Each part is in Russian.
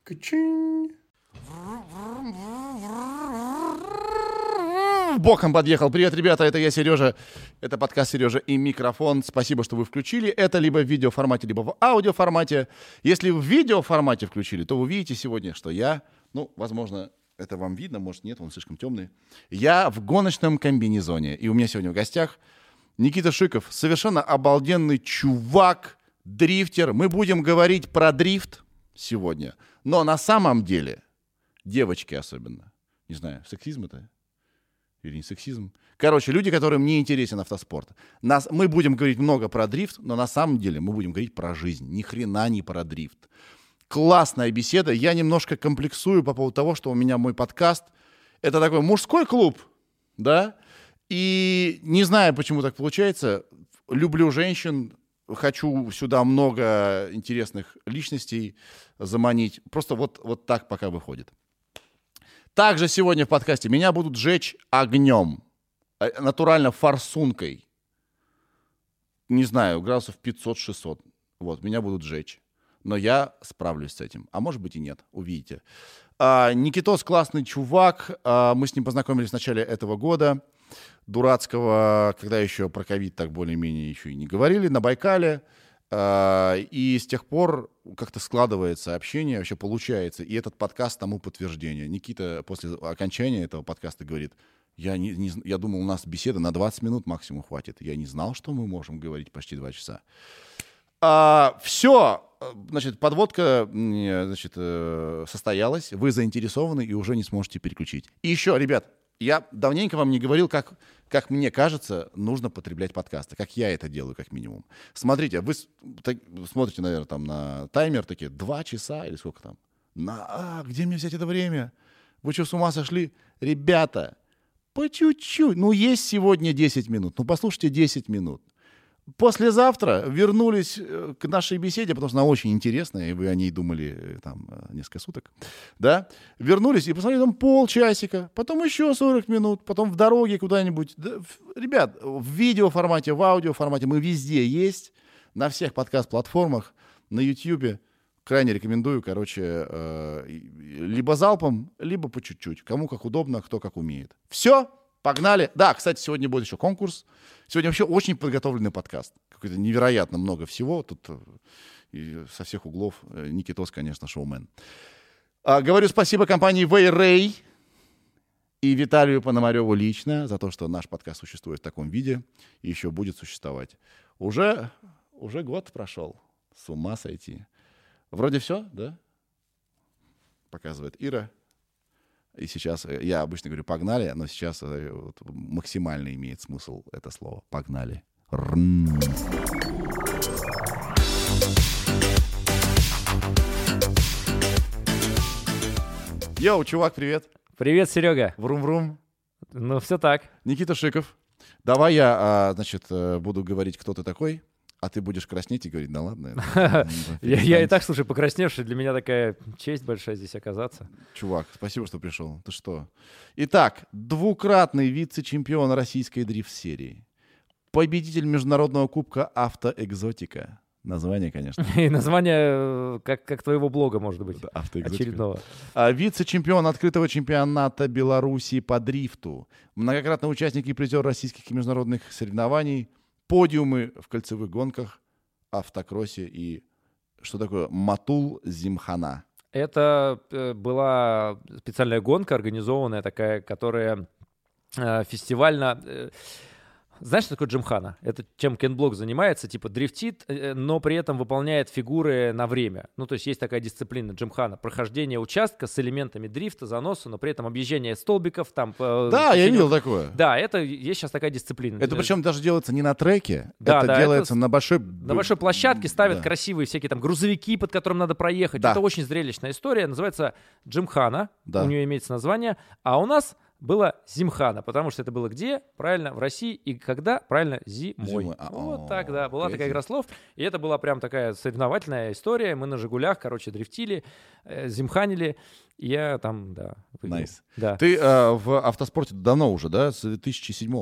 Качин. Боком подъехал. Привет, ребята, это я, Сережа. Это подкаст «Сережа и микрофон». Спасибо, что вы включили. Это либо в видеоформате, либо в аудиоформате. Если в видеоформате включили, то вы увидите сегодня, что я, возможно, это вам видно, может нет, он слишком темный. Я в гоночном комбинезоне. И у меня сегодня в гостях Никита Шиков. Совершенно обалденный чувак, дрифтер. Мы будем говорить про дрифт сегодня. Но на самом деле, девочки особенно, не знаю, сексизм это или не сексизм. Короче, люди, которым не интересен автоспорт. Мы будем говорить много про дрифт, но на самом деле мы будем говорить про жизнь. Ни хрена не про дрифт. Классная беседа. Я немножко комплексую по поводу того, что у меня мой подкаст. Это такой мужской клуб, да? И не знаю, почему так получается. Люблю женщин. Хочу сюда много интересных личностей заманить. Просто вот так пока выходит. Также сегодня в подкасте меня будут жечь огнем. Натурально форсункой. Не знаю, градусов 500-600. Вот, меня будут жечь. Но я справлюсь с этим. А может быть и нет. Увидите. Никитос классный чувак. Мы с ним познакомились в начале этого года. Дурацкого, когда еще про ковид так более-менее еще и не говорили, на Байкале. И с тех пор как-то складывается общение, вообще получается. И этот подкаст тому подтверждение. Никита после окончания этого подкаста говорит, я думал, у нас беседа на 20 минут максимум хватит. Я не знал, что мы можем говорить почти 2 часа. Все, значит, подводка, значит, состоялась. Вы заинтересованы и уже не сможете переключить. И еще, ребят, я давненько вам не говорил, как мне кажется, нужно потреблять подкасты. Как я это делаю, как минимум. Смотрите, вы смотрите, наверное, там на таймер, такие 2 часа или сколько там. Где мне взять это время? Вы что, с ума сошли? Ребята, по чуть-чуть. Есть сегодня 10 минут. Послушайте 10 минут. Послезавтра вернулись к нашей беседе, потому что она очень интересная, и вы о ней думали там несколько суток, да? Вернулись и посмотрели там полчасика, потом еще 40 минут, потом в дороге куда-нибудь. Да, ребят, в видеоформате, в аудиоформате мы везде есть, на всех подкаст-платформах, на YouTube. Крайне рекомендую, либо залпом, либо по чуть-чуть. Кому как удобно, кто как умеет. Все. Погнали. Да, кстати, сегодня будет еще конкурс. Сегодня вообще очень подготовленный подкаст. Какой-то невероятно много всего. Тут со всех углов. Никитос, конечно, шоумен. Говорю спасибо компании Вейрей и Виталию Пономареву лично за то, что наш подкаст существует в таком виде и еще будет существовать. Уже год прошел. С ума сойти. Вроде все, да? Показывает Ира. И сейчас, я обычно говорю «погнали», но сейчас максимально имеет смысл это слово «погнали». Йоу, чувак, привет. Привет, Серега. Врум-врум. Все так. Никита Шиков. Давай я, буду говорить, кто ты такой. А ты будешь краснеть и говорить, да ладно. Я и так, слушай, покрасневший. Для меня такая честь большая здесь оказаться. Чувак, спасибо, что пришел. Ты что? Итак, 2-кратный вице-чемпион российской дрифт-серии. Победитель международного кубка «Автоэкзотика». Название, конечно. И название, как твоего блога, может быть, очередного. Вице-чемпион открытого чемпионата Беларуси по дрифту. Многократный участник и призер российских и международных соревнований. Подиумы в кольцевых гонках, автокроссе и что такое Матул Зимхана. Это была специальная гонка, организованная такая, которая фестивально... Знаешь, что такое джимхана? Это чем Кен Блок занимается, типа дрифтит, но при этом выполняет фигуры на время. То есть такая дисциплина джимхана. Прохождение участка с элементами дрифта, заноса, но при этом объезжение столбиков. Да, я видел такое. Да, есть сейчас такая дисциплина. Это причем даже делается не на треке, это делается на большой... На большой площадке ставят красивые всякие там грузовики, под которым надо проехать. Да. Это очень зрелищная история. Называется джимхана. Да. У нее имеется название. А у нас... было Зимхана, потому что это было где? Правильно, в России. И когда? Правильно, зимой. Вот так, да. Была такая игра слов. И это была прям такая соревновательная история. Мы на «Жигулях», дрифтили, зимханили. И я там, да. Nice. Да. Ты в автоспорте давно уже, да? С 2007-го?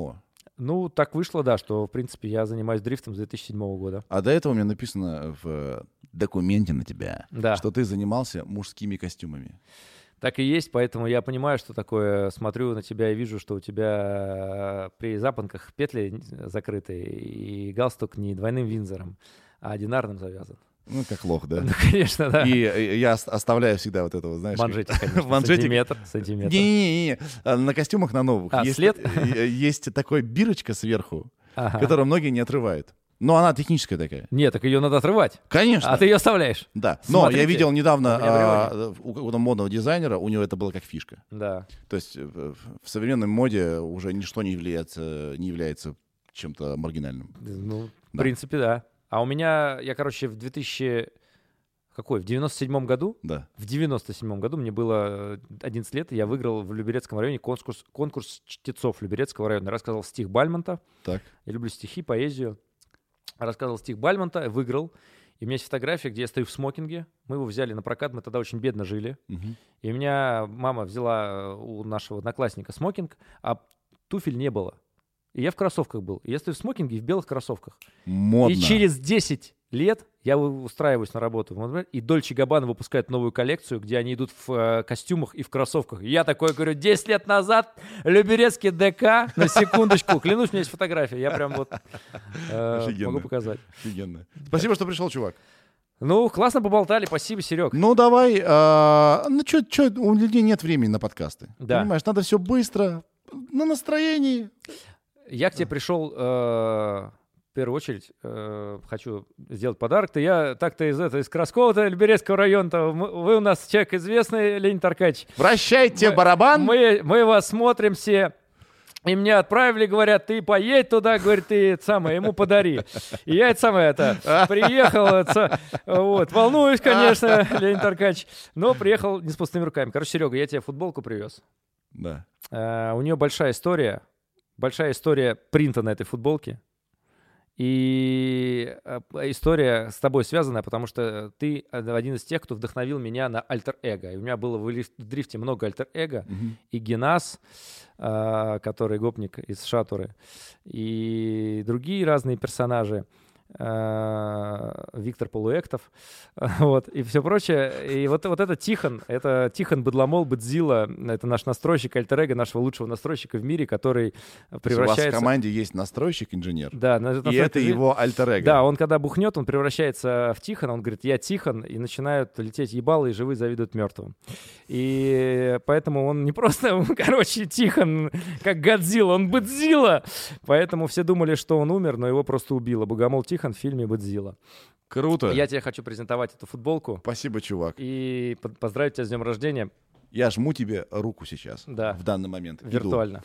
Ну, так вышло, да, что, в принципе, я занимаюсь дрифтом с 2007 года. А до этого у меня написано в документе на тебя, что ты занимался мужскими костюмами. Так и есть, поэтому я понимаю, что такое. Смотрю на тебя и вижу, что у тебя при запонках петли закрыты, и галстук не двойным винзором, а одинарным завязан. Ну, как лох, да? Ну, конечно, да. И я оставляю всегда вот это, вот, знаешь... Манжетик, конечно, сантиметр. Не-не-не, на костюмах на новых есть такой бирочка сверху, которую многие не отрывают. Но она техническая такая. Нет, так ее надо отрывать. Конечно. А ты ее оставляешь. Да. Но я видел недавно у какого-то модного дизайнера, у него это было как фишка. Да. То есть в современной моде уже ничто не является чем-то маргинальным. Ну, в принципе, да. А у меня, я, короче, в 97-м году? Да. В 97-м году мне было 11 лет, и я выиграл в Люберецком районе конкурс чтецов Люберецкого района. Рассказывал стих Бальмонта. Так. Я люблю стихи, поэзию. Рассказывал стих Бальмонта, выиграл. И у меня есть фотография, где я стою в смокинге. Мы его взяли на прокат, мы тогда очень бедно жили. И у меня мама взяла у нашего одноклассника смокинг, а туфель не было. И я в кроссовках был. И я стою в смокинге и в белых кроссовках. Модно. И через 10 лет я устраиваюсь на работу. И Дольче Габбана выпускает новую коллекцию, где они идут в костюмах и в кроссовках. И я такой говорю, 10 лет назад Люберецкий ДК, на секундочку, клянусь, у меня есть фотография. Я прям вот могу показать. Офигенно. Спасибо, что пришел, чувак. Ну, классно поболтали, спасибо, Серег. Ну, давай. У людей нет времени на подкасты. Да. Понимаешь, надо все быстро, на настроении. Я к тебе пришел, в первую очередь, хочу сделать подарок. Я так-то из Краскова-то, Люберецкого района-то, вы у нас человек известный, Леонид Аркадьевич. Вращайте барабан. Мы вас смотрим все. И мне отправили, говорят, ты поедь туда, говорит, ты ему подари. И я приехал, волнуюсь, конечно, Леонид Аркадьевич, но приехал не с пустыми руками. Короче, Серега, я тебе футболку привез. Да. У нее большая история принта на этой футболке. И история с тобой связана, потому что ты один из тех, кто вдохновил меня на альтер-эго. И у меня было в дрифте много альтер-эго. И Генас, который гопник из Шатуры, и другие разные персонажи. Виктор Полуэктов, и все прочее. И вот это Тихон Быдломол Быдзила, это наш настройщик альтер-эго, нашего лучшего настройщика в мире, который превращается... У вас в команде есть настройщик-инженер, да, и это его альтер-эго. Да, он когда бухнет, он превращается в Тихона, он говорит, я Тихон, и начинают лететь ебалы, и живые завидуют мертвым. И поэтому он не просто, Тихон, как Годзилла, он Быдзила. Поэтому все думали, что он умер, но его просто убило. Богомол Тихон в фильме «Быдзила». Круто. Я тебе хочу презентовать эту футболку. Спасибо, чувак. И поздравить тебя с днем рождения. Я жму тебе руку сейчас, да. в данный момент. Виртуально.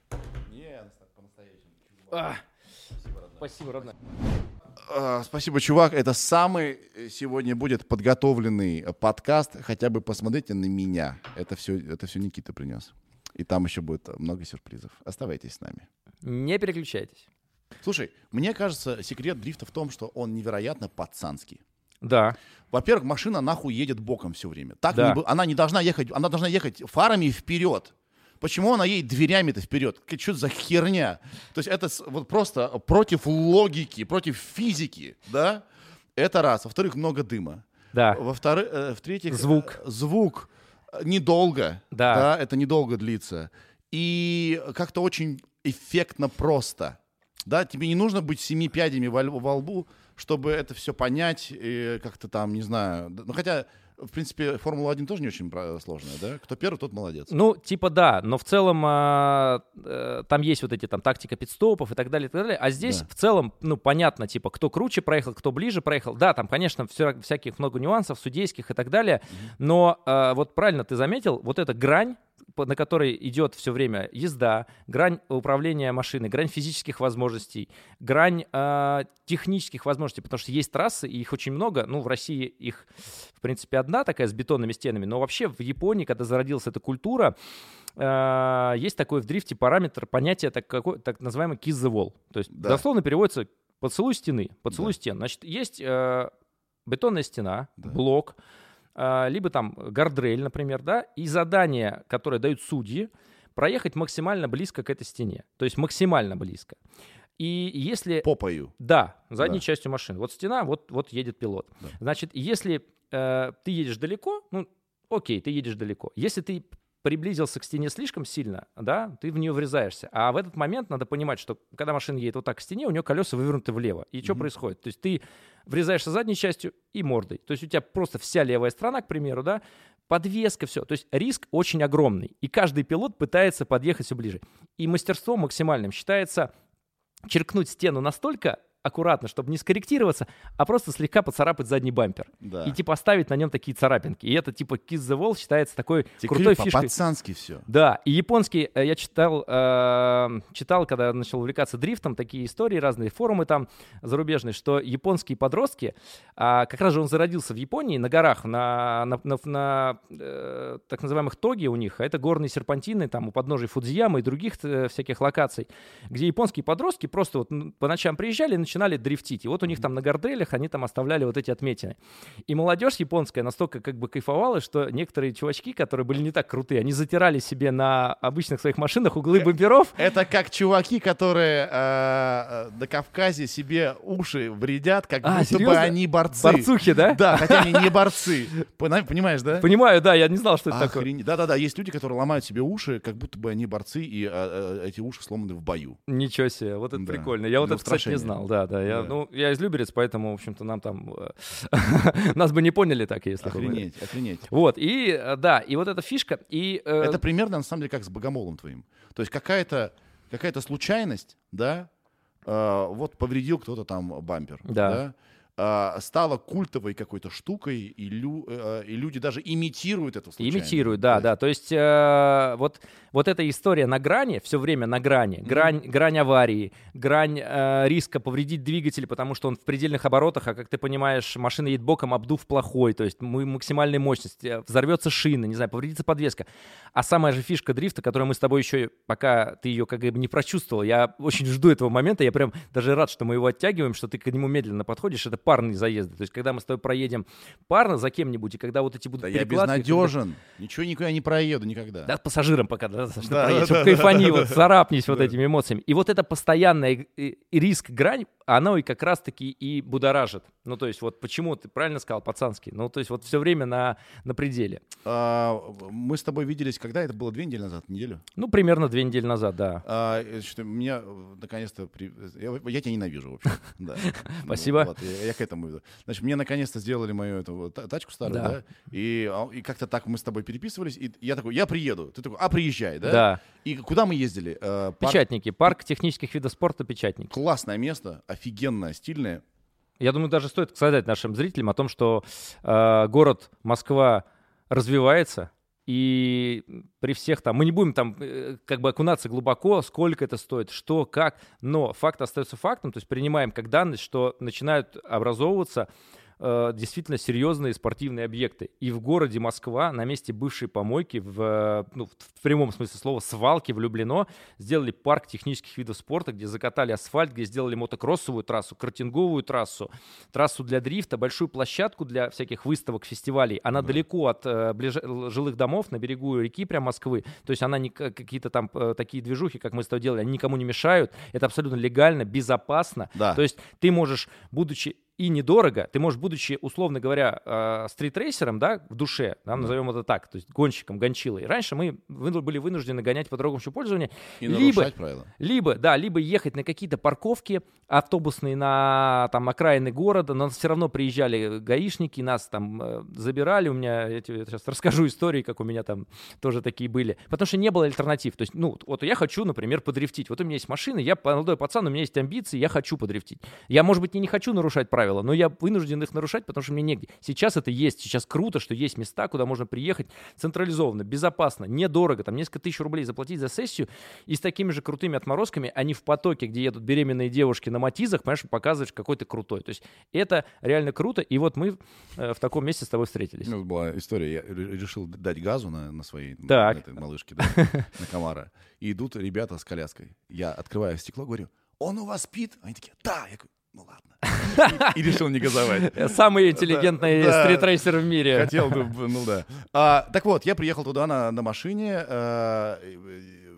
Спасибо, родной. Спасибо, чувак. Это самый сегодня будет подготовленный подкаст. Хотя бы посмотрите на меня. Это все Никита принес. И там еще будет много сюрпризов. Оставайтесь с нами. Не переключайтесь. Слушай, мне кажется, секрет дрифта в том, что он невероятно пацанский. Да. Во-первых, машина нахуй едет боком все время. Так да. Она должна ехать фарами вперед. Почему она едет дверями-то вперед? Что за херня? То есть это вот просто против логики, против физики, да? Это раз. Во-вторых, много дыма. Да. В-третьих, звук недолго. Да. Да, это недолго длится. И как-то очень эффектно просто. Да, тебе не нужно быть 7 пядями во лбу, чтобы это все понять, и как-то там, не знаю. Ну, хотя, в принципе, Формула-1 тоже не очень сложная, да? Кто первый, тот молодец. Ну, типа да, но в целом там есть вот эти там тактика пит-стопов и так далее, и так далее. А здесь в целом, ну, понятно, типа, кто круче проехал, кто ближе проехал. Да, там, конечно, всяких много нюансов, судейских и так далее. Но вот правильно ты заметил, вот эта грань, на которой идет все время езда, грань управления машиной, грань физических возможностей, грань технических возможностей, потому что есть трассы, и их очень много. Ну, в России их, в принципе, одна такая с бетонными стенами, но вообще в Японии, когда зародилась эта культура, есть такой в дрифте параметр, понятие так называемый kiss the wall. То есть дословно переводится поцелуй стены, поцелуй стен. Значит, есть бетонная стена, блок, либо там гардрейль, например, да, и задание, которое дают судьи, проехать максимально близко к этой стене. То есть максимально близко. И если... Попою. Да, задней частью машины. Вот стена, вот едет пилот. Да. Значит, если ты едешь далеко, ну, окей, ты едешь далеко. Если ты приблизился к стене слишком сильно, да, ты в нее врезаешься. А в этот момент надо понимать, что когда машина едет вот так к стене, у нее колеса вывернуты влево. И что происходит? То есть ты врезаешься задней частью и мордой. То есть у тебя просто вся левая сторона, к примеру, да, подвеска, все. То есть риск очень огромный. И каждый пилот пытается подъехать все ближе. И мастерство максимальным считается черкнуть стену настолько аккуратно, чтобы не скорректироваться, а просто слегка поцарапать задний бампер. Да. И типа оставить на нем такие царапинки. И это типа Kiss the Wall считается такой крутой фишкой. По-пацански все. Да, и японский, я читал, когда начал увлекаться дрифтом, такие истории, разные форумы там зарубежные, что японские подростки, как раз же он зародился в Японии, на горах, на так называемых тоги у них, а это горные серпантины, там у подножия Фудзиямы и других всяких локаций, где японские подростки просто вот по ночам приезжали и начинали дрифтить. И вот у них там на гардрелях они там оставляли вот эти отметины. И молодежь японская настолько как бы кайфовала, что некоторые чувачки, которые были не так крутые, они затирали себе на обычных своих машинах углы бамперов. Это как чуваки, которые на Кавказе себе уши вредят, как будто серьезно? бы они борцы. Борцухи, да? Да, хотя они не борцы. Понимаешь, да? Понимаю, да, я не знал, что это такое. Да-да-да, есть люди, которые ломают себе уши, как будто бы они борцы, и эти уши сломаны в бою. Ничего себе, вот это прикольно. Я вот это, кстати, не знал. Да. Я из Люберец, поэтому, в общем-то, нам там... Нас бы не поняли так, если бы... Охренеть. Вот, и да, и вот эта фишка, и... Это примерно, на самом деле, как с богомолом твоим. То есть какая-то случайность, да, вот повредил кто-то там бампер, да, стала культовой какой-то штукой, и люди даже имитируют эту случайность. Имитируют, да. То есть вот эта история на грани, все время на грани, грань аварии, грань риска повредить двигатель, потому что он в предельных оборотах, а как ты понимаешь, машина едет боком, обдув плохой, то есть максимальной мощности, взорвется шина, не знаю, повредится подвеска. А самая же фишка дрифта, которую мы с тобой еще, пока ты ее как бы не прочувствовал, я очень жду этого момента, я прям даже рад, что мы его оттягиваем, что ты к нему медленно подходишь, это парные заезды. То есть, когда мы с тобой проедем парно за кем-нибудь, и когда вот эти будут перекладки... Я безнадежен. Ничего никуда не проеду никогда. Да, пассажирам пока достаточно проедешь, чтобы кайфани, вот царапнись вот этими эмоциями. И вот это постоянная риск, грань, оно и как раз-таки и будоражит. Ну, то есть, вот почему ты правильно сказал, пацанский. Ну, то есть, вот все время на пределе. Мы с тобой виделись, когда? Это было 2 недели назад, неделю? Ну, примерно 2 недели назад, да. Меня, наконец-то... Я тебя ненавижу, в общем. Спасибо. Я к этому иду. Значит, мне наконец-то сделали мою эту тачку старую, да? И как-то так мы с тобой переписывались, и я такой, я приеду. Ты такой, приезжай, да? Да. И куда мы ездили? Печатники. Парк технических видов спорта «Печатники». Классное место, офигенное, стильное. Я думаю, даже стоит сказать нашим зрителям о том, что город Москва развивается, и при всех там, мы не будем там как бы окунаться глубоко, сколько это стоит, что, как, но факт остается фактом, то есть принимаем как данность, что начинают образовываться действительно серьезные спортивные объекты. И в городе Москва на месте бывшей помойки, в прямом смысле слова, свалки в Люблино, сделали парк технических видов спорта, где закатали асфальт, где сделали мотокроссовую трассу, картинговую трассу для дрифта, большую площадку для всяких выставок, фестивалей. Она далеко от жилых домов, на берегу реки прям Москвы. То есть она не какие-то там такие движухи, как мы с тобой делали, они никому не мешают. Это абсолютно легально, безопасно. Да. То есть ты можешь, будучи и недорого, ты можешь, будучи, условно говоря, стритрейсером, да, в душе, назовем это так, то есть гонщиком, гончилой. Раньше мы были вынуждены гонять по дорогам общего пользования. И нарушать правила. Либо ехать на какие-то парковки автобусные на там окраины города, но все равно приезжали гаишники, нас там забирали. У меня, я сейчас расскажу истории, как у меня там тоже такие были. Потому что не было альтернатив. То есть, вот я хочу, например, подрифтить. Вот у меня есть машина, я молодой пацан, у меня есть амбиции, я хочу подрифтить. Я, может быть, не хочу нарушать правила, но я вынужден их нарушать, потому что мне негде. Сейчас это есть. Сейчас круто, что есть места, куда можно приехать централизованно, безопасно, недорого, там несколько тысяч рублей заплатить за сессию, и с такими же крутыми отморозками, а не в потоке, где едут беременные девушки на матизах, понимаешь, показываешь какой ты крутой. То есть это реально круто, и вот мы в таком месте с тобой встретились. Была история, я решил дать газу на своей этой малышке, на Камаро, и идут ребята с коляской. Я открываю стекло, говорю, он у вас спит? Они такие, да. Я говорю, ну ладно. И решил не газовать. Самый интеллигентный стритрейсер в мире. Хотел бы, да. Так вот, я приехал туда на машине,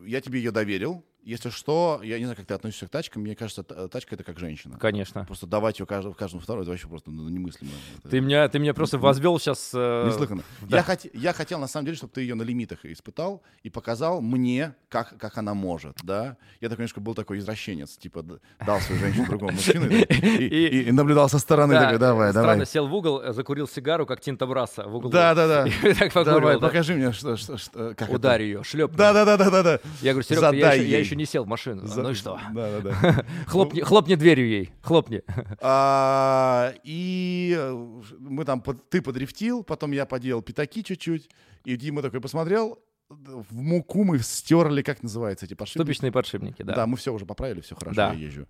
я тебе ее доверил. Если что, я не знаю, как ты относишься к тачкам, мне кажется, тачка — это как женщина. Конечно. Просто давать ее каждому второму, это вообще просто немыслимо. Ты меня просто возвел сейчас... Неслыханно. Да. Я хотел, на самом деле, чтобы ты ее на лимитах испытал и показал мне, как она может, да. Я такой немножко был такой извращенец, типа дал свою женщину другому мужчину и наблюдал со стороны, такой, давай. Странно, сел в угол, закурил сигару, как Тинто Брасса в углу. Да. Давай, покажи мне, как ударь ее, шлепни. Да. Я говорю, Серега, я еще не сел в машину. Ну и что? Да. Хлопни дверью ей, хлопни. И мы там, ты подрифтил, потом я поделал пятаки чуть-чуть, и Дима такой посмотрел, в муку мы стерли, как называется эти подшипники? Ступичные подшипники, да. Да, мы все уже поправили, все хорошо, да. Я езжу.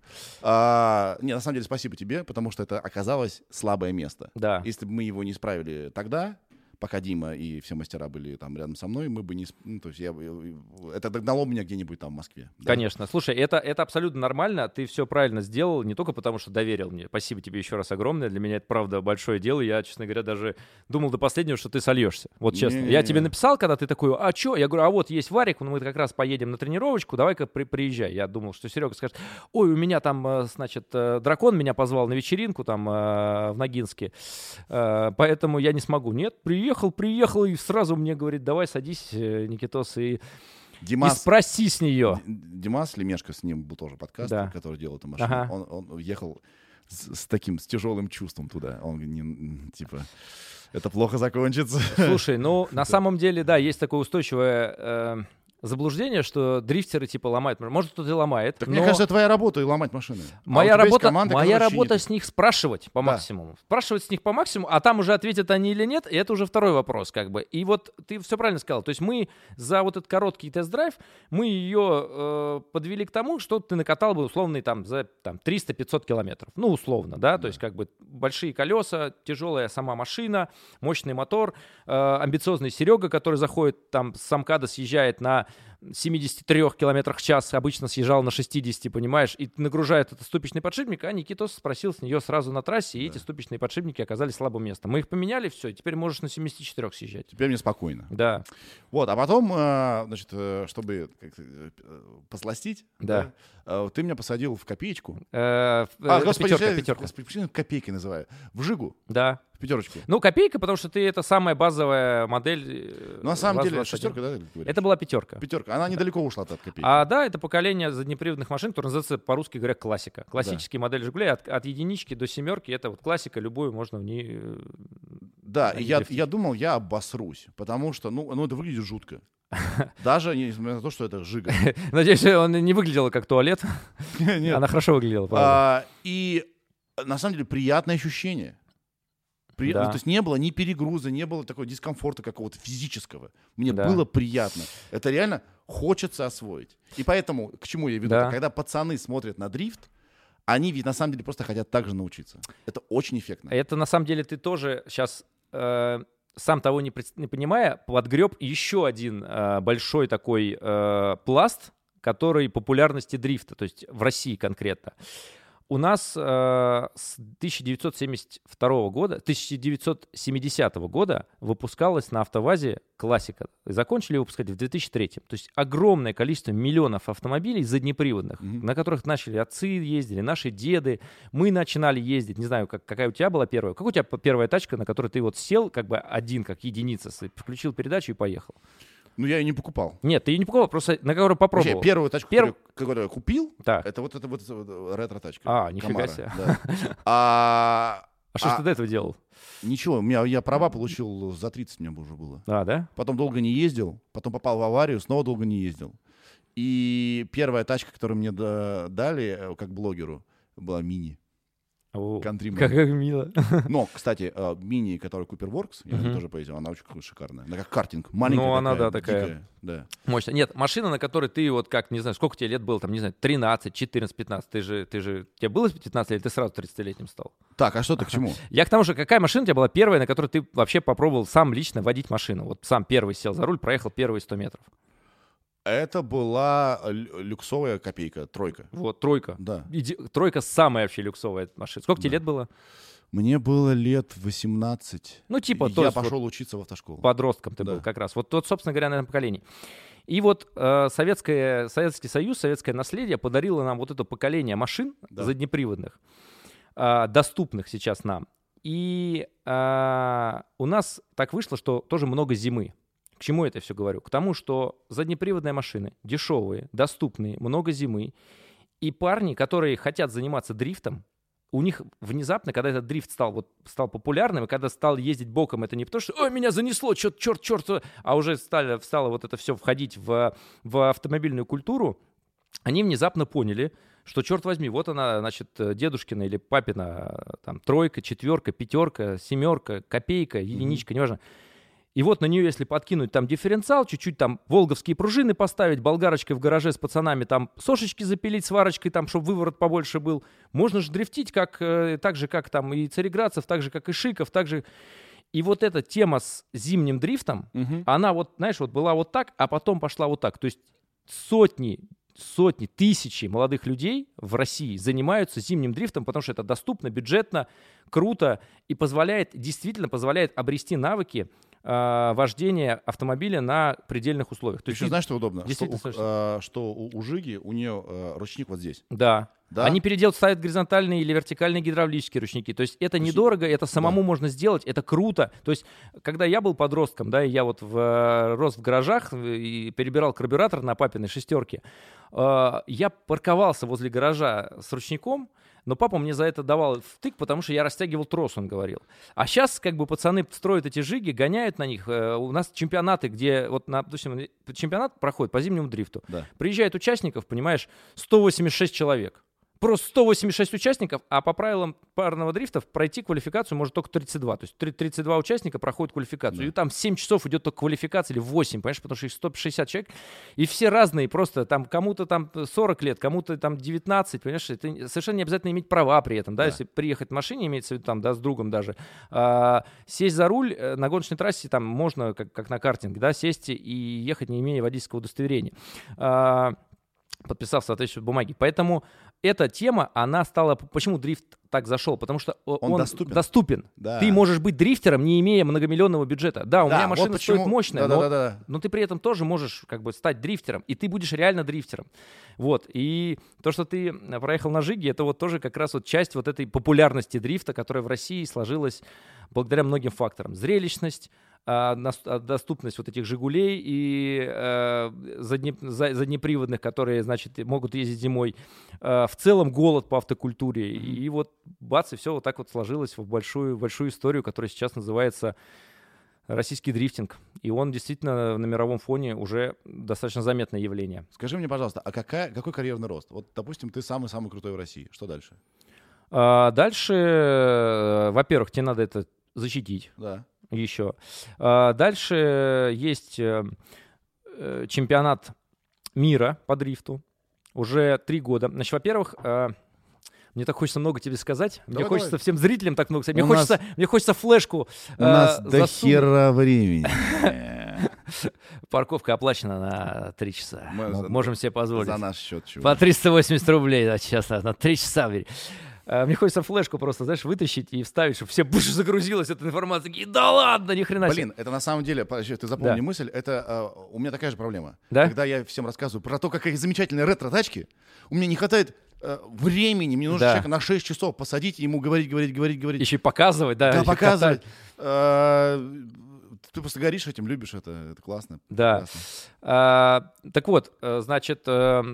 На самом деле, спасибо тебе, потому что это оказалось слабое место. Да. Если бы мы его не исправили тогда, пока Дима и все мастера были там рядом со мной, мы бы не... Ну, то есть это догнало меня где-нибудь там в Москве. Да? Конечно. Слушай, это абсолютно нормально. Ты все правильно сделал, не только потому, что доверил мне. Спасибо тебе еще раз огромное. Для меня это, правда, большое дело. Я, честно говоря, даже думал до последнего, что ты сольешься. Вот честно. Я тебе написал, когда ты такой, а что? Я говорю, а вот есть Варик, мы как раз поедем на тренировочку, давай-ка приезжай. Я думал, что Серега скажет, ой, у меня там, значит, дракон меня позвал на вечеринку там в Ногинске, поэтому я не смогу. Нет, приехал и сразу мне говорит, давай садись, Никитос, и спроси с нее. Димас Лемешко, с ним был тоже подкаст, да. Который делал эту машину. Ага. Он ехал с тяжелым чувством туда. Он типа, это плохо закончится. Слушай, ну на самом деле, да, есть такое устойчивое заблуждение, что дрифтеры типа ломают. Может, кто-то и ломает. Так, мне кажется, твоя работа и ломать машины. Моя работа с них спрашивать по максимуму. Спрашивать с них по максимуму, а там уже ответят они или нет, и это уже второй вопрос, как бы. И вот ты все правильно сказал. То есть мы за вот этот короткий тест-драйв, мы ее подвели к тому, что ты накатал бы условный там за 300-500 километров. Ну, условно, да? То есть как бы большие колеса, тяжелая сама машина, мощный мотор, амбициозный Серега, который заходит там с МКАДа, съезжает на 73 километрах в час, обычно съезжал на 60, понимаешь, и нагружает этот ступичный подшипник, а Никитос спросил с нее сразу на трассе, и эти ступичные подшипники оказались слабым местом. Мы их поменяли, все, и теперь можешь на 74 съезжать. Теперь мне спокойно. Да. Вот, а потом, значит, чтобы посластить, да. Ты меня посадил в копеечку. Господи, пятерка. Почему копейки называю? В Жигу. Да. В пятерочку. Ну, копейка, потому что ты это самая базовая модель. Ну, на самом деле, шестерка, да? Это была пятерка. Пятерка. Она недалеко ушла от копейки. Да, это поколение заднеприводных машин, которое называется, по-русски говоря, классика. Классические модели «Жигулей» от единички до семерки. Это вот классика, любую можно в ней... Да, и я думал, я обосрусь, потому что, ну это выглядит жутко. Даже несмотря на то, что это Жига. Надеюсь, он не выглядел как туалет. Нет. Она хорошо выглядела, правда. И на самом деле приятное ощущение. Да. Ну, то есть не было ни перегруза, не было такого дискомфорта какого-то физического. Мне было приятно. Это реально хочется освоить. И поэтому, к чему я веду? Когда пацаны смотрят на дрифт, они ведь на самом деле просто хотят так же научиться. Это очень эффектно. Это на самом деле ты тоже сейчас, сам того не понимая, подгреб еще один большой такой пласт, который популярности дрифта, то есть в России конкретно. У нас с 1972 года, 1970 года выпускалась на АвтоВАЗе классика. Закончили выпускать в 2003. То есть огромное количество миллионов автомобилей заднеприводных, на которых начали отцы ездили, наши деды. Мы начинали ездить. Не знаю, какая у тебя была первая. Какая у тебя первая тачка, на которой ты вот сел как бы один, как единица, включил передачу и поехал? Ну, я ее не покупал. Нет, ты ее не покупал, просто на которую попробовал. Вообще, первую тачку, которую я купил, это вот ретро-тачка. Нифига себе. Да. Что ж ты до этого делал? Ничего, я права получил за 30 мне уже было. Да? Потом долго не ездил, потом попал в аварию, снова долго не ездил. И первая тачка, которую мне дали как блогеру, была мини. Как мило. Но, кстати, мини, которая Cooper Works, я тоже поездил, она очень шикарная. Она как картинг, маленькая она, такая, дикая. Да. Мощно. Нет, машина, на которой ты вот как, не знаю, сколько тебе лет было, там, не знаю, 13, 14, 15, тебе было 15 или ты сразу 30-летним стал? Так, а что ты к чему? Я к тому же, какая машина у тебя была первая, на которой ты вообще попробовал сам лично водить машину? Вот сам первый сел за руль, проехал первые 100 метров. Это была люксовая копейка, тройка. Вот, тройка. Да. Тройка самая вообще люксовая машина. Сколько тебе лет было? Мне было лет 18. Ну, типа... Я пошел учиться в автошколу. Подростком ты был как раз. Вот, собственно говоря, на этом поколении. И вот Советский Союз, советское наследие подарило нам вот это поколение машин заднеприводных, доступных сейчас нам. И у нас так вышло, что тоже много зимы. К чему я это все говорю? К тому, что заднеприводные машины дешевые, доступные, много зимы. И парни, которые хотят заниматься дрифтом, у них внезапно, когда этот дрифт стал популярным, и когда стал ездить боком, это не потому, что «Ой, меня занесло, черт», а уже стало вот это все входить в автомобильную культуру, они внезапно поняли, что, черт возьми, вот она, значит, дедушкина или папина там, 3, 4, 5, 7, копейка, единичка, неважно. И вот на нее, если подкинуть там дифференциал, чуть-чуть там волговские пружины поставить, болгарочкой в гараже с пацанами там сошечки запилить сварочкой, там, чтобы выворот побольше был, можно же дрифтить так же, как там и Цареградцев, так же, как и Шиков, так же. И вот эта тема с зимним дрифтом, она вот, знаешь, вот была вот так, а потом пошла вот так. То есть сотни, тысячи молодых людей в России занимаются зимним дрифтом, потому что это доступно, бюджетно, круто и действительно позволяет обрести навыки вождения автомобиля на предельных условиях. То есть, знаешь, что удобно? Что у Жиги, у нее ручник вот здесь. Да. Они ставят горизонтальные или вертикальные гидравлические ручники. То есть это недорого, это самому можно сделать, это круто. То есть когда я был подростком, и я вот рос в гаражах и перебирал карбюратор на папиной шестерке, я парковался возле гаража с ручником, но папа мне за это давал втык, потому что я растягивал трос, он говорил. А сейчас как бы пацаны строят эти жиги, гоняют на них. У нас чемпионаты, где допустим, чемпионат проходит по зимнему дрифту. Да. Приезжает участников, понимаешь, 186 человек. Просто 186 участников, а по правилам парного дрифта пройти квалификацию может только 32. То есть 32 участника проходят квалификацию. Да. И там 7 часов идет только квалификация, или 8, понимаешь, потому что их 160 человек. И все разные, просто там кому-то там 40 лет, кому-то там 19, понимаешь, это совершенно не обязательно иметь права при этом, да, если приехать в машине, имеется в виду там, да, с другом даже, сесть за руль на гоночной трассе, там можно, как на картинге, да, сесть и ехать, не имея водительского удостоверения, подписав соответствующие бумаги. Поэтому эта тема, она стала... Почему дрифт так зашел? Потому что он доступен. Да. Ты можешь быть дрифтером, не имея многомиллионного бюджета. Да, у меня машина стоит мощная, но ты при этом тоже можешь как бы стать дрифтером, и ты будешь реально дрифтером. Вот. И то, что ты проехал на Жиге, это вот тоже как раз вот часть вот этой популярности дрифта, которая в России сложилась благодаря многим факторам. Зрелищность, доступность вот этих «Жигулей» и заднеприводных, которые, значит, могут ездить зимой. В целом голод по автокультуре. И вот бац, и все вот так вот сложилось в большую историю, которая сейчас называется российский дрифтинг. И он действительно на мировом фоне уже достаточно заметное явление. Скажи мне, пожалуйста, а какой карьерный рост? Вот, допустим, ты самый-самый крутой в России. Что дальше? Дальше, во-первых, тебе надо это защитить. Да. Еще. Дальше есть чемпионат мира по дрифту. Уже 3 года. Значит, во-первых, мне так хочется много тебе сказать. Мне хочется всем зрителям так много сказать. Мне хочется флешку у нас до хера времени. Парковка оплачена на 3 часа. Можем себе позволить. За наш счет. Чего? По 380 рублей сейчас на 3 часа. Мне хочется флешку просто, знаешь, вытащить и вставить, чтобы все загрузилась эта информация. И да ладно, ни хрена себе. Блин, это на самом деле, ты запомни мысль, это у меня такая же проблема. Да? Когда я всем рассказываю про то, какие замечательные ретро-тачки, у меня не хватает времени, мне нужно человека на 6 часов посадить и ему говорить. Еще и показывать, да. Да, показывать. Ты просто горишь этим, любишь это классно. Да. Так вот, значит...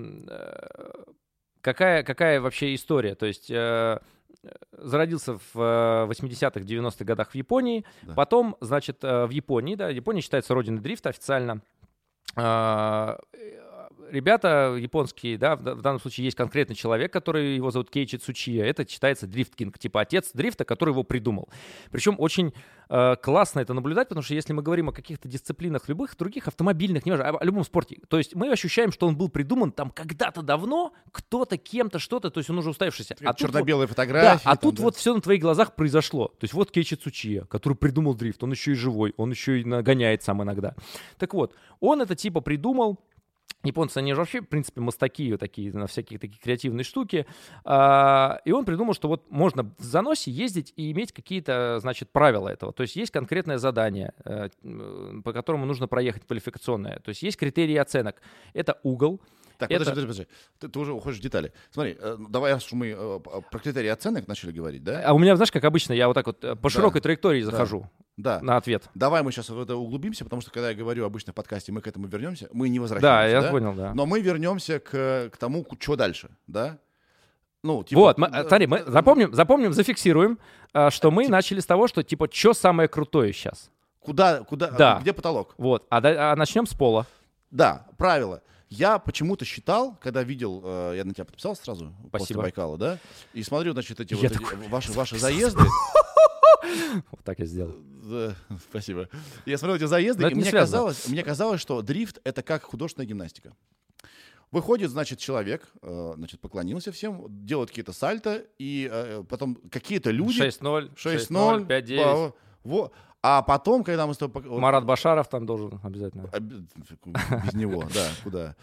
Какая вообще история? То есть зародился в 80-х, 90-х годах в Японии. Да. Потом, значит, в Японии, Япония считается родиной дрифта официально. Ребята японские, в данном случае есть конкретный человек, который его зовут Кейичи Цучия. Это считается дрифт-кинг, типа отец дрифта, который его придумал. Причем очень классно это наблюдать, потому что если мы говорим о каких-то дисциплинах любых, других, автомобильных, неважно, о любом спорте, то есть мы ощущаем, что он был придуман там когда-то давно, кто-то, кем-то, что-то, то есть он уже уставившийся. Черно-белые фотографии. Да, тут вот все на твоих глазах произошло. То есть вот Кейичи Цучия, который придумал дрифт, он еще и живой, он еще и нагоняет сам иногда. Так вот, он это типа придумал. Японцы, они же вообще, в принципе, мастаки такие на всякие такие креативные штуки. И он придумал, что вот можно в заносе ездить и иметь какие-то, значит, правила этого. То есть есть конкретное задание, по которому нужно проехать квалификационное. То есть есть критерии оценок. Это угол. Так, подожди. Ты уже уходишь в детали. Смотри, давай, раз уж мы про критерии оценок начали говорить, да? А у меня, знаешь, как обычно, я вот так вот по широкой траектории захожу. Да. На ответ. Давай мы сейчас в это углубимся, потому что когда я говорю обычно в подкасте, мы к этому вернемся, мы не возвращаемся. Да, я понял, да. Но мы вернемся к тому, что дальше, да? Ну, типа, вот, смотри, мы запомним, зафиксируем, что мы начали с того, что типа, что самое крутое сейчас? Куда, да. Где потолок? Вот, а начнем с пола. Да, правило. Я почему-то считал, когда видел, я на тебя подписался сразу, после Байкала, да, и смотрю, значит, эти ваши заезды. Вот так я сделал. Спасибо. Я смотрел эти заезды, и мне казалось, что дрифт — это как художественная гимнастика. Выходит, значит, человек, значит, поклонился всем, делает какие-то сальто, и потом какие-то люди... 6-0, 5-9. Вот. А потом, когда мы с тобой... Марат Башаров там должен обязательно. Без него, да, куда.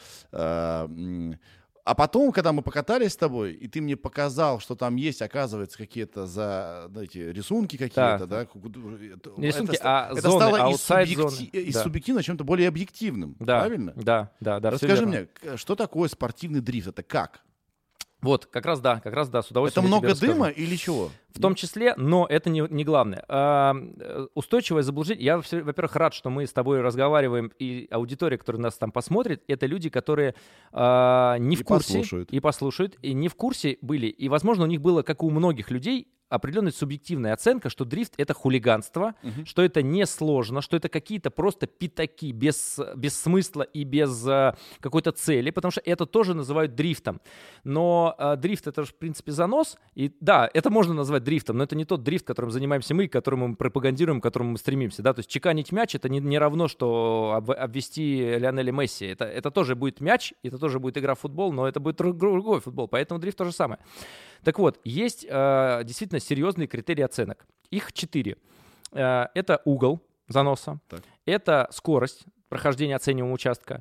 А потом, когда мы покатались с тобой, и ты мне показал, что там есть, оказывается, какие-то рисунки какие-то, да? Не рисунки, это зоны, стало из субъективно чем-то более объективным, правильно? Да. Расскажи мне, что такое спортивный дрифт? Это как? Вот, как раз да, с удовольствием. Это много дыма или чего? В том числе, но это не главное. Устойчивое заблуждение. Я, во-первых, рад, что мы с тобой разговариваем, и аудитория, которая нас там посмотрит, это люди, которые не в курсе. И послушают. И не в курсе были. И, возможно, у них было, как у многих людей, определенная субъективная оценка, что дрифт — это хулиганство, что это несложно, что это какие-то просто пятаки без смысла и без какой-то цели, потому что это тоже называют дрифтом. Но дрифт — это же, в принципе, занос. И да, это можно назвать дрифтом, но это не тот дрифт, которым занимаемся мы, которым мы пропагандируем, к которому мы стремимся. Да? То есть чеканить мяч — это не равно, что обвести Лионеля Месси. Это тоже будет мяч, это тоже будет игра в футбол, но это будет другой футбол. Поэтому дрифт — то же самое. Так вот, есть действительно серьезные критерии оценок. Их 4. Это угол заноса, это скорость прохождения оцениваемого участка,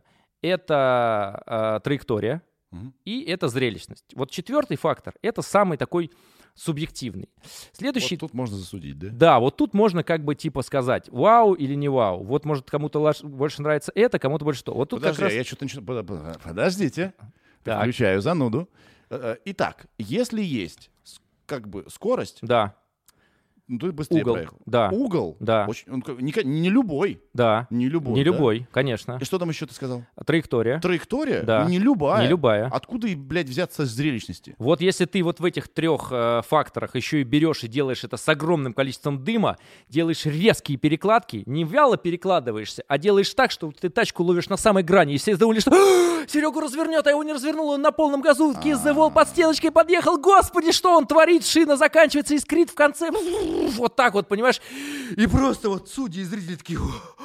это траектория и это зрелищность. Вот 4-й фактор — это самый такой субъективный. Следующий... Вот тут можно засудить, да? Да, вот тут можно как бы типа сказать вау или не вау. Вот может кому-то больше нравится это, кому-то больше то. Вот тут Подожди, как раз... я что-то начну... Подождите. Включаю зануду. Итак, если есть как бы скорость, да, ну, ты быстрее угол, проехал. Да. Угол? Да. Очень, не любой. Да. Не любой. Не любой, конечно. И что там еще ты сказал? Траектория. Траектория? Да. Не любая. Не любая. Откуда, блядь, взяться зрелищности? Вот если ты вот в этих 3 факторах еще и берешь и делаешь это с огромным количеством дыма, делаешь резкие перекладки, не вяло перекладываешься, а делаешь так, что ты тачку ловишь на самой грани, и все думали, что Серегу развернет, а его не развернул, он на полном газу, Kiss the Wall под стеночкой подъехал, господи, что он творит, шина заканчивается, искрит в конце, вот так вот, понимаешь, и просто вот судьи и зрители такие,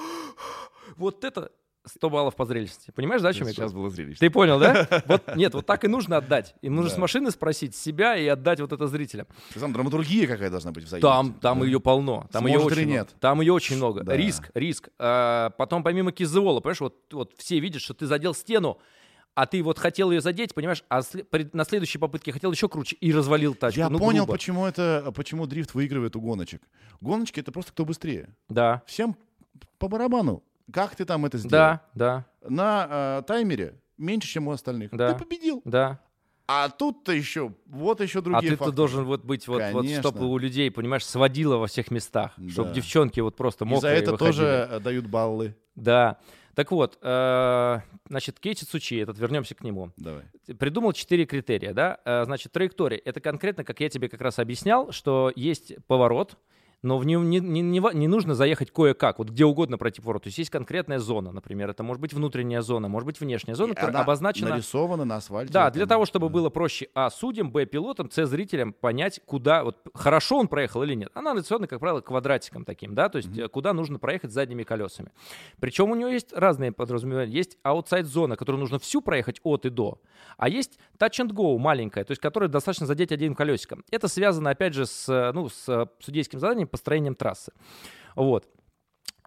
вот это 100 баллов по зрелищности. Понимаешь, да, о чем я говорю? Сейчас было зрелище. Ты понял, да? Вот, нет, вот так и нужно отдать. Им нужно с машины спросить себя и отдать вот это зрителям. Там драматургия какая должна быть в заезде. Там ее полно. Там ее очень много. Там ее очень много. Да. Риск. Потом помимо Kiss the Wall, понимаешь, вот все видят, что ты задел стену, а ты вот хотел ее задеть, понимаешь, а на следующей попытке хотел еще круче и развалил тачку. Я понял, почему дрифт выигрывает у гоночек. Гоночки — это просто кто быстрее. Да. Всем по барабану. Как ты там это сделал? Да. На таймере меньше, чем у остальных. Да. Ты победил. Да. А тут-то еще другие факторы. Ты должен быть чтобы у людей, понимаешь, сводило во всех местах. Да. Чтобы девчонки вот просто мокрые выходили. И за это тоже дают баллы. Да. Так вот, значит, Кейичи Цучи, вернемся к нему. Давай. Придумал 4 критерия, да? Значит, траектория. Это конкретно, как я тебе как раз объяснял, что есть поворот, но в нем не нужно заехать кое-как, вот где угодно пройти поворот. То есть есть конкретная зона, например, это может быть внутренняя зона, может быть внешняя зона, которая обозначена... нарисована на асфальте. Да, для того, чтобы было проще судьям, пилотам, зрителям понять, куда, вот хорошо он проехал или нет. Она нарисована, как правило, квадратиком таким, да, то есть куда нужно проехать задними колесами. Причем у него есть разные подразумевания. Есть аутсайд-зона, которую нужно всю проехать от и до, а есть touch and go маленькая, то есть которая достаточно задеть одним колесиком. Это связано, опять же, с судейским заданием, построением трассы. Вот.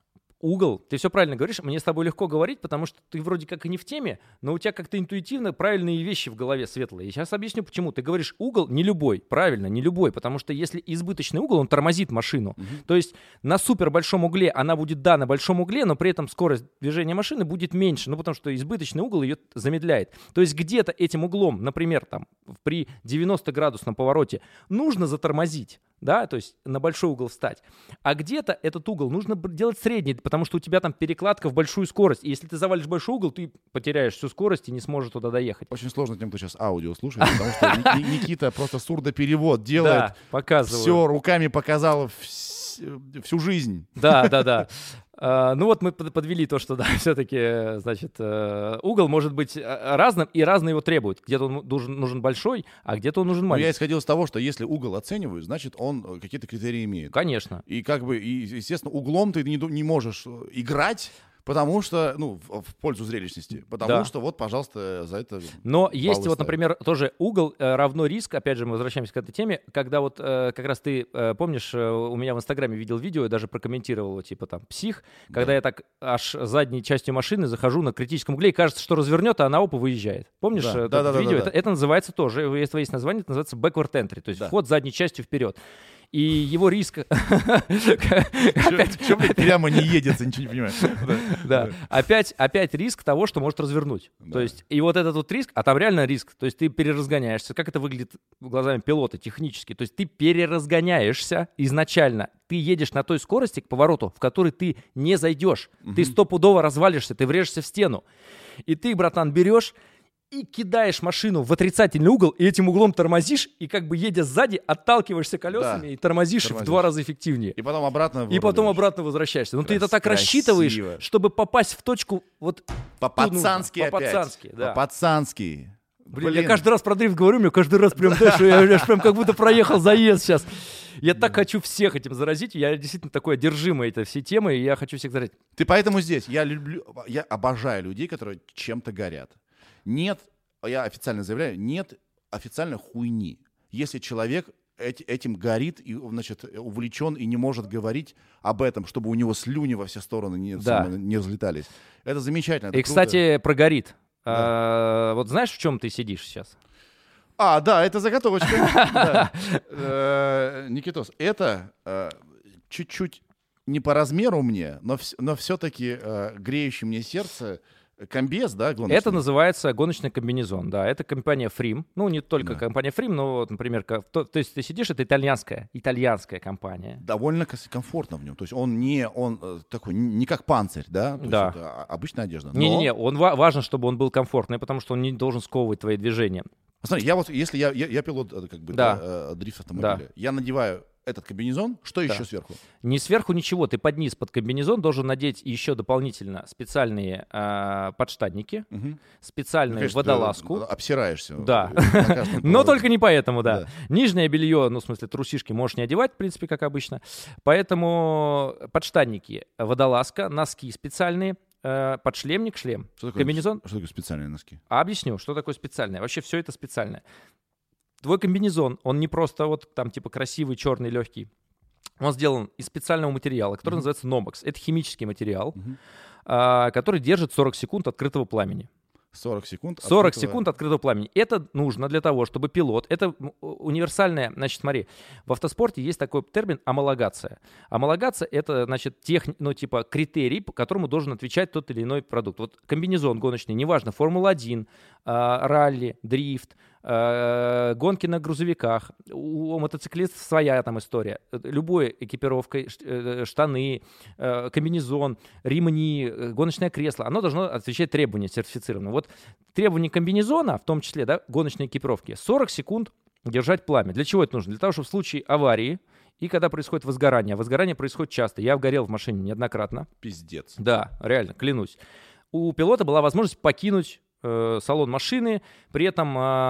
угол, ты все правильно говоришь, мне с тобой легко говорить, потому что ты вроде как и не в теме, но у тебя как-то интуитивно правильные вещи в голове светлые. И сейчас объясню, почему. Ты говоришь угол не любой, правильно, не любой, потому что если избыточный угол, он тормозит машину. То есть на супер большом угле она будет, да, на большом угле, но при этом скорость движения машины будет меньше, ну потому что избыточный угол ее замедляет. То есть где-то этим углом, например, там при 90-градусном повороте нужно затормозить, да, то есть на большой угол встать. А где-то этот угол нужно делать средний, потому что у тебя там перекладка в большую скорость. И если ты завалишь большой угол, ты потеряешь всю скорость и не сможешь туда доехать. Очень сложно тем, кто сейчас аудио слушает, потому что Никита просто сурдоперевод делает. Да, показываю. Все, руками показал всю жизнь. Да. Ну вот мы подвели то, что да, все-таки, значит, угол может быть разным, и разные его требуют. Где-то он нужен большой, а где-то он нужен маленький. Но я исходил из того, что если угол оценивают, значит, он какие-то критерии имеет. Конечно. И как бы, естественно, углом ты не можешь играть, потому что, ну, в пользу зрелищности. Потому что вот, пожалуйста, за это. Но есть вот, например, тоже угол равно риск. Опять же, мы возвращаемся к этой теме. Когда вот как раз ты, помнишь, у меня в Инстаграме видел видео, я даже прокомментировал его, типа там псих, когда я так аж задней частью машины захожу на критическом угле, и кажется, что развернет, а она опа выезжает. Помнишь это видео? Это называется тоже, если есть название, это называется backward entry, то есть вход задней частью вперед. И его риск... Чем прямо не едется, ничего не понимаю. Да. Опять риск того, что может развернуть. То есть, и вот этот вот риск, а там реально риск, то есть ты переразгоняешься. Как это выглядит глазами пилота технически? То есть ты переразгоняешься изначально. Ты едешь на той скорости к повороту, в которой ты не зайдешь. Ты стопудово развалишься, ты врежешься в стену. И ты, братан, берешь и кидаешь машину в отрицательный угол, и этим углом тормозишь, и как бы едя сзади, отталкиваешься колесами и тормозишь в 2 раза эффективнее. И потом обратно возвращаешься. Но ты это так рассчитываешь, чтобы попасть в точку вот по-пацански опять. По-пацански, да. По-пацански. Блин, я каждый раз про дрифт говорю, мне каждый раз прям, знаешь, я прям как будто проехал заезд сейчас. Я так хочу всех этим заразить, я действительно такой одержимый этой всей темой, и я хочу всех заразить. Ты поэтому здесь. Я обожаю людей, которые чем-то горят. Нет, я официально заявляю, нет официальной хуйни. Если человек этим горит и, значит, увлечен и не может говорить об этом, чтобы у него слюни во все стороны не разлетались. Это замечательно. Это и, круто. Кстати, прогорит. Да. Вот знаешь, в чем ты сидишь сейчас? Да, это заготовочка. Никитос, это чуть-чуть не по размеру мне, но все-таки греющий мне сердце комбез, да, гоночный? Это называется гоночный комбинезон, да. Это компания Frim. Ну, не только компания Frim, но, вот, например, то есть ты сидишь, это итальянская компания. Довольно комфортно в нем. То есть он такой, не как панцирь, да? То да. есть это обычная одежда. Не-не-не, важно, чтобы он был комфортный, потому что он не должен сковывать твои движения. Смотри, если я пилот как бы, дрифт автомобиля, я надеваю этот комбинезон, что еще сверху? Не сверху ничего, ты под комбинезон должен надеть еще дополнительно специальные подштанники, специальную водолазку. Ты обсираешься. Да, но только не поэтому, да. Нижнее белье, ну, в смысле, трусишки можешь не одевать, в принципе, как обычно. Поэтому подштанники, водолазка, носки специальные, подшлемник, шлем. Комбинезон. Что такое специальные носки? Объясню, что такое специальное. Вообще все это специальное. Твой комбинезон, он не просто вот там типа красивый, черный, легкий. Он сделан из специального материала, который называется Nomex. Это химический материал, который держит 40 секунд открытого пламени. 40 секунд? 40 секунд открытого пламени. Это нужно для того, чтобы пилот... Это универсальное... Значит, смотри, в автоспорте есть такой термин амалогация. Амалогация — это, значит, критерий, по которому должен отвечать тот или иной продукт. Вот комбинезон гоночный, неважно, Формула-1, ралли, дрифт, гонки на грузовиках. У мотоциклистов своя там история. Любой экипировка, штаны, комбинезон, ремни, гоночное кресло, оно должно отвечать требованиям сертифицированным. Вот требования комбинезона, в том числе, да, гоночной экипировки, 40 секунд держать пламя. Для чего это нужно? Для того, чтобы в случае аварии и когда происходит возгорание, а возгорание происходит часто. Я вгорел в машине неоднократно. Пиздец. Да, реально, клянусь. У пилота была возможность покинуть салон машины, при этом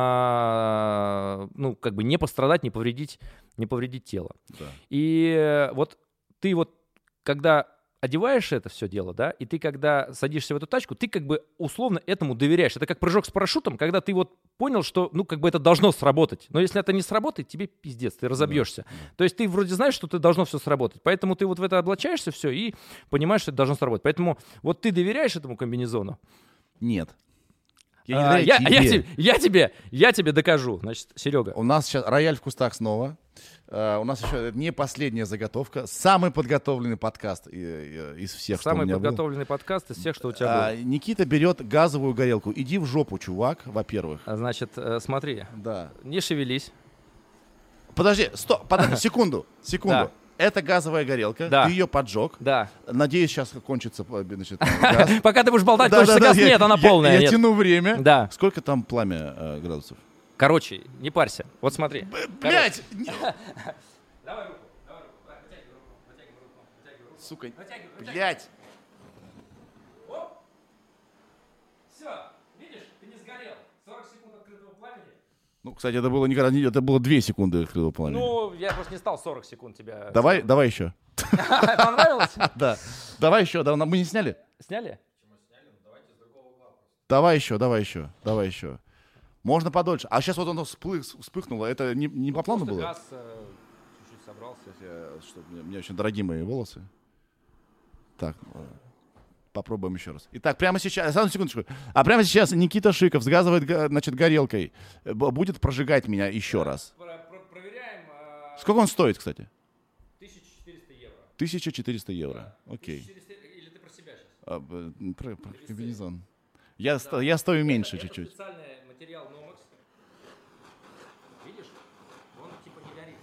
не пострадать, не повредить тело. Да. И вот ты вот, когда одеваешь это все дело, да, и ты, когда садишься в эту тачку, ты как бы условно этому доверяешь. Это как прыжок с парашютом, когда ты вот понял, что, ну, как бы это должно сработать. Но если это не сработает, тебе пиздец, ты разобьешься. Да. То есть ты вроде знаешь, что ты должно все сработать. Поэтому ты вот в это облачаешься все и понимаешь, что это должно сработать. Поэтому вот ты доверяешь этому комбинезону? Нет. Я тебе докажу. Значит, Серега. У нас сейчас рояль в кустах снова. У нас еще не последняя заготовка. Самый подготовленный подкаст из всех, что у меня был. Самый подготовленный подкаст из всех, что у тебя был. Никита берет газовую горелку. Иди в жопу, чувак, во-первых. Значит, смотри. Да. Не шевелись. Подожди, секунду. Да. Это газовая горелка, да. Ты ее поджег. Да. Надеюсь, сейчас кончится, значит, газ. Пока ты будешь болтать, кончится газ, нет, она полная. Я тяну время. Да. Сколько там пламя градусов? Короче, не парься. Вот смотри. Блять! Давай руку. Вытягивай руку. Сука, блять! Оп. Все, видишь, ты не сгорел. 40 секунд открытого пламени. Ну, кстати, это было никогда не... Это было 2 секунды открытого пламени. Ну, я просто не стал 40 секунд тебя... Давай еще. Понравилось? Да. Давай еще. Мы не сняли? Сняли? Почему сняли? Ну, давайте с другого угла. Давай еще. Можно подольше. А сейчас вот оно вспыхнуло. Это не по плану было? Газ чуть-чуть собрался. У меня очень дорогие мои волосы. Так, попробуем еще раз. Итак, прямо сейчас... Одну секундочку. А прямо сейчас Никита Шиков с газовой, значит, горелкой будет прожигать меня еще раз. Проверяем. Сколько он стоит, кстати? 1400 евро. 1400 евро. Да. Окей. 1400, или ты про себя сейчас? Про комбинезон. Я стою меньше чуть-чуть. Это специальный материал Nomex. Видишь? Он типа не горит.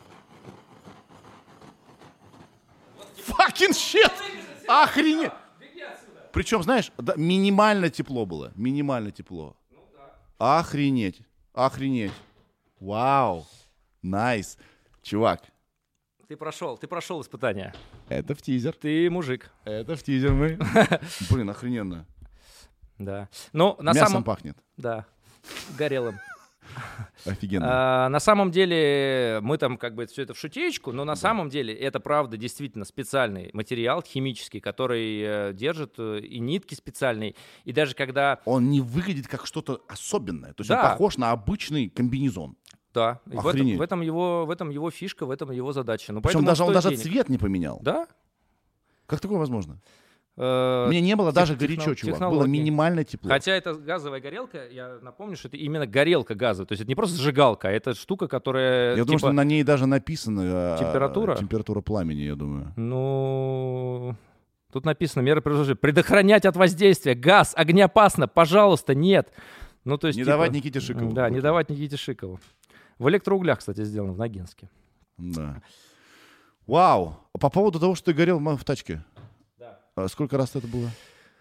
Fucking shit! Охренеть! Причем, знаешь, минимально тепло было. Минимально тепло. Ну, да. Охренеть. Вау. Найс. Чувак. Ты прошел испытание. Это в тизер. Ты мужик. Это в тизер мы. Блин, охрененно. Да. Ну, мясом пахнет. Да. Горелым. Офигенно. На самом деле мы там как бы все это в шутеечку, но на самом деле это правда действительно специальный материал химический, который держит и нитки специальные, и даже когда... Он не выглядит как что-то особенное, то есть он похож на обычный комбинезон. Да, в этом его фишка, в этом его задача. Ну, причем он даже цвет не поменял. Да? Как такое возможно? Мне не было даже горячо, чувак. Было минимально тепло. Хотя это газовая горелка, я напомню, что это именно горелка газовая. То есть это не просто зажигалка, а это штука, которая... Я думаю, что на ней даже написано... Температура? Температура пламени, я думаю. Ну... Тут написано меры предохранять от воздействия. Газ, огнеопасно, пожалуйста, нет. Ну, то есть, не давать Никите Шикову. Да, не давать Никите Шикову. В электроуглях, кстати, сделано в Ногинске. Да. Вау. По поводу того, что ты горел в тачке. Да. Сколько раз это было?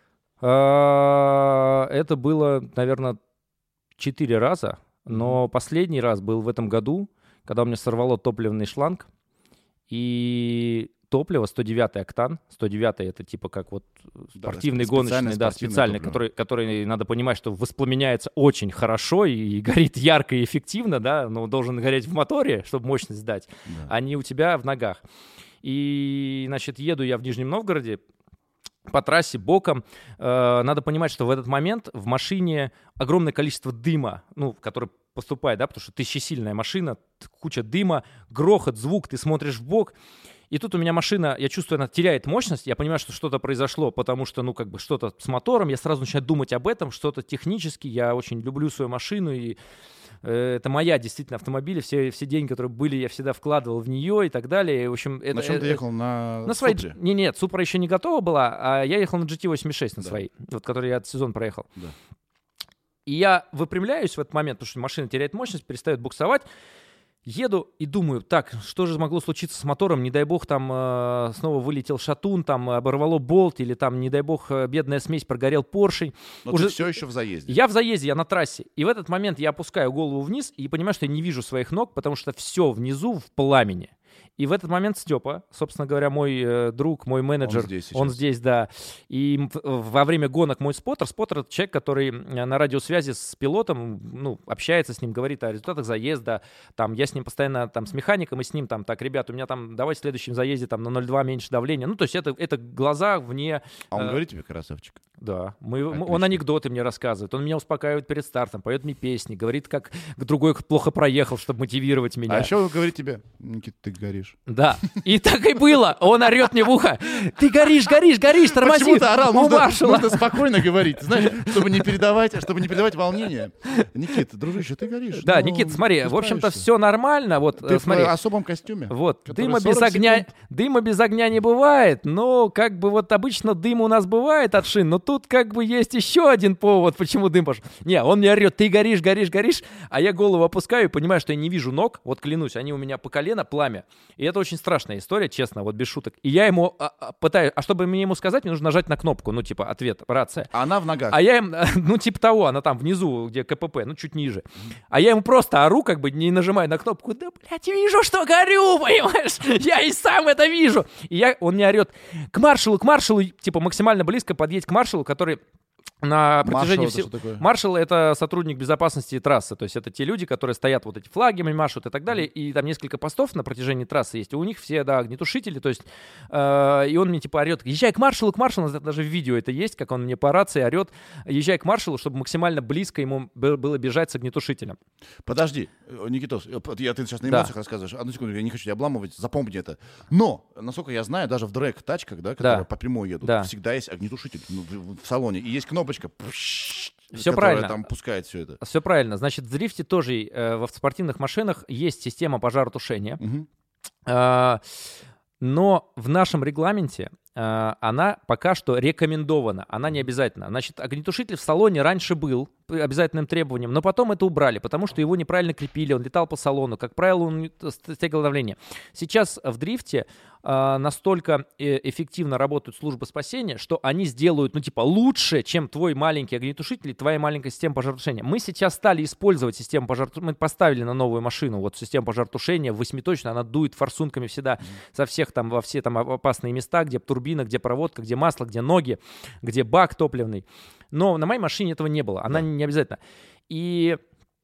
Это было, наверное, 4 раза. Но последний раз был в этом году, когда у меня сорвало топливный шланг. И топливо 109 октан. 109 это типа как вот спортивный, гоночный, да, специальный, который, надо понимать, что воспламеняется очень хорошо и горит ярко и эффективно, да, но должен гореть в моторе, чтобы мощность дать, а не у тебя в ногах. И, значит, еду я в Нижнем Новгороде по трассе боком. Надо понимать, что в этот момент в машине огромное количество дыма, ну, который поступает, да, потому что тысячесильная машина, куча дыма, грохот, звук, ты смотришь в бок. И тут у меня машина, я чувствую, она теряет мощность, я понимаю, что что-то произошло, потому что, ну, как бы что-то с мотором, я сразу начинаю думать об этом, что-то технически, я очень люблю свою машину, и это моя действительно автомобиль, все деньги, которые были, я всегда вкладывал в нее и так далее. И, в общем, на чем ты ехал? На своей? Нет, Супра еще не готова была, а я ехал на GT86 на своей, вот, который я сезон проехал. Да. И я выпрямляюсь в этот момент, потому что машина теряет мощность, перестает буксовать. Еду и думаю, так, что же могло случиться с мотором? Не дай бог, там снова вылетел шатун, там оборвало болт, или там, не дай бог, бедная смесь, прогорел поршень. Но ты все еще в заезде. Я в заезде, я на трассе. И в этот момент я опускаю голову вниз и понимаю, что я не вижу своих ног, потому что все внизу в пламени. И в этот момент Степа, собственно говоря, мой друг, мой менеджер, он здесь, да. И во время гонок мой споттер — это человек, который на радиосвязи с пилотом, ну, общается с ним, говорит о результатах заезда. Там, я с ним постоянно, там, с механиком, и с ним, там, так, ребят, у меня там, давай в следующем заезде там на 0,2 меньше давления. Ну, то есть это глаза вне... А он говорит тебе, красавчик? Да. Он анекдоты мне рассказывает, он меня успокаивает перед стартом, поет мне песни, говорит, как другой плохо проехал, чтобы мотивировать меня. А еще он говорит тебе: Никита, ты горишь. Да. И так и было. Он орет мне в ухо: ты горишь, тормози. Почему-то орал. Нужно спокойно говорить, знаешь, чтобы не передавать волнение. Никита, дружище, ты горишь. Да, Никита, смотри, в общем-то, все нормально. Вот, ты смотри. в особом костюме. Вот, дыма без огня не бывает, но как бы вот обычно дым у нас бывает от шин, но тут как бы есть еще один повод, почему дым пошел. Не, он мне орет: ты горишь, а я голову опускаю и понимаю, что я не вижу ног, вот клянусь, они у меня по колено, пламя. И это очень страшная история, честно, вот без шуток. И я ему пытаюсь, чтобы мне ему сказать, мне нужно нажать на кнопку, ну типа ответ, рация. А она в ногах. А я им, ну типа того, она там внизу, где КПП, ну чуть ниже. А я ему просто ору, как бы не нажимая на кнопку: да, блядь, вижу, что горю, понимаешь? Я и сам это вижу. И он мне орет: к маршалу, типа максимально близко подъедь к маршалу, который... На протяжении всего... Маршал — это сотрудник безопасности трассы, то есть это те люди, которые стоят, вот эти флагами машут и так далее, и там несколько постов на протяжении трассы есть, и у них все, да, огнетушители, то есть, и он мне типа орет: езжай к маршалу, даже в видео это есть, как он мне по рации орет: езжай к маршалу, чтобы максимально близко ему было бежать с огнетушителем. Подожди, Никитос, ты сейчас на эмоциях рассказываешь, одну секунду, я не хочу тебя обламывать, запомни это, но, насколько я знаю, даже в дрэг-тачках, да, которые по прямой едут, всегда есть огнетушитель в салоне, и есть кнопочка, все правильно. Там пускает все это. Все правильно. Значит, в дрифте тоже в спортивных машинах есть система пожаротушения. Но в нашем регламенте она пока что рекомендована, она не обязательна. Значит, огнетушитель в салоне раньше был обязательным требованием, но потом это убрали, потому что его неправильно крепили, он летал по салону, как правило, он стягивал давление. Сейчас в дрифте настолько эффективно работают службы спасения, что они сделают, ну, типа, лучше, чем твой маленький огнетушитель и твоя маленькая система пожаротушения. Мы сейчас стали использовать систему пожаротушения, мы поставили на новую машину вот систему пожаротушения, 8-точную, она дует форсунками всегда со всех там, во все там опасные места, где турбина, где проводка, где масло, где ноги, где бак топливный. Но на моей машине этого не было, она не обязательно. И,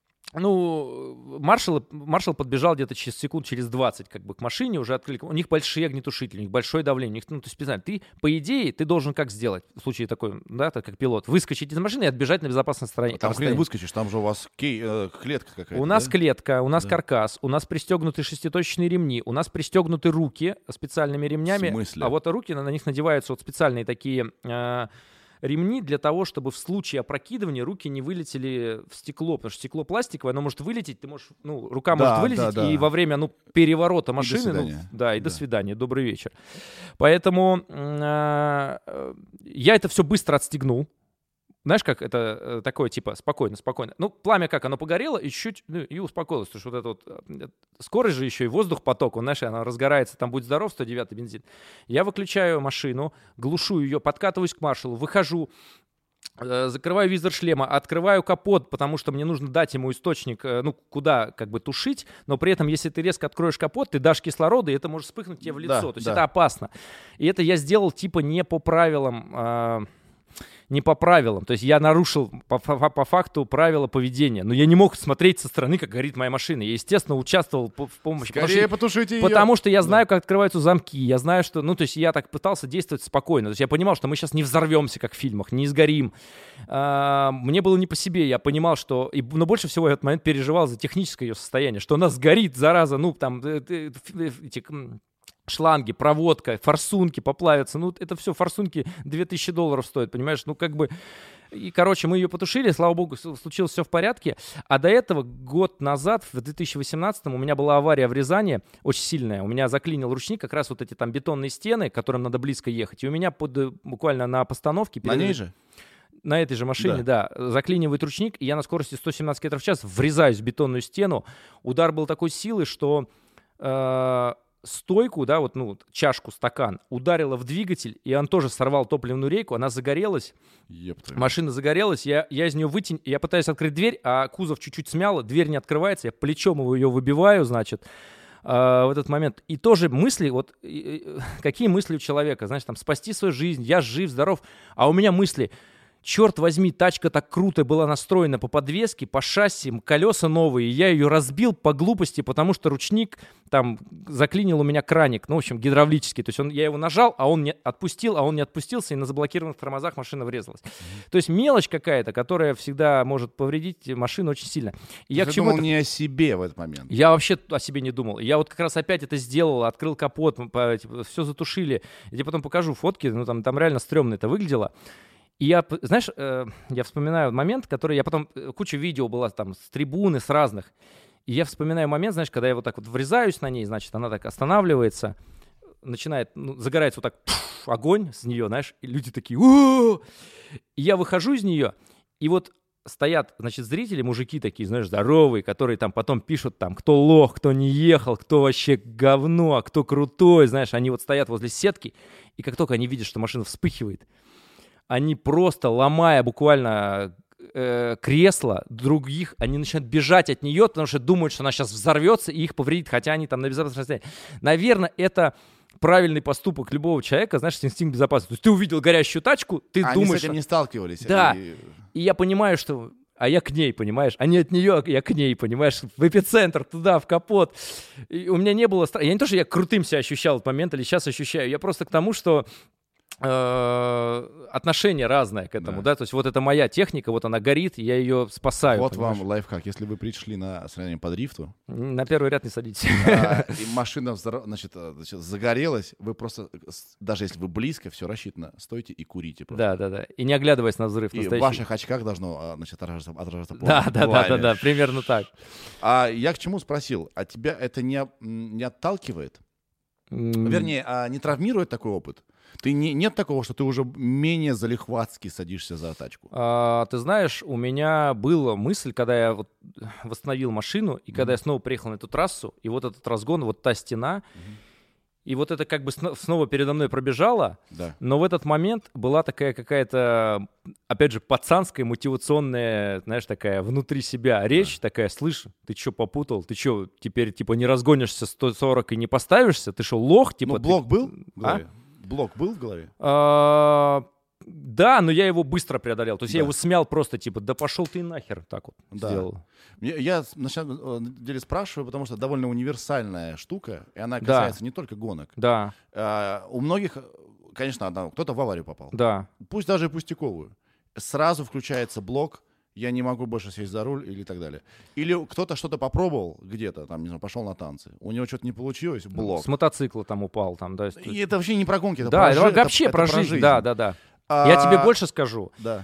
ну, маршал подбежал где-то через 20 как бы к машине, уже открыли. У них большие огнетушители, у них большое давление. У них, ну, то есть специально. Ты, по идее, ты должен как сделать в случае такой, да, так как пилот? Выскочить из машины и отбежать на безопасной стороне. Там хрен выскочишь, там же у вас клетка какая-то. У нас клетка, у нас каркас, у нас пристегнуты 6-точечные ремни, у нас пристегнуты руки специальными ремнями. В смысле? А вот руки, на них надеваются вот специальные такие... ремни для того, чтобы в случае опрокидывания руки не вылетели в стекло, потому что стекло пластиковое, оно может вылететь, ты можешь, ну, рука может вылететь, и во время, ну, переворота машины, до свидания, добрый вечер. Поэтому я это все быстро отстегнул. Знаешь, как это такое, типа, спокойно. Ну, пламя как, оно погорело и чуть-чуть, ну, и успокоилось, потому что вот это вот, скорость же еще и воздух-поток, он, знаешь, она разгорается, там, будь здоров, 109-й бензин. Я выключаю машину, глушу ее, подкатываюсь к маршалу, выхожу, закрываю визор шлема, открываю капот, потому что мне нужно дать ему источник, ну, куда как бы тушить, но при этом, если ты резко откроешь капот, ты дашь кислорода, и это может вспыхнуть тебе в лицо, то есть это опасно. И это я сделал, типа, не по правилам, то есть я нарушил по факту правила поведения, но я не мог смотреть со стороны, как горит моя машина. Я, естественно, участвовал в помощи. Скорее потушите ее. Потому что я знаю, как открываются замки, я знаю, что, ну, то есть я так пытался действовать спокойно, то есть я понимал, что мы сейчас не взорвемся, как в фильмах, не сгорим. Мне было не по себе, я понимал, что, но больше всего я в этот момент переживал за техническое ее состояние, что она сгорит, зараза, ну, там, эти... шланги, проводка, форсунки поплавятся. Ну, это все форсунки $2000 стоят, понимаешь? Ну, как бы... И, короче, мы ее потушили, слава богу, случилось все в порядке. А до этого, год назад, в 2018-м, у меня была авария в Рязани, очень сильная. У меня заклинил ручник, как раз вот эти там бетонные стены, к которым надо близко ехать. И у меня буквально на постановке... На ней же? На этой же машине, да, заклинивает ручник, и я на скорости 117 км в час врезаюсь в бетонную стену. Удар был такой силы, что... стойку, да, вот, ну, чашку, стакан, ударила в двигатель, и он тоже сорвал топливную рейку, она загорелась, машина загорелась, я из нее я пытаюсь открыть дверь, а кузов чуть-чуть смяло, дверь не открывается, я плечом ее выбиваю, значит, в этот момент. И тоже мысли, вот какие мысли у человека, знаешь, там, спасти свою жизнь, я жив, здоров, а у меня мысли... Черт возьми, тачка так круто была настроена по подвеске, по шасси, колеса новые. Я ее разбил по глупости, потому что ручник там заклинил у меня краник, ну, в общем, гидравлический. То есть я его нажал, а он не отпустился, и на заблокированных тормозах машина врезалась. То есть мелочь какая-то, которая всегда может повредить машину очень сильно. И я думал не о себе в этот момент. Я вообще о себе не думал. Я вот как раз опять это сделал, открыл капот, все затушили. Я тебе потом покажу фотки, ну, там реально стрёмно это выглядело. И я, знаешь, я вспоминаю момент, который я потом... Куча видео была там с трибуны, с разных. И я вспоминаю момент, знаешь, когда я вот так вот врезаюсь на ней, значит, она так останавливается, начинает, загорается вот так огонь с нее, знаешь, и люди такие... У-у-у! И я выхожу из нее, и вот стоят, значит, зрители, мужики такие, знаешь, здоровые, которые там потом пишут там, кто лох, кто не ехал, кто вообще говно, а кто крутой, знаешь, они вот стоят возле сетки, и как только они видят, что машина вспыхивает, они просто, ломая буквально кресла других, они начинают бежать от нее, потому что думают, что она сейчас взорвется и их повредит, хотя они там на безопасном расстоянии. Наверное, это правильный поступок любого человека, знаешь, инстинкт безопасности. То есть ты увидел горящую тачку, ты думаешь... Они с этим не сталкивались. Да, и я понимаю, что... А я к ней, понимаешь? А не от нее, а я к ней, понимаешь? В эпицентр, туда, в капот. И у меня не было страха. Я не то, что я крутым себя ощущал в этот момент или сейчас ощущаю. Я просто к тому, что отношение разное к этому, да, то есть вот это моя техника, вот она горит, я ее спасаю. Вот понимаешь? Вам лайфхак, если вы пришли на соревнование по дрифту. На первый ряд не садитесь. И машина, значит, загорелась, вы просто, даже если вы близко, все рассчитано, стойте и курите. Да, и не оглядываясь на взрыв. И в ваших очках должно, значит, отражаться пламя. Да, примерно так. А я к чему спросил? А тебя это не отталкивает? Вернее, не травмирует такой опыт? Нет такого, что ты уже менее залихватски садишься за тачку? Ты знаешь, у меня была мысль, когда я вот восстановил машину, и когда я снова приехал на эту трассу, и вот этот разгон, вот та стена, и вот это как бы снова передо мной пробежало, но в этот момент была такая какая-то, опять же, пацанская, мотивационная, знаешь, такая внутри себя речь, такая, слышь, ты что попутал, ты что, теперь типа не разгонишься 140 и не поставишься, ты что, лох? Типа, ну, блок был в голове? Блок был в голове? Да, но я его быстро преодолел. То есть я его смял просто, типа, да пошел ты нахер, так вот сделал. Я на самом деле спрашиваю, потому что довольно универсальная штука, и она касается не только гонок. Да. У многих, конечно, кто-то в аварию попал. Да. Пусть даже и пустяковую. Сразу включается блок, я не могу больше сесть за руль или так далее. Или кто-то что-то попробовал где-то, там, не знаю, пошел на танцы, у него что-то не получилось, блок. С мотоцикла там упал. Там, да, и это вообще не про гонки, это да, про жизнь. Да, вообще про жизнь, да. Я тебе больше скажу. Да.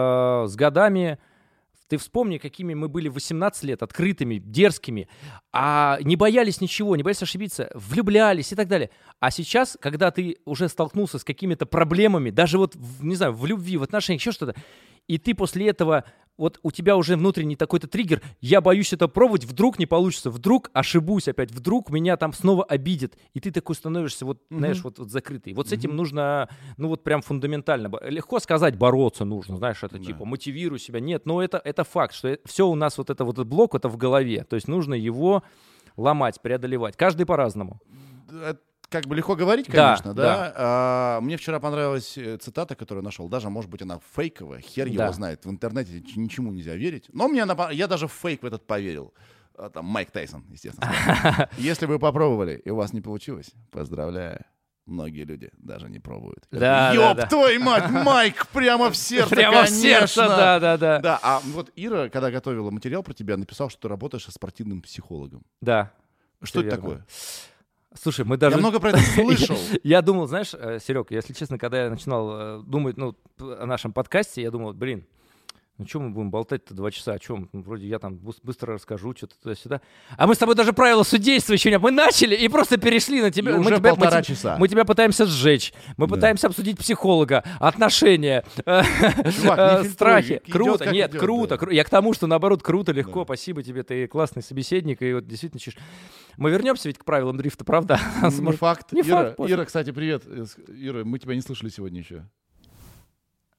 С годами... Ты вспомни, какими мы были в 18 лет, открытыми, дерзкими, а не боялись ничего, не боялись ошибиться, влюблялись и так далее. А сейчас, когда ты уже столкнулся с какими-то проблемами, даже вот, не знаю, в любви, в отношениях, еще что-то, и ты после этого, вот у тебя уже внутренний такой-то триггер, я боюсь это пробовать, вдруг не получится, вдруг ошибусь опять, вдруг меня там снова обидят, и ты такой становишься, вот, знаешь, вот закрытый. Вот с этим нужно, ну вот прям фундаментально, легко сказать, бороться нужно, знаешь, это типа мотивируй себя. Нет, но это факт, что все у нас вот этот блок, это в голове, то есть нужно его ломать, преодолевать, каждый по-разному. Как бы легко говорить, конечно, да. Мне вчера понравилась цитата, которую нашел. Даже, может быть, она фейковая. Хер его знает. В интернете ничему нельзя верить. Но я даже в фейк в этот поверил. Там Майк Тайсон, естественно. Если вы попробовали, и у вас не получилось, поздравляю. Многие люди даже не пробуют. Ёб твою мать, Майк, прямо в сердце, прямо в сердце, да. Да, а вот Ира, когда готовила материал про тебя, написала, что ты работаешь со спортивным психологом. Да. Что это такое? Слушай, мы даже... Я много про это слышал. Я думал, знаешь, Серег, если честно, когда я начинал думать о нашем подкасте, я думал, блин, ну что мы будем болтать-то 2 часа, о чем? Вроде я там быстро расскажу, что-то туда-сюда. А мы с тобой даже правила судейства еще не... Мы начали и просто перешли на тебя. Уже 1,5 часа. Мы тебя пытаемся сжечь. Мы пытаемся обсудить психолога, отношения, страхи. Круто, нет, круто. Я к тому, что наоборот круто, легко. Спасибо тебе, ты классный собеседник. И вот действительно чиш. Мы вернемся ведь к правилам дрифта, правда? Не факт. Ира, кстати, привет. Ира, мы тебя не слышали сегодня еще.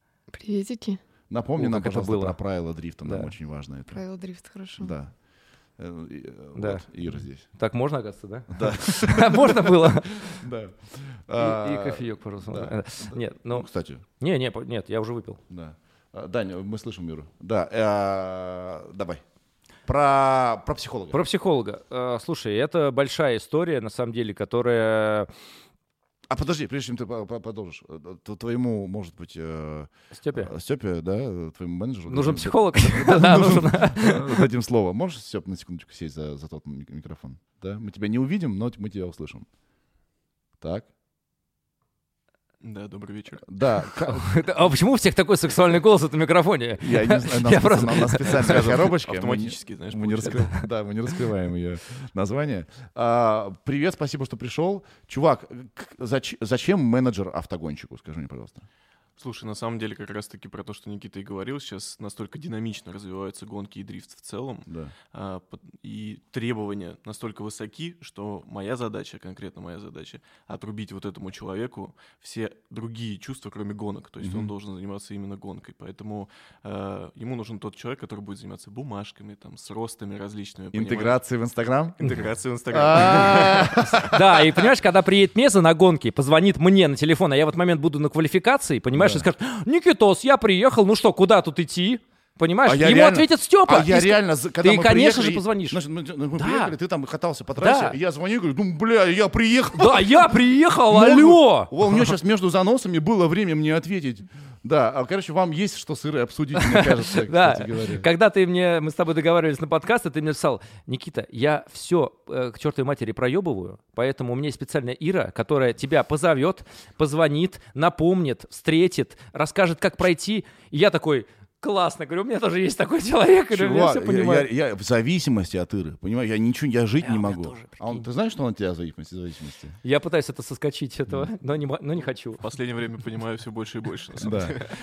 Приветики. Напомни нам, пожалуйста, про правила дрифта. Нам очень важно это. Правила дрифта, хорошо. Да. Да. Ира здесь. Так можно, оказывается, Да. да? Можно было? Да. И кофеек, пожалуйста. Нет, ну... Кстати. Нет, я уже выпил. Да. Даня, мы слышим Иру. Да, давай. Про психолога. Про психолога. Слушай, это большая история, на самом деле, которая... А подожди, прежде чем ты продолжишь, твоему, может быть, Степе, да, твоему менеджеру... Нужен психолог? Да, нужен. Дадим слово. Можешь, Степ, на секундочку сесть за тот микрофон? Да? Мы тебя не увидим, но мы тебя услышим. Так. Да, добрый вечер. Да. А почему у всех такой сексуальный голос в этом микрофоне? Я не знаю, у нас специальная коробочка. Автоматически, знаешь, мы не раскрываем ее название. Привет, спасибо, что пришел. Чувак, зачем менеджер автогонщику? Скажи мне, пожалуйста. Слушай, на самом деле как раз-таки про то, что Никита и говорил, сейчас настолько динамично развиваются гонки и дрифт в целом, да. И требования настолько высоки, что конкретно моя задача, отрубить вот этому человеку все другие чувства, кроме гонок. То есть он должен заниматься именно гонкой. Поэтому ему нужен тот человек, который будет заниматься бумажками, там, с ростами различными. Интеграцией в Инстаграм? Интеграцией в Инстаграм. Да, и понимаешь, когда приедет Меза на гонки, позвонит мне на телефон, а я в этот момент буду на квалификации, понимаешь, и скажет: Никитос, я приехал, ну что, куда тут идти? Понимаешь? Ему ответит Степа. Когда ты, конечно же, позвонишь. Мы приехали, ты там катался по трассе, я звоню и говорю: ну, бля, я приехал. Да, я приехал, алло! У меня сейчас между заносами было время мне ответить. Да, короче, вам есть что с Ирой обсудить, мне кажется, кстати говоря. Когда мы с тобой договаривались на подкасты, ты мне писал: Никита, я все к чертовой матери проебываю, поэтому у меня есть специальная Ира, которая тебя позовет, позвонит, напомнит, встретит, расскажет, как пройти. И я такой: классно, говорю, у меня тоже есть такой человек, Чувак, я все понимаю. Я в зависимости от Иры, понимаешь, я жить не могу. Тоже, Ты знаешь, что он от тебя в зависимости? Я пытаюсь это соскочить этого, но не хочу. В последнее время понимаю все больше и больше. Да.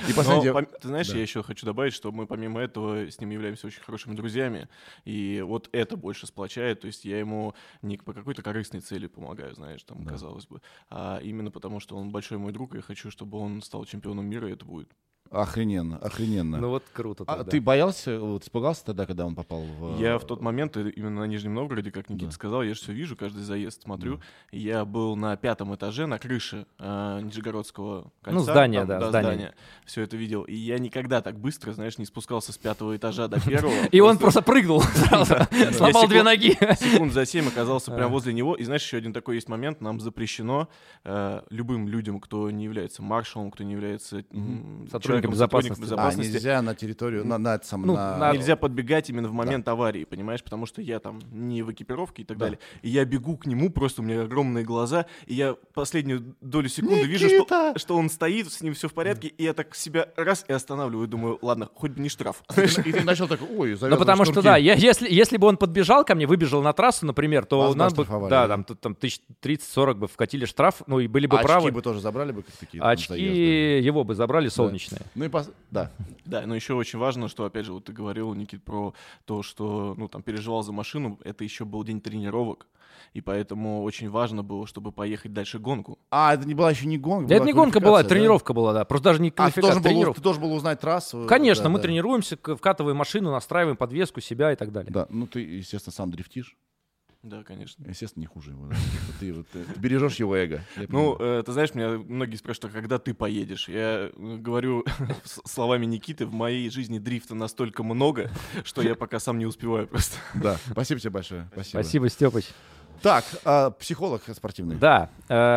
Ты знаешь, я еще хочу добавить, что мы помимо этого с ним являемся очень хорошими друзьями, и вот это больше сплочает, то есть я ему не по какой-то корыстной цели помогаю, знаешь, там, казалось бы, а именно потому, что он большой мой друг, и я хочу, чтобы он стал чемпионом мира, и это будет. Охрененно. Ну вот круто. А ты боялся, испугался тогда, когда он попал в... Я в тот момент, именно на Нижнем Новгороде, как Никита сказал, я же все вижу, каждый заезд смотрю. Я был на 5-м этаже, на крыше Нижегородского кольца. Ну, здание, здание. Все это видел. И я никогда так быстро, знаешь, не спускался с 5-го этажа до 1-го. И он просто прыгнул сразу, сломал 2 ноги. Секунд за 7 оказался прямо возле него. И знаешь, еще один такой есть момент. Нам запрещено любым людям, кто не является маршалом, кто не является сотрудником безопасности. Нельзя на территорию, нельзя подбегать именно в момент аварии, понимаешь, потому что я там не в экипировке и так далее. И я бегу к нему, просто у меня огромные глаза, и я последнюю долю секунды вижу, что он стоит, с ним все в порядке, и я так себя раз и останавливаю, думаю, ладно, хоть бы не штраф. И ты начал так: ой, завязывай. Ну потому что, да, если бы он подбежал ко мне, выбежал на трассу, например, то нам бы, да, там 30-40 бы вкатили штраф, ну и были бы правы. Очки бы тоже забрали бы какие-то. Очки его бы забрали солнечные. Ну и да. Да, но еще очень важно, что, опять же, вот ты говорил, Никит, про то, что, там, переживал за машину, это еще был день тренировок, и поэтому очень важно было, чтобы поехать дальше гонку. Это не была еще не гонка? Это не гонка была, тренировка была, да, просто даже не квалификация, тренировка. Ты должен был узнать трассу? Конечно, мы тренируемся, вкатываем машину, настраиваем подвеску, себя и так далее. Да, ты, естественно, сам дрифтишь. Да, конечно. Естественно, не хуже его. Ты бережешь его эго. Ты знаешь, меня многие спрашивают: когда ты поедешь? Я говорю словами Никиты: в моей жизни дрифта настолько много, что я пока сам не успеваю просто. Да, спасибо тебе большое. Спасибо, Степыч. Так, психолог спортивный. Да,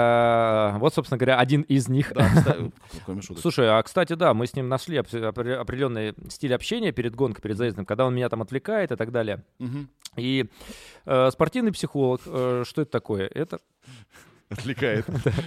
вот, собственно говоря, один из них. Слушай, кстати, да, мы с ним нашли определенный стиль общения перед гонкой, перед заездом, когда он меня там отвлекает и так далее. И спортивный психолог, что это такое? Это... Отвлекает.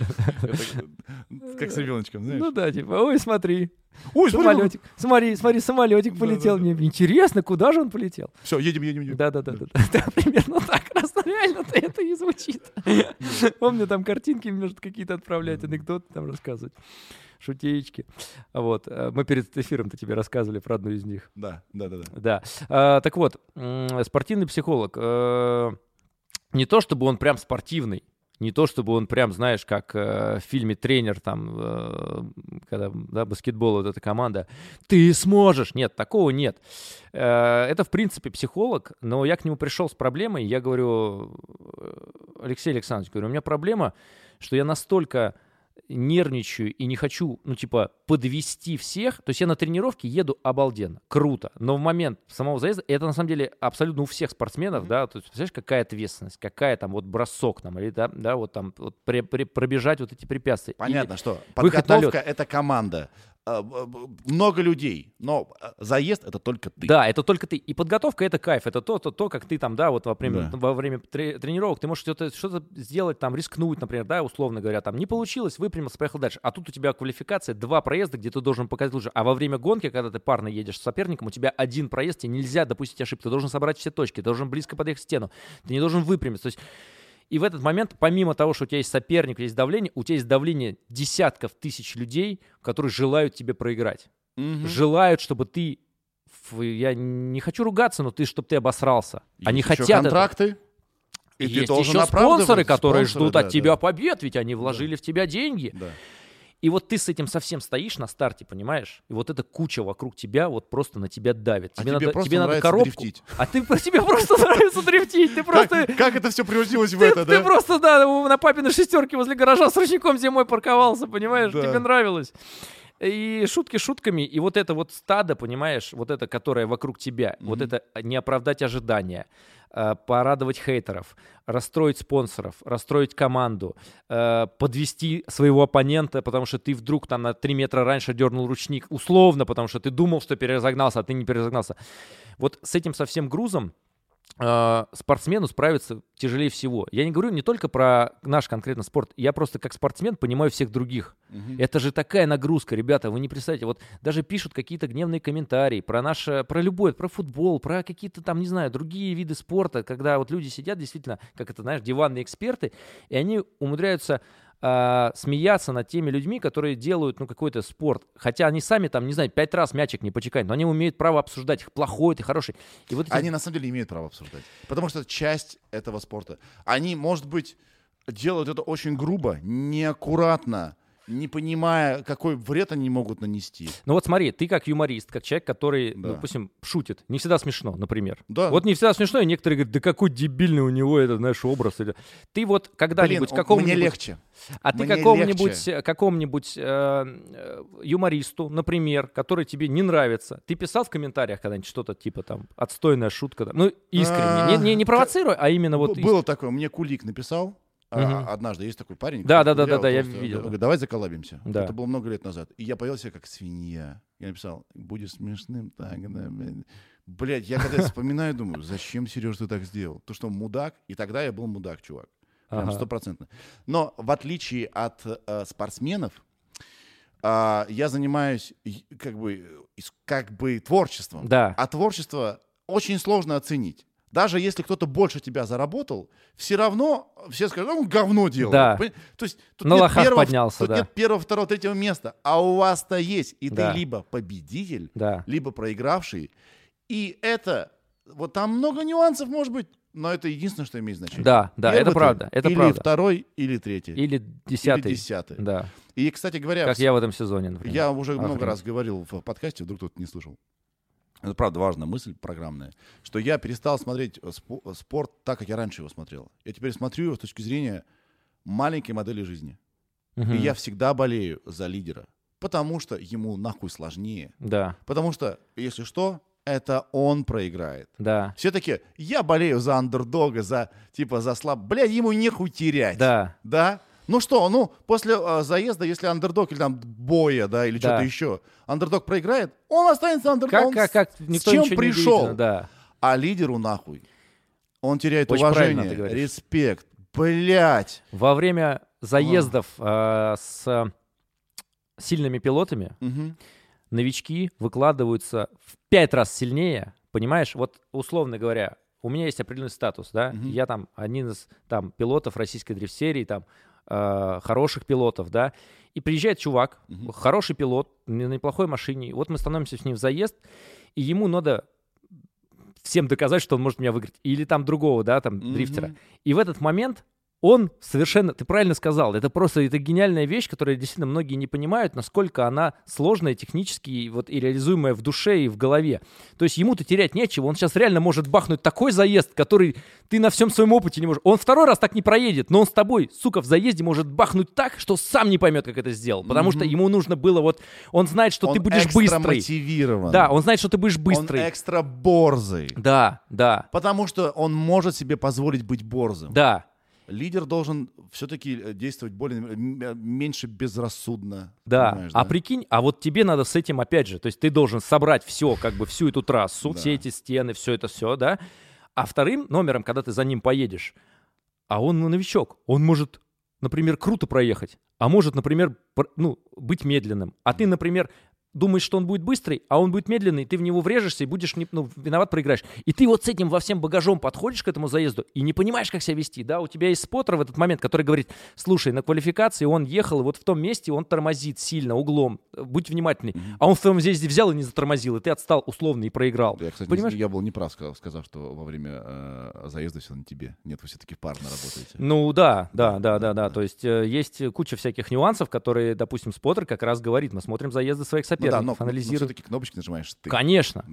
Как с ребеночком, знаешь? Ну да, типа, ой, смотри. Ой, самолетик. Смотри, самолетик полетел. Мне интересно, куда же он полетел? Все, едем. Да. Примерно так. Реально-то это и звучит. Он мне там картинки может какие-то отправлять, анекдоты там рассказывать. Шутеечки. Вот. Мы перед эфиром-то тебе рассказывали про одну из них. Да. Так вот, спортивный психолог. Не то, чтобы он прям спортивный. Не то, чтобы он прям, знаешь, как в фильме «Тренер», там, когда баскетбол, вот эта команда, ты сможешь. Нет, такого нет. Это, в принципе, психолог, но я к нему пришел с проблемой, я говорю, Алексей Александрович, говорю, у меня проблема, что я настолько нервничаю и не хочу, подвести всех. То есть я на тренировке еду обалденно, круто. Но в момент самого заезда, это на самом деле абсолютно у всех спортсменов, да, то есть, представляешь, какая ответственность, какая там вот бросок там, или да, вот там вот пробежать вот эти препятствия. Понятно, что подготовка — это команда. Много людей, но заезд — это только ты. Да, это только ты. И подготовка — это кайф. Это то, как ты там, да, вот во время тренировок ты можешь что-то сделать, там, рискнуть, например, да, условно говоря, там, не получилось, выпрямился, поехал дальше. А тут у тебя квалификация, 2 проезда, где ты должен показать лучше. А во время гонки, когда ты парно едешь с соперником, у тебя 1 проезд, тебе нельзя допустить ошибки. Ты должен собрать все точки, ты должен близко подъехать к стену, ты не должен выпрямиться. То есть и в этот момент, помимо того, что у тебя есть соперник, у тебя есть давление, у тебя есть давление десятков тысяч людей, которые желают тебе проиграть. Желают, чтобы ты... Я не хочу ругаться, но чтобы ты обосрался. Есть они еще хотят контракты. И есть еще спонсоры, которые ждут от тебя побед, ведь они вложили в тебя деньги. Да. И вот ты с этим совсем стоишь на старте, понимаешь? И вот эта куча вокруг тебя вот просто на тебя давит. Тебе надо коробку, дрифтить. А тебе просто нравится дрифтить. Ты просто... Как это все превратилось в это, да? Ты просто, на папиной шестерке возле гаража с ручником зимой парковался, понимаешь? Да. Тебе нравилось. И шутки шутками, и вот это вот стадо, понимаешь, вот это, которое вокруг тебя, вот это не оправдать ожидания, порадовать хейтеров, расстроить спонсоров, расстроить команду, подвести своего оппонента, потому что ты вдруг там на 3 метра раньше дернул ручник, условно, потому что ты думал, что переразогнался, а ты не переразогнался. Вот с этим совсем грузом спортсмену справиться тяжелее всего. Я не говорю не только про наш конкретно спорт, я просто как спортсмен понимаю всех других. Это же такая нагрузка, ребята, вы не представляете. Вот даже пишут какие-то гневные комментарии про любой, про футбол, про какие-то там, не знаю, другие виды спорта, когда вот люди сидят действительно, как это, знаешь, диванные эксперты, и они умудряются смеяться над теми людьми, которые делают, какой-то спорт. Хотя они сами там, не знаю, 5 раз мячик не почекают, но они имеют право обсуждать, плохой ты, хороший. И вот Они на самом деле имеют право обсуждать. Потому что это часть этого спорта. Они, может быть, делают это очень грубо, неаккуратно, не понимая, какой вред они могут нанести. Ну вот смотри, ты как юморист, как человек, который, допустим, шутит. Не всегда смешно, например. Да. Вот не всегда смешно, и некоторые говорят, да какой дебильный у него этот, знаешь, образ. Ты вот когда-нибудь мне легче. А ты какому-нибудь юмористу, например, который тебе не нравится, ты писал в комментариях когда-нибудь что-то типа там отстойная шутка? Искренне. Не провоцируй, а именно вот... Было такое, мне Кулик написал. Однажды есть такой парень. Да, я видел. Говорит, давай заколлабимся. Да. Это было много лет назад. И я повел себя как свинья. Я написал, будешь смешным. Так, да, блядь, я когда вспоминаю, думаю, зачем, Сереж, ты так сделал? То, что он мудак, и тогда я был мудак, чувак. Прям 100%. Но в отличие от спортсменов, я занимаюсь как бы творчеством. Да. А творчество очень сложно оценить. Даже если кто-то больше тебя заработал, все равно все скажут, он говно делает. Да. То есть тут на лохах поднялся, нет первого, второго, третьего места, а у вас-то есть. И ты либо победитель, да, либо проигравший. И это, вот там много нюансов может быть, но это единственное, что имеет значение. Да, это правда. Или второй, или третий. Или десятый. Да. И, кстати говоря... Как я в этом сезоне, например. Я уже много раз говорил в подкасте, вдруг кто-то не слышал. Это, правда, важная мысль программная, что я перестал смотреть спорт так, как я раньше его смотрел. Я теперь смотрю его с точки зрения маленькой модели жизни. И я всегда болею за лидера, потому что ему нахуй сложнее. Да. Потому что, если что, это он проиграет. Да. Все такие, я болею за андердога, за слаб... Блядь, ему нехуй терять. Да. Да? Ну что, после заезда, если андердог или там боя, да, или что-то еще, андердог проиграет, он останется андердогом. Как с чем пришел. Да. А лидеру нахуй. Он теряет очень уважение, респект. Блять. Во время заездов с сильными пилотами новички выкладываются в 5 раз сильнее, понимаешь? Вот условно говоря, у меня есть определенный статус, да, я там один из пилотов российской дрифт-серии, там хороших пилотов, да, и приезжает чувак, хороший пилот, на неплохой машине, вот мы становимся с ним в заезд, и ему надо всем доказать, что он может меня выиграть, или там другого, да, там дрифтера. И в этот момент он совершенно, ты правильно сказал, это гениальная вещь, которую действительно многие не понимают, насколько она сложная технически и реализуемая в душе и в голове. То есть ему-то терять нечего, он сейчас реально может бахнуть такой заезд, который ты на всем своем опыте не можешь. Он второй раз так не проедет, но он с тобой, сука, в заезде может бахнуть так, что сам не поймет, как это сделал, потому что ему нужно было он знает, что ты будешь быстрый. Он экстра мотивирован. Да, он знает, что ты будешь быстрый. Он экстра борзый. Да. Потому что он может себе позволить быть борзым. Да. Лидер должен все-таки действовать меньше безрассудно. Да, а прикинь, а вот тебе надо с этим опять же, то есть ты должен собрать все, всю эту трассу, все эти стены, все, да, а вторым номером, когда ты за ним поедешь, а он новичок, он может, например, круто проехать, а может, например, быть медленным, а ты, например, думаешь, что он будет быстрый, а он будет медленный, ты в него врежешься и будешь виноват, проиграешь. И ты вот с этим во всем багажом подходишь к этому заезду и не понимаешь, как себя вести, да, у тебя есть споттер в этот момент, который говорит, слушай, на квалификации он ехал, и вот в том месте он тормозит сильно, углом, будь внимательный, а он в том заезде взял и не затормозил, и ты отстал условно и проиграл. Я, кстати, я был неправ, сказав, что во время заезда все на тебе. Нет, вы все-таки парно работаете. Ну да, то есть есть куча всяких нюансов, которые, допустим, споттер как раз говорит, мы смотрим заезды своих соперников. Но все-таки кнопочки нажимаешь ты. Конечно.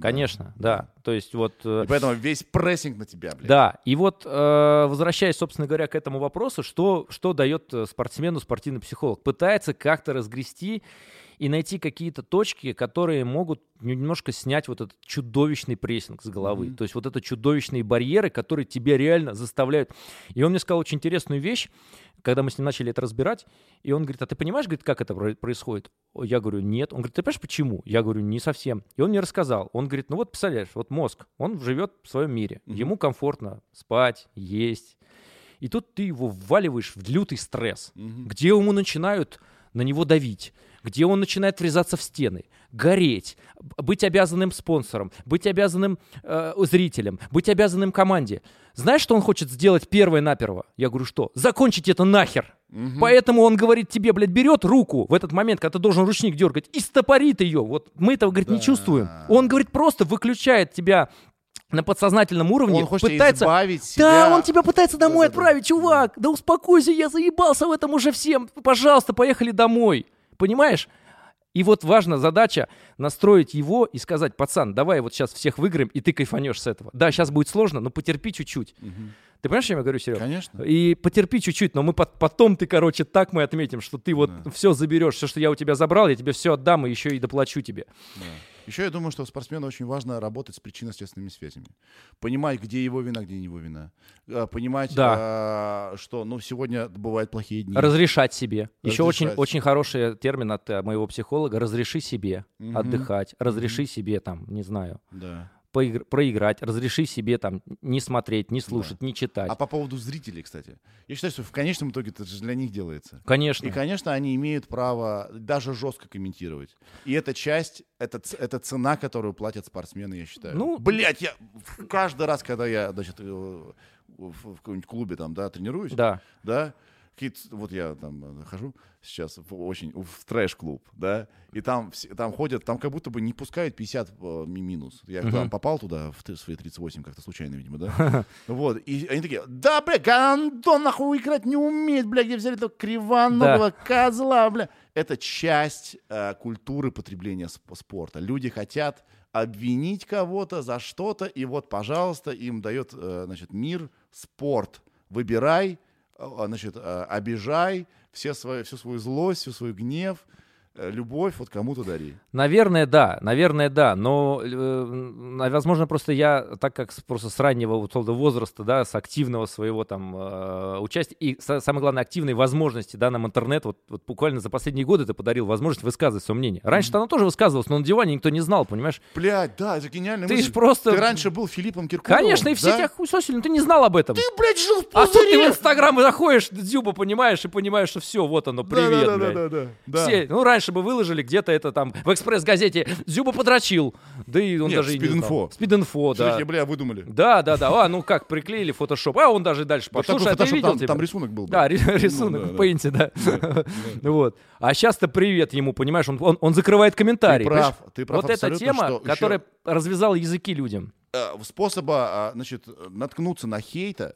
То есть вот... И поэтому весь прессинг на тебя, блядь. Да, и вот возвращаясь, собственно говоря, к этому вопросу, что дает спортсмену спортивный психолог? Пытается как-то разгрести и найти какие-то точки, которые могут немножко снять вот этот чудовищный прессинг с головы. То есть вот это чудовищные барьеры, которые тебя реально заставляют. И он мне сказал очень интересную вещь, когда мы с ним начали это разбирать, и он говорит, а ты понимаешь, говорит, как это происходит? Я говорю, нет. Он говорит, ты понимаешь, почему? Я говорю, не совсем. И он мне рассказал. Он говорит, ну вот представляешь, вот мозг, он живет в своем мире. Ему комфортно спать, есть. И тут ты его вваливаешь в лютый стресс, где ему начинают на него давить, где он начинает врезаться в стены, гореть, быть обязанным спонсором, быть обязанным зрителем, быть обязанным команде. Знаешь, что он хочет сделать первое-наперво? Я говорю, что? Закончить это нахер. Поэтому он говорит тебе, блядь, берет руку в этот момент, когда ты должен ручник дергать, и стопорит ее. Вот мы этого, говорит, не чувствуем. Он, говорит, просто выключает тебя на подсознательном уровне. Он хочет избавить себя. Да, он тебя пытается домой отправить, чувак. Да успокойся, я заебался в этом уже всем. Пожалуйста, поехали домой. Понимаешь? И вот важна задача настроить его и сказать, пацан, давай вот сейчас всех выиграем, и ты кайфанешь с этого. Да, сейчас будет сложно, но потерпи чуть-чуть. Ты понимаешь, о чем я говорю, Серега? Конечно. И потерпи чуть-чуть, но мы потом ты, короче, так мы отметим, что ты вот все заберешь, все, что я у тебя забрал, я тебе все отдам и еще и доплачу тебе. Да. Еще я думаю, что спортсмену очень важно работать с причинно-следственными связями. Понимать, где его вина, где не его вина. Понимать, что сегодня бывают плохие дни. Разрешать себе. Еще очень хороший термин от моего психолога. Разреши себе отдыхать. Разреши себе, не знаю, проиграть. Разреши себе не смотреть, не слушать, не читать. А по поводу зрителей, кстати. Я считаю, что в конечном итоге это же для них делается. Конечно. И, конечно, они имеют право даже жестко комментировать. И эта часть, это цена, которую платят спортсмены, я считаю. Блять, я каждый раз, когда я, в каком-нибудь клубе тренируюсь, вот я хожу сейчас в трэш-клуб, и там ходят, там как будто бы не пускают 50 минус. Я попал туда в свои 38 как-то случайно, видимо, Вот, и они такие, да, бля, гандон нахуй играть не умеет, бля, где взяли этого кривоногого козла, бля. Это часть культуры потребления спорта. Люди хотят обвинить кого-то за что-то, и вот, пожалуйста, им дает, мир, спорт. Выбирай, обижай всю свою злость, всю свой гнев, любовь вот кому-то дари. Наверное, да, но, возможно, просто я, так как просто с раннего возраста, с активного своего участия, и, самое главное, активной возможности, нам интернет, вот буквально за последние годы ты подарил возможность высказывать свое мнение. Раньше-то оно тоже высказывалось, но на диване никто не знал, понимаешь? Блядь, да, это гениальная мысль. Ты раньше был Филиппом Киркоровым. Конечно, и все тебя хуесосили, но ты не знал об этом. Ты, блядь, жил в пузыре! А тут ты в Инстаграм заходишь, Дзюба, понимаешь, и понимаешь, что все, вот оно, привет, блядь. Да. Все, раньше бы выложили где-то это в «Экспресс-газете» «Дзюба подрочил». Да и он даже и не знал. Спид-инфо, да. Все, бля, выдумали. Да. Как, приклеили фотошоп. А он даже дальше пошел. Слушай, ты видел? Там рисунок был. Да, рисунок в Paint, да. Вот. А сейчас-то привет ему, понимаешь, он закрывает комментарии. Ты прав. Вот эта тема, которая развязала языки людям. Способа, наткнуться на хейта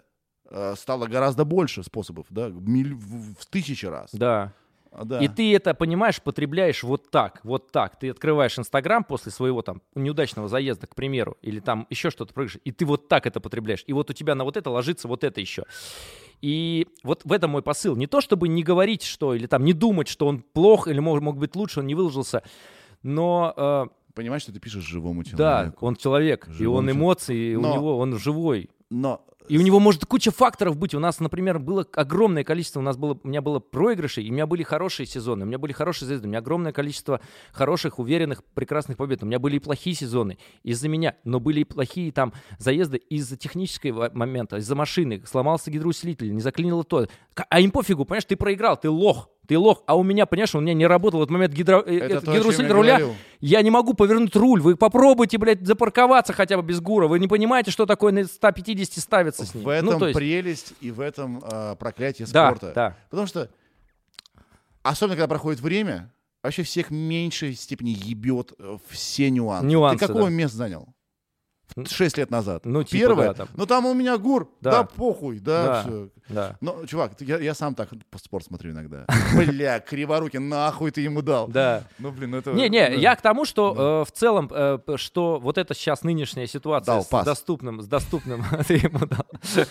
стало гораздо больше способов, да, в тысячи раз. Да. Да. И ты это, понимаешь, потребляешь вот так. Ты открываешь Инстаграм после своего там неудачного заезда, к примеру, или там еще что-то прыгаешь, и ты вот так это потребляешь. И вот у тебя на вот это ложится вот это еще. И вот в этом мой посыл. Не то, чтобы не говорить, что, или там не думать, что он плох, или мог быть лучше, он не выложился, но... Понимаешь, что ты пишешь живому человеку. Да, он человек, и он эмоции, у него, он живой. И у него может куча факторов быть. У нас, например, было огромное количество, у меня было проигрышей, и у меня были хорошие сезоны, у меня были хорошие заезды, у меня огромное количество хороших, уверенных, прекрасных побед. У меня были и плохие сезоны из-за меня, но были и плохие там заезды из-за технического момента, из-за машины. Сломался гидроусилитель, не заклинило то. А им пофигу, понимаешь, ты проиграл, ты лох. А у меня, понимаешь, у меня не работал в этот момент гидроусилитель руля. Я не могу повернуть руль. Вы попробуйте, блядь, запарковаться хотя бы без ГУРа. Вы не понимаете, что такое на 150 ставится с ним. В этом прелесть и в этом проклятие спорта. Да. Потому что, особенно когда проходит время, вообще всех в меньшей степени ебет все нюансы. Ты какого места занял? 6 лет назад. Ну, типа, первое. Да, там. Ну, там у меня ГУР. Да похуй. Да. Все. Да. Но, чувак, я сам так спорт смотрю иногда. Бля, криворукий, нахуй ты ему дал. Да. Ну, блин, это... Я к тому, что в целом, что вот эта сейчас нынешняя ситуация с доступным... Ты ему дал.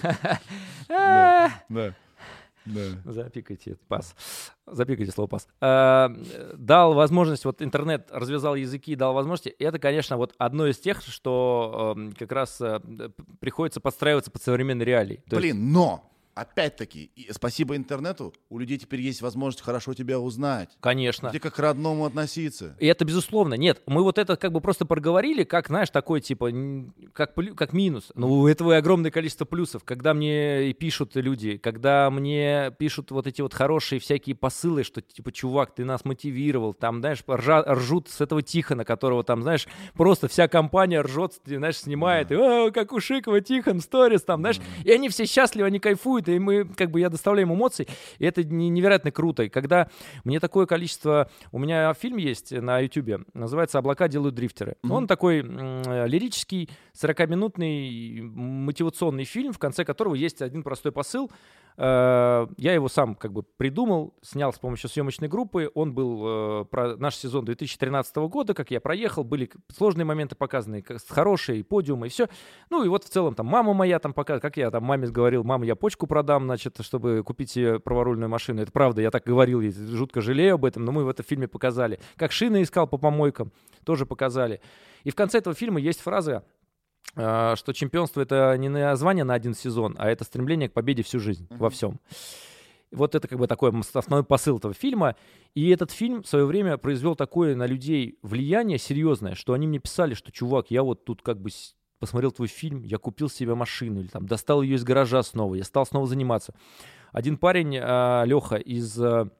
Да. Запикайте слово «пас». Дал возможность, вот интернет развязал языки, дал возможности. Это, конечно, вот одно из тех, что как раз приходится подстраиваться под современные реалии. Но! Опять-таки, спасибо интернету, у людей теперь есть возможность хорошо тебя узнать. Конечно. Тебе как к родному относиться. И это безусловно. Нет, мы вот это как бы просто проговорили, как, знаешь, такой типа, как минус. Но у этого и огромное количество плюсов. Когда мне пишут люди, когда мне пишут вот эти вот хорошие всякие посылы, что типа, чувак, ты нас мотивировал, там, знаешь, ржут с этого Тихона, которого там, знаешь, просто вся компания ржет, знаешь, снимает, и, как у Шикова Тихон, сторис там, знаешь, и они все счастливы, они кайфуют, и мы, как бы, я доставляю им эмоции, и это невероятно круто. И когда мне такое количество... У меня фильм есть на Ютубе, называется «Облака делают дрифтеры». Он такой лирический, 40-минутный мотивационный фильм, в конце которого есть один простой посыл. Я его сам как бы придумал, снял с помощью съемочной группы. Он был про наш сезон 2013 года, как я проехал. Были сложные моменты показаны, хорошие, подиумы и все. Ну и вот в целом там мама моя там показывает, как я там маме говорил, мама, я почку продам, значит, чтобы купить себе праворульную машину. Это правда, я так говорил, я жутко жалею об этом, но мы в этом фильме показали. Как шины искал по помойкам, тоже показали. И в конце этого фильма есть фраза, что чемпионство — это не название на один сезон, а это стремление к победе всю жизнь во всем. Вот это как бы такой основной посыл этого фильма. И этот фильм в свое время произвел такое на людей влияние серьезное, что они мне писали, что, чувак, я вот тут как бы посмотрел твой фильм, я купил себе машину, или там достал ее из гаража снова, я стал снова заниматься. Один парень, Леха, из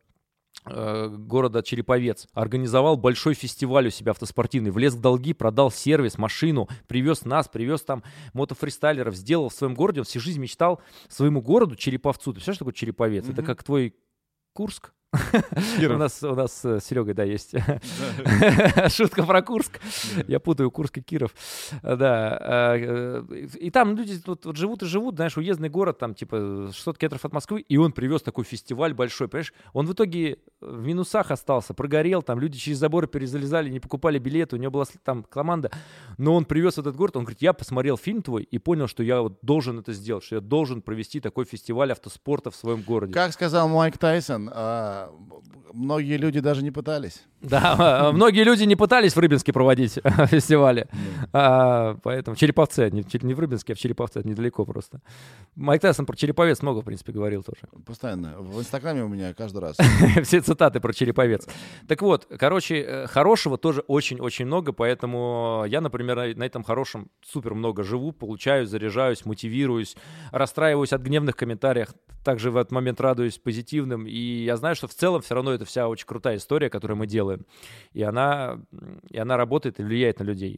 города Череповец, организовал большой фестиваль у себя автоспортивный, влез в долги, продал сервис, машину, привез там мотофристайлеров, сделал в своем городе. Он всю жизнь мечтал своему городу, Череповцу. Ты представляешь, что такое Череповец? Это как твой Курск. У нас с Серегой, да, есть шутка про Курск. Я путаю Курск и Киров. Да. И там люди вот живут, знаешь, уездный город, там типа 600 километров от Москвы, и он привез такой фестиваль большой, понимаешь? Он в итоге в минусах остался, прогорел, там люди через заборы перезалезали, не покупали билеты, у него была там команда, но он привез этот город, он говорит, я посмотрел фильм твой и понял, что я вот должен это сделать, что я должен провести такой фестиваль автоспорта в своем городе. Как сказал Майк Тайсон, многие люди даже не пытались. Да, многие люди не пытались в Рыбинске проводить фестивали. Поэтому Череповце, не в Рыбинске, а в Череповце, это недалеко просто. Майк Тайсон про Череповец много, в принципе, говорил тоже. Постоянно. В Инстаграме у меня каждый раз. Все цитаты про Череповец. Так вот, короче, хорошего тоже очень-очень много, поэтому я, например, на этом хорошем супер много живу, получаю, заряжаюсь, мотивируюсь, расстраиваюсь от гневных комментариев, также в этот момент радуюсь позитивным, и я знаю, что в целом все равно это вся очень крутая история, которую мы делаем. И она работает и влияет на людей.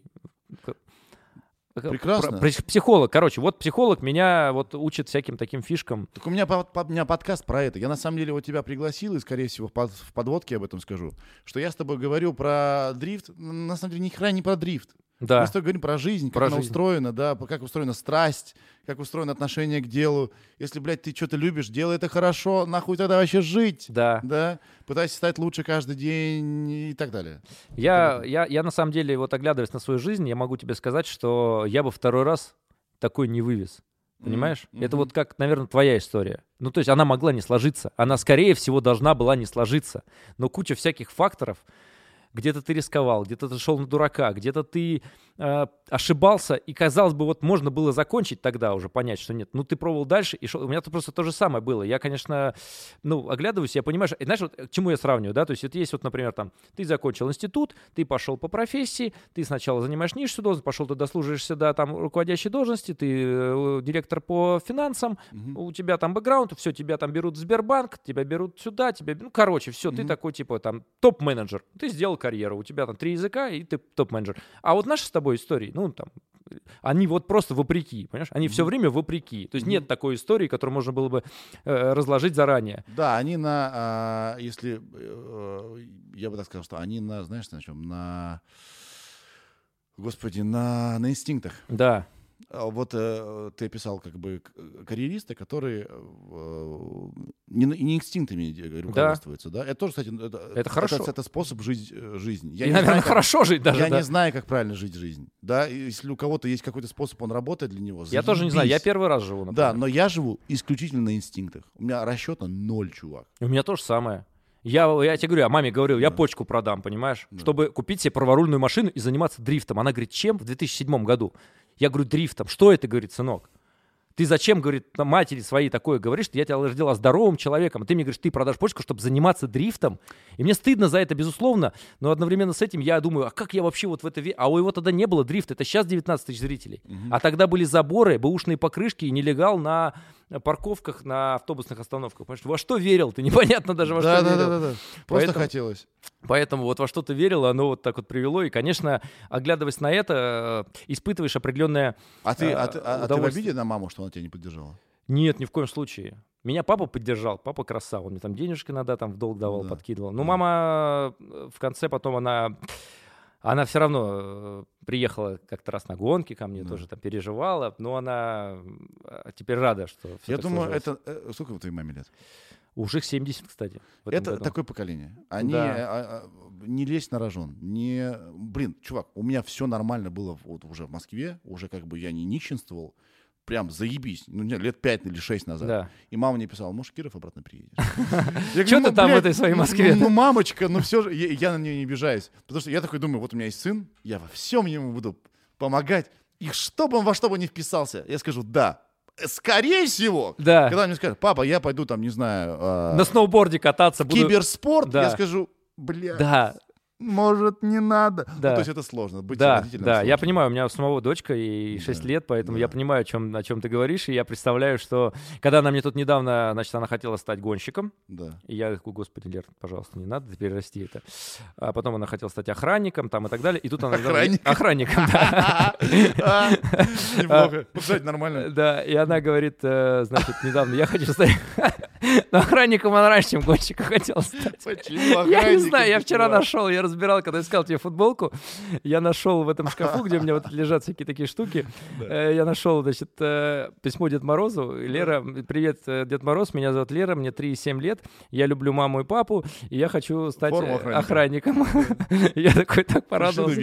Прекрасно. Психолог, короче, вот психолог меня вот учит всяким таким фишкам. Так у меня подкаст про это. Я на самом деле вот тебя пригласил, и, скорее всего, в подводке об этом скажу, что я с тобой говорю про дрифт, на самом деле ни хера не про дрифт. Да. Мы с тобой говорим про жизнь, как она устроена, да, как устроена страсть, как устроено отношение к делу. Если, блядь, ты что-то любишь, делай это хорошо, нахуй тогда вообще жить. Да. Пытайся стать лучше каждый день и так далее. Я на самом деле, вот оглядываясь на свою жизнь, я могу тебе сказать, что я бы второй раз такой не вывез. Понимаешь? Это вот как, наверное, твоя история. Ну, то есть она могла не сложиться. Она, скорее всего, должна была не сложиться. Но куча всяких факторов. Где-то ты рисковал, где-то ты шел на дурака, где-то ты ошибался, и, казалось бы, вот можно было закончить тогда уже, понять, что нет. Ну, ты пробовал дальше, и шел. У меня тут просто то же самое было. Я, конечно, оглядываюсь, я понимаю, что, знаешь, вот к чему я сравниваю, да? То есть вот есть вот, например, там, ты закончил институт, ты пошел по профессии, ты сначала занимаешь низшую должность, пошел ты дослуживаешься до там руководящей должности, ты директор по финансам, у тебя там бэкграунд, все, тебя там берут в Сбербанк, тебя берут сюда, все, ты такой, типа, там, топ-менеджер, ты сделал карьеру, у тебя там 3 языка, и ты топ-менеджер. А вот наши с тобой истории, они вот просто вопреки, понимаешь? Они все время вопреки. То есть нет такой истории, которую можно было бы разложить заранее. Да, они если, я бы так сказал, что они знаешь, на чем? На инстинктах. Да. Вот ты описал как бы карьеристы, которые не инстинктами руководствуются, да? Это тоже, кстати, это хорошо. Это способ жить жизнь. И, наверное, хорошо жить даже. Я не знаю, как правильно жить жизнь, да? Если у кого-то есть какой-то способ, он работает для него. Я тоже не знаю, я первый раз живу, например. Да, но я живу исключительно на инстинктах. У меня расчета 0, чувак. У меня то же самое. Я тебе говорю, маме говорил, я почку продам, понимаешь? Чтобы купить себе праворульную машину и заниматься дрифтом. Она говорит, чем? В 2007 году. Я говорю, дрифтом. Что это, говорит, сынок? Ты зачем, говорит, матери своей такое говоришь? Я тебя родила здоровым человеком. А ты мне говоришь, ты продашь почку, чтобы заниматься дрифтом? И мне стыдно за это, безусловно. Но одновременно с этим я думаю, а как я вообще вот в это... А у его тогда не было дрифта. Это сейчас 19 тысяч зрителей. А тогда были заборы, бэушные покрышки и нелегал на парковках, на автобусных остановках. Понимаешь, во что верил ты? Непонятно даже во что верил. Да. Просто хотелось. Поэтому вот во что ты верил, оно вот так вот привело. И, конечно, оглядываясь на это, испытываешь определенное ты в обиде на маму, что она тебя не поддержала? Нет, ни в коем случае. Меня папа поддержал, папа красава. Он мне там денежки иногда там в долг давал, подкидывал. Но мама в конце потом она все равно приехала как-то раз на гонки ко мне, тоже там переживала. Но она теперь рада, что все Я так думаю, сложилось. это... Сколько твоей маме лет? Уже 70, кстати. Это такое поколение. Они не лезь на рожон. Блин, чувак, у меня все нормально было вот уже в Москве. Уже как бы я не нищенствовал. Прям заебись. Лет 5 или 6 назад. Да. И мама мне писала, может, Киров обратно приедешь? Что ты там в этой своей Москве? Мамочка, все же. Я на нее не обижаюсь. Потому что я такой думаю, вот у меня есть сын, я во всем ему буду помогать. И чтобы он во что бы ни вписался, я скажу, да. Скорее всего, когда мне скажут, папа, я пойду там, не знаю... на сноуборде кататься буду. Киберспорт, я скажу, бля... Может, не надо. Да. То есть это сложно. Быть родителем сложно. Я понимаю, у меня самого дочка, ей 6 лет, поэтому я понимаю, о чем ты говоришь, и я представляю, что когда она мне тут недавно, значит, она хотела стать гонщиком, и я такой, господи, Лер, пожалуйста, не надо теперь расти это. А потом она хотела стать охранником там и так далее, и тут она... Охранником, да. Неплохо. Кстати, нормально. Да, и она говорит, значит, недавно, я хочу стать... Но охранником она раньше, чем гонщиком хотела стать. Почему? Я не знаю, я вчера нашел, я разбирал, когда искал тебе футболку, я нашел в этом шкафу, где у меня вот лежат всякие такие штуки, я нашел, значит, письмо Деду Морозу. Лера, привет, Дед Мороз, меня зовут Лера, мне 3,7 лет, я люблю маму и папу, и я хочу стать охранником. Я такой так порадовался.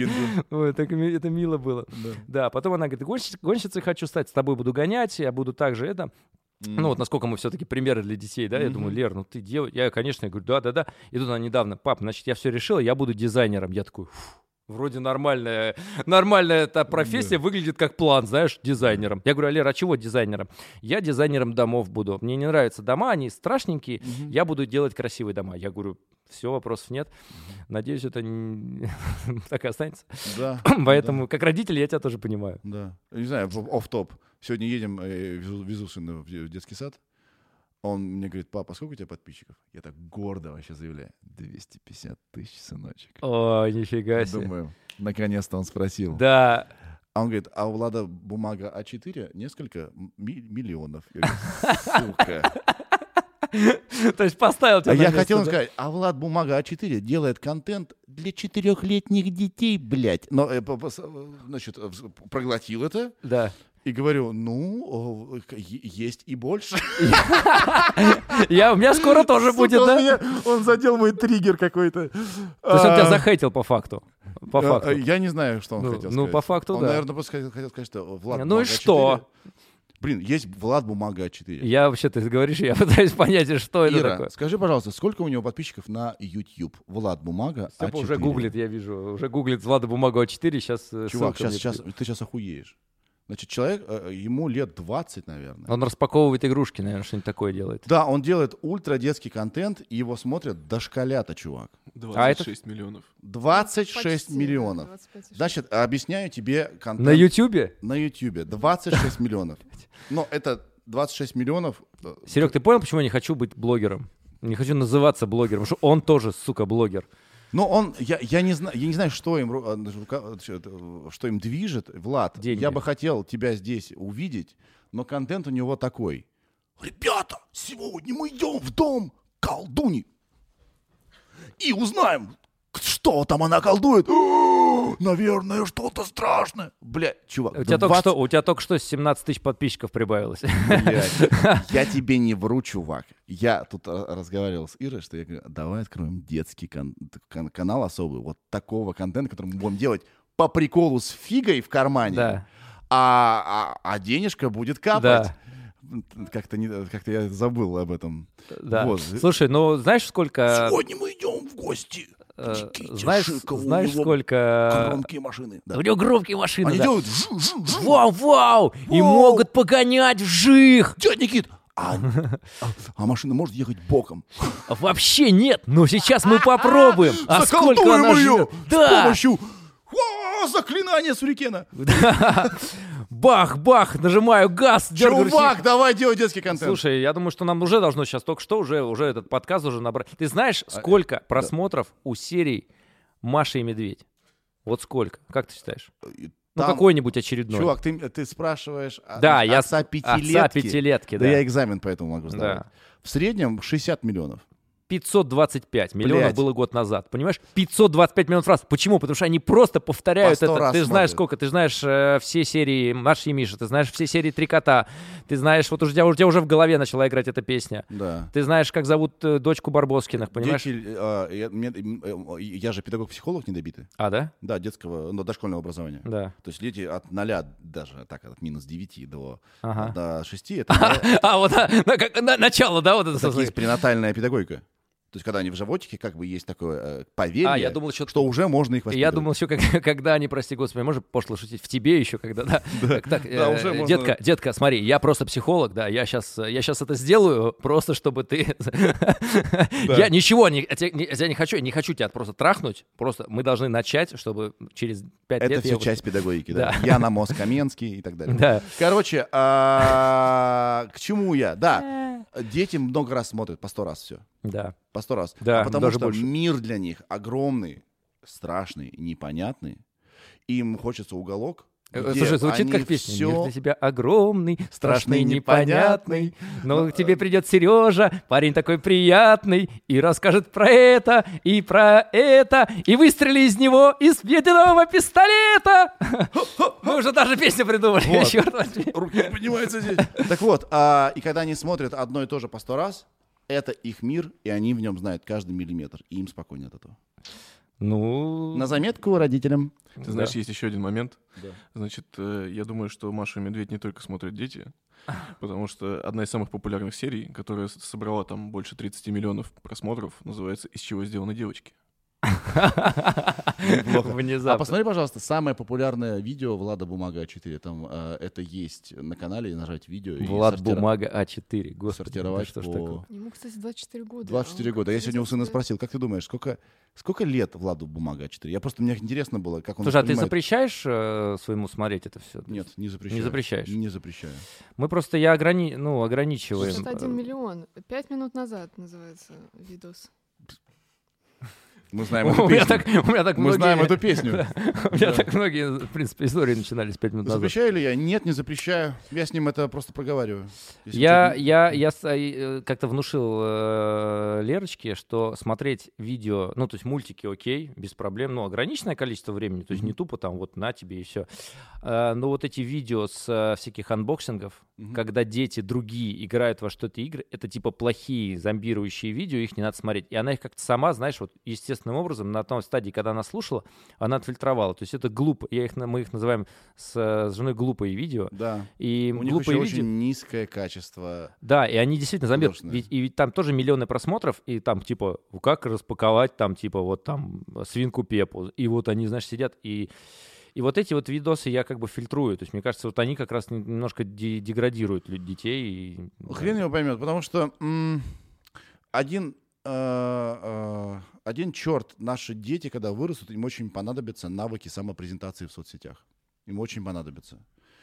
Это мило было. Да, потом она говорит, гонщицей хочу стать, с тобой буду гонять, я буду также это... Ну вот насколько мы все-таки примеры для детей, да, я думаю, Лер, ну ты делай, я, конечно, говорю, да, и тут она недавно, пап, значит, я все решила, я буду дизайнером, я такой, вроде нормальная эта профессия, выглядит как план, знаешь, дизайнером. Я говорю, Лер, а чего дизайнером? Я дизайнером домов буду, мне не нравятся дома, они страшненькие, я буду делать красивые дома. Я говорю, все, вопросов нет, надеюсь, это так и останется. Да. Поэтому, как родитель, я тебя тоже понимаю. Да, не знаю, офф-топ. Сегодня едем, везу сына в детский сад. Он мне говорит, папа, сколько у тебя подписчиков? Я так гордо вообще заявляю. 250 тысяч, сыночек. О, нифига себе. Думаю, наконец-то он спросил. Да. А он говорит, а у Влада бумага А4 несколько миллионов. Я говорю, сука. То есть поставил тебя на я место, хотел сказать, а Влад бумага А4 делает контент для 4-летних детей, блядь. Но, значит, проглотил это. Да. И говорю, ну, есть и больше. У меня скоро тоже будет, да? Он задел мой триггер какой-то. То есть он тебя захейтил по факту? По факту. Я не знаю, что он хотел сказать. Ну, по факту, да. Он, наверное, просто хотел сказать, что Влад Ну Бумага и что? 4. Блин, есть Влад Бумага 4. Я вообще, ты говоришь, я пытаюсь понять, что это такое. Скажи, пожалуйста, сколько у него подписчиков на YouTube? Влад Бумага А4. Уже гуглит, я вижу. Уже гуглит Влада Бумагу А4. Сейчас. Чувак, ты сейчас охуеешь. Значит, человек, ему лет 20, наверное. Он распаковывает игрушки, наверное, что-нибудь такое делает. Да, он делает ультрадетский контент, и его смотрят дошколята, чувак. 26 миллионов. 26 Почти, миллионов. 25. Значит, объясняю тебе контент. На Ютубе? На Ютубе. 26 миллионов. Но это 26 миллионов. Серег, ты понял, почему я не хочу быть блогером? Не хочу называться блогером, потому что он тоже, сука, блогер. Но он, я не знаю, что им движет, Влад. Деньги. Я бы хотел тебя здесь увидеть, но контент у него такой. Ребята, сегодня мы идем в дом колдуни и узнаем, что там она колдует. Наверное, что-то страшное. Бля, чувак. У тебя только что 17 тысяч подписчиков прибавилось. Блядь, я тебе не вру, чувак. Я тут разговаривал с Ирой, что я говорю, давай откроем детский канал особый, вот такого контента, который мы будем делать по приколу с фигой в кармане, Да. а денежка будет капать. Да. Как-то я забыл об этом. Да. Вот. Слушай, ну знаешь, сколько... Сегодня мы идем в гости. Знаешь, сколько... Громкие машины. Да. У него громкие машины, Они да. делают Вау! И могут погонять вжих! Дядя Никит, а машина может ехать боком. Вообще нет, но сейчас мы попробуем. А сколько Заколдуем она ее живет? с Да! помощью заклинания Сурикена. Бах-бах, нажимаю газ, дергаю. Чувак, давай делать детский контент. Слушай, я думаю, что нам уже должно сейчас только что уже этот подкаст уже набрать. Ты знаешь, сколько просмотров у серий «Маша и Медведь»? Вот сколько? Как ты считаешь? Ну, какой-нибудь очередной. Чувак, ты спрашиваешь отца пятилетки. Пятилетки, Да да. я экзамен поэтому могу сдавать. Да. В среднем 60 миллионов. 525 миллионов Блядь. было год назад. Понимаешь? 525 миллионов раз. Почему? Потому что они просто повторяют По 100 это. раз Ты знаешь смотрят. сколько? Ты знаешь все серии «Маши и Миша», ты знаешь все серии «Три кота», ты знаешь, вот у тебя уже в голове начала играть эта песня. Да. Ты знаешь, как зовут дочку Барбоскиных, понимаешь? Я же педагог-психолог недобитый. А, да? Да, детского, дошкольного образования. Да. То есть дети от 0 даже, так, от минус 9 Ага. до 6, это Вот начало, да, вот это так есть пренатальная педагогика. То есть, когда они в животике, как бы есть такое поверье, я думал, что уже можно их воспитывать. Я думал еще, когда они, прости господи, можно пошло шутить, в тебе еще, когда, да. уже можно. Детка, смотри, я просто психолог, да, я сейчас это сделаю, просто чтобы ты... Я ничего, я не хочу тебя просто трахнуть, просто мы должны начать, чтобы через 5 лет... Это все часть педагогики, да. Да. Я на мозг Каменский и так далее. Да. Короче, к чему я? Да, дети много раз смотрят, по 100 раз все. Да. По 100 раз. Да, потому даже что больше. мир для них огромный, страшный, непонятный. Им хочется уголок, где Слушай, звучит они как песня. всё- Мир для тебя огромный, страшный, страшный, непонятный. Но к тебе придет Сережа, парень такой приятный, и расскажет про это, и выстрели из него из веденового пистолета. Мы уже даже песню придумали. Вот. Черт возьми. Руки поднимаются здесь. Так вот, и когда они смотрят одно и то же по 100 раз, это их мир, и они в нем знают каждый миллиметр, и им спокойно от этого. Ну... На заметку родителям. Ты знаешь, Да. есть еще один момент. Да. Значит, я думаю, что Машу и Медведь не только смотрят дети, потому что одна из самых популярных серий, которая собрала там больше 30 миллионов просмотров, называется «Из чего сделаны девочки». Внезапно. А посмотри, пожалуйста, самое популярное видео Влада Бумага А4. Там это есть на канале, и нажать видео. и Влад Бумага А4. Господи, сортировать да что ж по- такое? Ему, кстати, 24 года. 24 года. Я сегодня у сына спросил, как ты думаешь, сколько лет Владу Бумага А4? Мне интересно было, как он Слушай, а ты воспринимает. запрещаешь своему смотреть это все? Нет, не запрещаю. Не запрещаешь? Не запрещаю. Мы просто, ограничиваем. 61 миллион. 5 минут назад называется видос. Мы знаем эту песню. Мы знаем эту песню. У меня так многие, в принципе, истории начинались 5 минут назад. Запрещаю ли я? Нет, не запрещаю. Я с ним это просто проговариваю. Я как-то внушил Лерочке, что смотреть видео, ну, то есть мультики окей, без проблем, но ограниченное количество времени, то есть не тупо там вот на тебе и все. Но вот эти видео с всяких анбоксингов, когда дети другие играют во что-то игры, это типа плохие зомбирующие видео, их не надо смотреть. И она их как-то сама, знаешь, вот естественным образом на той стадии, когда она слушала, она отфильтровала. То есть это глупо. Мы их называем с женой глупые видео. Да. И у них еще очень низкое качество. Да, и они действительно зомбируют. Ведь там тоже миллионы просмотров, и там типа как распаковать там типа вот там свинку Пеппу. И вот они, знаешь, сидят и вот эти вот видосы я как бы фильтрую. То есть, мне кажется, вот они как раз немножко деградируют детей. Хрен его поймет, потому что один черт, наши дети, когда вырастут, им очень понадобятся навыки самопрезентации в соцсетях. Им очень понадобятся.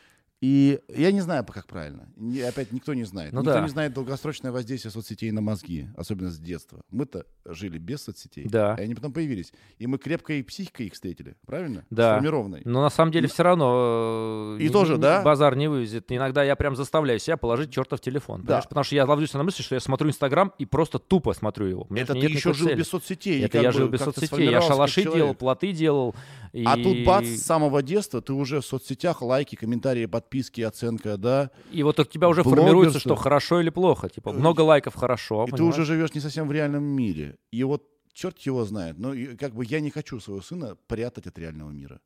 И я не знаю, как правильно. Опять никто не знает. Никто не знает долгосрочное воздействие соцсетей на мозги, особенно с детства. Мы-то жили без соцсетей, и они потом появились. И мы крепкой психикой их встретили, правильно? Да. Сформированной. Но на самом деле все равно базар не вывезет. Иногда я прям заставляю себя положить чертов телефон. Да. Потому что я ловлюсь на мысли, что я смотрю Инстаграм и просто тупо смотрю его. Это ты еще жил без соцсетей. Это я жил без соцсетей. Я шалаши делал, плоты делал. А тут бац, с самого детства ты уже в соцсетях, лайки, комментарии, подписки, оценка, да. И вот у тебя уже формируется, что хорошо или плохо. Типа много лайков хорошо. И ты уже живешь не совсем в реальном мире. И вот черт его знает. Но как бы я не хочу своего сына прятать от реального мира.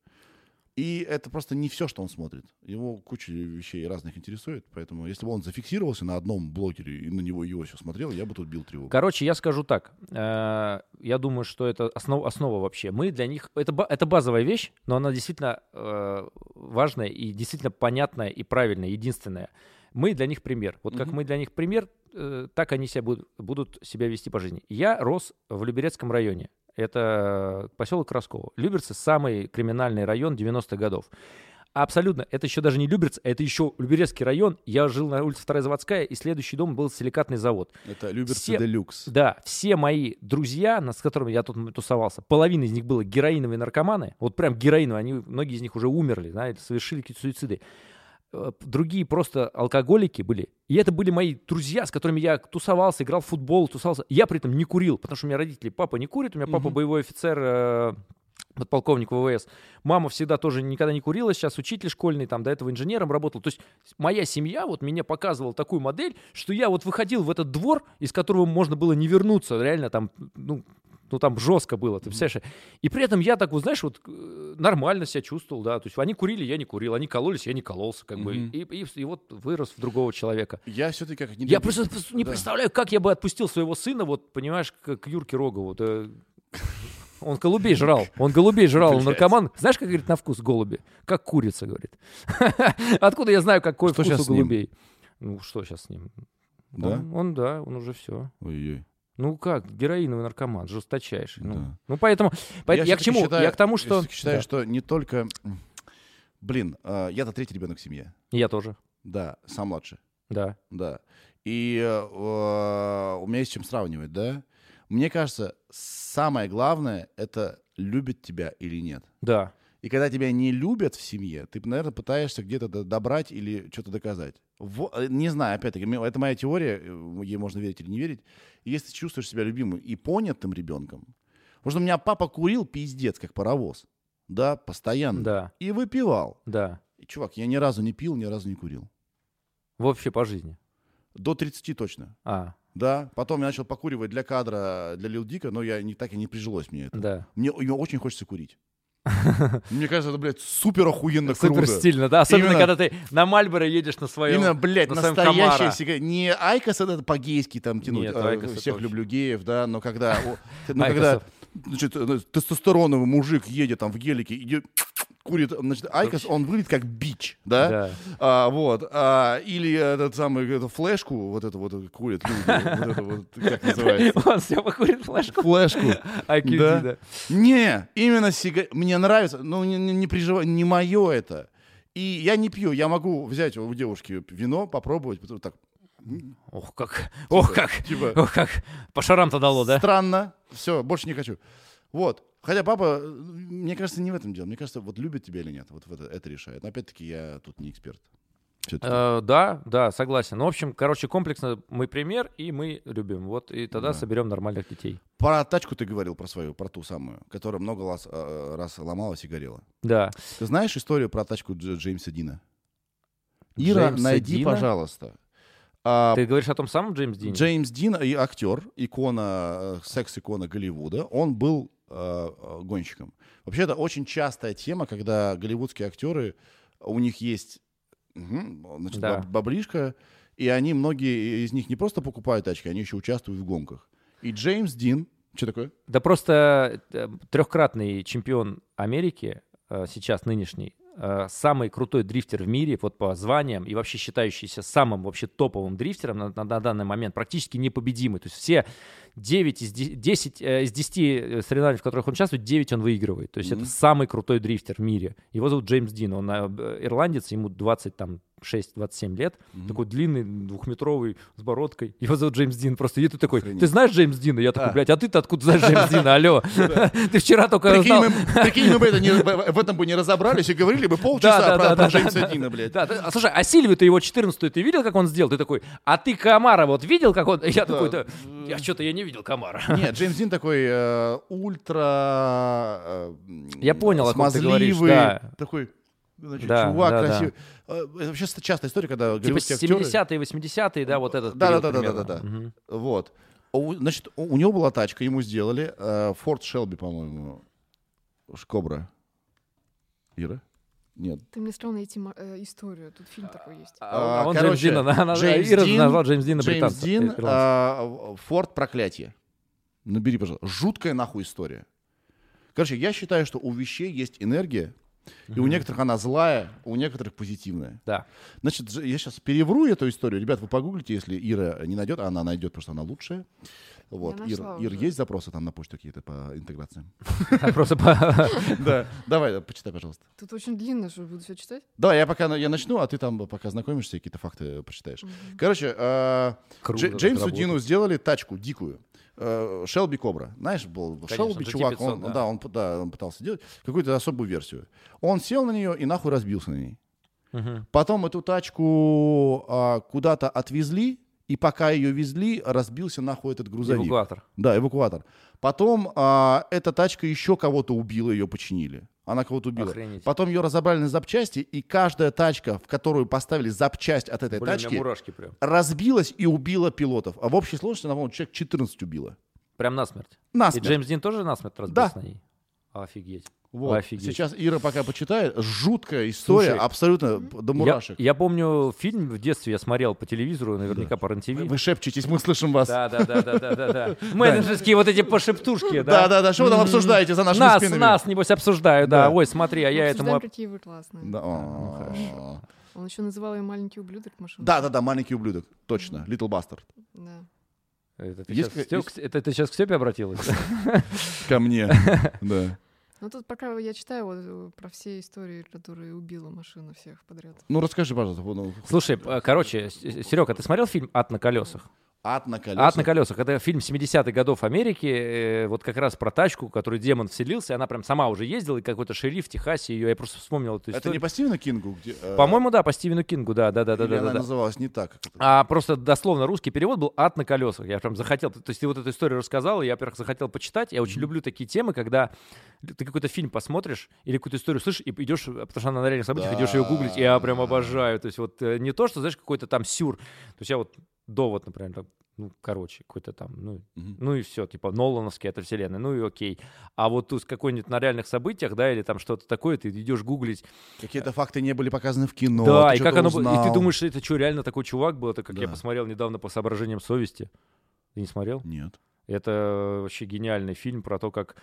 И это просто не все, что он смотрит. Его куча вещей разных интересует. Поэтому если бы он зафиксировался на одном блогере и на него его все смотрел, я бы тут бил тревогу. Короче, я скажу так. Я думаю, что это основа вообще. Мы для них... Это базовая вещь, но она действительно важная и действительно понятная и правильная, единственная. Мы для них пример. Вот как мы для них пример, так они себя будут себя вести по жизни. Я рос в Люберецком районе. Это поселок Красково. Люберцы — самый криминальный район 90-х годов. Абсолютно. Это еще даже не Люберцы, а это еще Люберецкий район. Я жил на улице 2-я Заводская, и следующий дом был силикатный завод. Это Люберцы Делюкс. Да. Все мои друзья, с которыми я тут тусовался, половина из них было героиновые наркоманы. Вот прям героиновые. Многие из них уже умерли, совершили какие-то суициды. Другие просто алкоголики были. И это были мои друзья, с которыми я тусовался, играл в футбол, тусовался. Я при этом не курил, потому что у меня родители, папа не курит, у меня папа боевой офицер, подполковник ВВС. Мама всегда тоже никогда не курила, сейчас учитель школьный, там до этого инженером работал. То есть моя семья вот мне показывала такую модель, что я вот выходил в этот двор, из которого можно было не вернуться. Реально там, там жестко было, ты представляешь? И при этом я так, вот, знаешь, вот нормально себя чувствовал, да. То есть они курили, я не курил, они кололись, я не кололся, как бы. И вот вырос в другого человека. Я все-таки как... Я просто не представляю, как я бы отпустил своего сына, вот, понимаешь, к Юрке Рогову. Он голубей жрал. Он наркоман. Знаешь, как говорит на вкус голуби? Как курица, говорит. Откуда я знаю, какой вкус у голубей? Ну, что сейчас с ним? Да? Он уже все. Ой-ой. Ну как, героиновый наркоман, жесточайший. Да. Ну поэтому я к чему? Я к тому, что... Я считаю, что не только... я-то третий ребенок в семье. Я тоже. Да, сам младший. Да. И у меня есть с чем сравнивать, да? Мне кажется, самое главное — это любят тебя или нет. Да. И когда тебя не любят в семье, ты, наверное, пытаешься где-то добрать или что-то доказать. Не знаю, опять-таки, это моя теория, ей можно верить или не верить. Если ты чувствуешь себя любимым и понятым ребенком, потому что у меня папа курил пиздец, как паровоз, да, постоянно, да. И выпивал. Да. И, чувак, я ни разу не пил, ни разу не курил. Вообще по жизни? До 30 точно. Да, потом я начал покуривать для кадра, для Лил Дика, но так и не прижилось мне это. Да. Мне очень хочется курить. Мне кажется, это, блядь, супер охуенно круто. Супер стильно, да? Особенно, когда ты на Мальборо едешь на своем... Именно, блядь, настоящая сигарета. Не Айкос, это по-гейски там тянуть. Нет, всех люблю геев, да, но когда... Тестостероновый мужик едет там в гелике, идет... Курит, значит, Айкос, он выглядит как бич, да? Или эту флешку, вот эту вот курит люди, как называется? Он все покурит флешку? Флешку. IQD, да. Не, именно мне нравится, не мое это. И я не пью, я могу взять у девушки вино, попробовать, потом так. Ох как, по шарам-то дало, да? Странно, все, больше не хочу. Вот. Хотя папа, мне кажется, не в этом дело. Мне кажется, вот любит тебя или нет. Вот это решает. Но опять-таки я тут не эксперт. Да, согласен. Ну, в общем, комплексно мы пример, и мы любим. Вот, и тогда соберем нормальных детей. Про тачку ты говорил, про свою, про ту самую, которая много раз ломалась и горела. Да. Ты знаешь историю про тачку Джеймса Дина? Ира, найди, пожалуйста. Ты говоришь о том самом Джеймс Дине? Джеймс Дин, актер, секс-икона Голливуда, он был гонщиком. Вообще, это очень частая тема, когда голливудские актеры, у них есть баблишка, и многие из них не просто покупают тачки, они еще участвуют в гонках. И Джеймс Дин, что такое? Да просто трехкратный чемпион Америки, сейчас нынешний, самый крутой дрифтер в мире, вот по званиям, и вообще считающийся самым вообще топовым дрифтером на данный момент, практически непобедимый. То есть все 10 из 10 соревнований, в которых он участвует, 9 он выигрывает. То есть это самый крутой дрифтер в мире. Его зовут Джеймс Дин, он ирландец, ему 26-27 лет, такой длинный, 2-метровый, с бородкой. Его зовут Джеймс Дин. Просто и ты такой, ты знаешь Джеймс Дина? Я такой, блядь, а ты-то откуда знаешь Джеймс Дина? Алло. Ты вчера только узнал. Прикинь, мы в этом бы не разобрались и говорили бы полчаса про Джеймса Дина, блядь. Слушай, а Сильвию-то его 14-ю ты видел, как он сделал? Ты такой, а ты Камара вот видел, как он? Я такой, я не видел Камара. Нет, Джеймс Дин такой ультра я понял, смазливый, такой... чувак красивый. Это вообще частая история, когда голливудские актеры... 70-е, 80-е, да, вот этот период. Да. Вот. Значит, у него была тачка, ему сделали Ford Shelby, по-моему, Кобра. Ира? Нет. Ты мне сказал найти историю, тут фильм такой есть. Он Джеймс Дин, Ира назвал Джеймс Дина британцем. Джеймс Дин, Ford проклятие. Набери, пожалуйста. Жуткая нахуй история. Короче, я считаю, что у вещей есть энергия, и у некоторых она злая, у некоторых позитивная. Да. Значит, я сейчас перевру эту историю. Ребят, вы погуглите, если Ира не найдет, она найдет, потому что она лучшая. Вот. Ир, есть запросы там на почту какие-то по интеграциям? Запросы по... Да. Давай, почитай, пожалуйста. Тут очень длинно, что буду все читать? Давай, я начну, а ты там пока знакомишься, какие-то факты почитаешь. Короче, Джеймсу Дину сделали тачку дикую. Шелби Кобра. Знаешь, был Шелби, чувак, он пытался делать какую-то особую версию. Он сел на нее и нахуй разбился на ней. Потом эту тачку куда-то отвезли, и пока ее везли, разбился нахуй этот грузовик. Эвакуатор. Да, эвакуатор. Потом эта тачка еще кого-то убила, ее починили. Она кого-то убила. Охренеть. Потом ее разобрали на запчасти, и каждая тачка, в которую поставили запчасть от этой тачки, разбилась и убила пилотов. А в общей сложности, по-моему, человек 14 убила. Прям насмерть? Насмерть. И Джеймс Дин тоже насмерть разбился на ней? Офигеть. Вот. Сейчас Ира пока почитает. Жуткая история. Слушай, абсолютно до мурашек. Я помню фильм в детстве я смотрел по телевизору, наверняка по РЕН-ТВ. Вы шепчетесь, мы слышим вас. Да. Менеджерские вот эти пошептушки. Да. Что вы там обсуждаете за нашими спинами? Нас, небось, обсуждают, да. Ой, смотри, а я этому... какие вы классные. Да, хорошо. Он еще называл ее «Маленький ублюдок» машину. Да, «Маленький ублюдок». Точно. Little Bastard. Да. Это ты сейчас к Степе обратилась? Ко мне, да. Ну тут пока я читаю вот про все истории, которые убила машина всех подряд. Ну расскажи, пожалуйста. Слушай, короче, Серега, ты смотрел фильм «Ад на колесах»? «Ад на колесах»? «Ад на колесах». Это фильм 70-х годов Америки, вот как раз про тачку, в которую демон вселился, и она прям сама уже ездила, и какой-то шериф в Техасе ее, я просто вспомнил эту историю. Это не по Стивену Кингу? По-моему, да, по Стивену Кингу, да. Или она называлась не так? Просто дословно русский перевод был «Ад на колесах». Я прям захотел, то есть ты вот эту историю рассказал, и я, во-первых, захотел почитать. Я очень люблю такие темы, когда ты какой-то фильм посмотришь или какую-то историю слышишь, и идешь, потому что она на реальных событиях, идешь ее гуглить, и я прям обожаю. То есть вот не то, что, знаешь, какой-то там сюр. То есть я вот довод, например, там, какой-то там, ну и все, типа Нолановский это вселенная, ну и окей. А вот тут какой-нибудь на реальных событиях, да, или там что-то такое, ты идешь гуглить. Какие-то факты не были показаны в кино. Да, и как оно было. И ты думаешь, это что, реально такой чувак был? Это как я посмотрел недавно по соображениям совести. Ты не смотрел? Нет. Это вообще гениальный фильм про то, как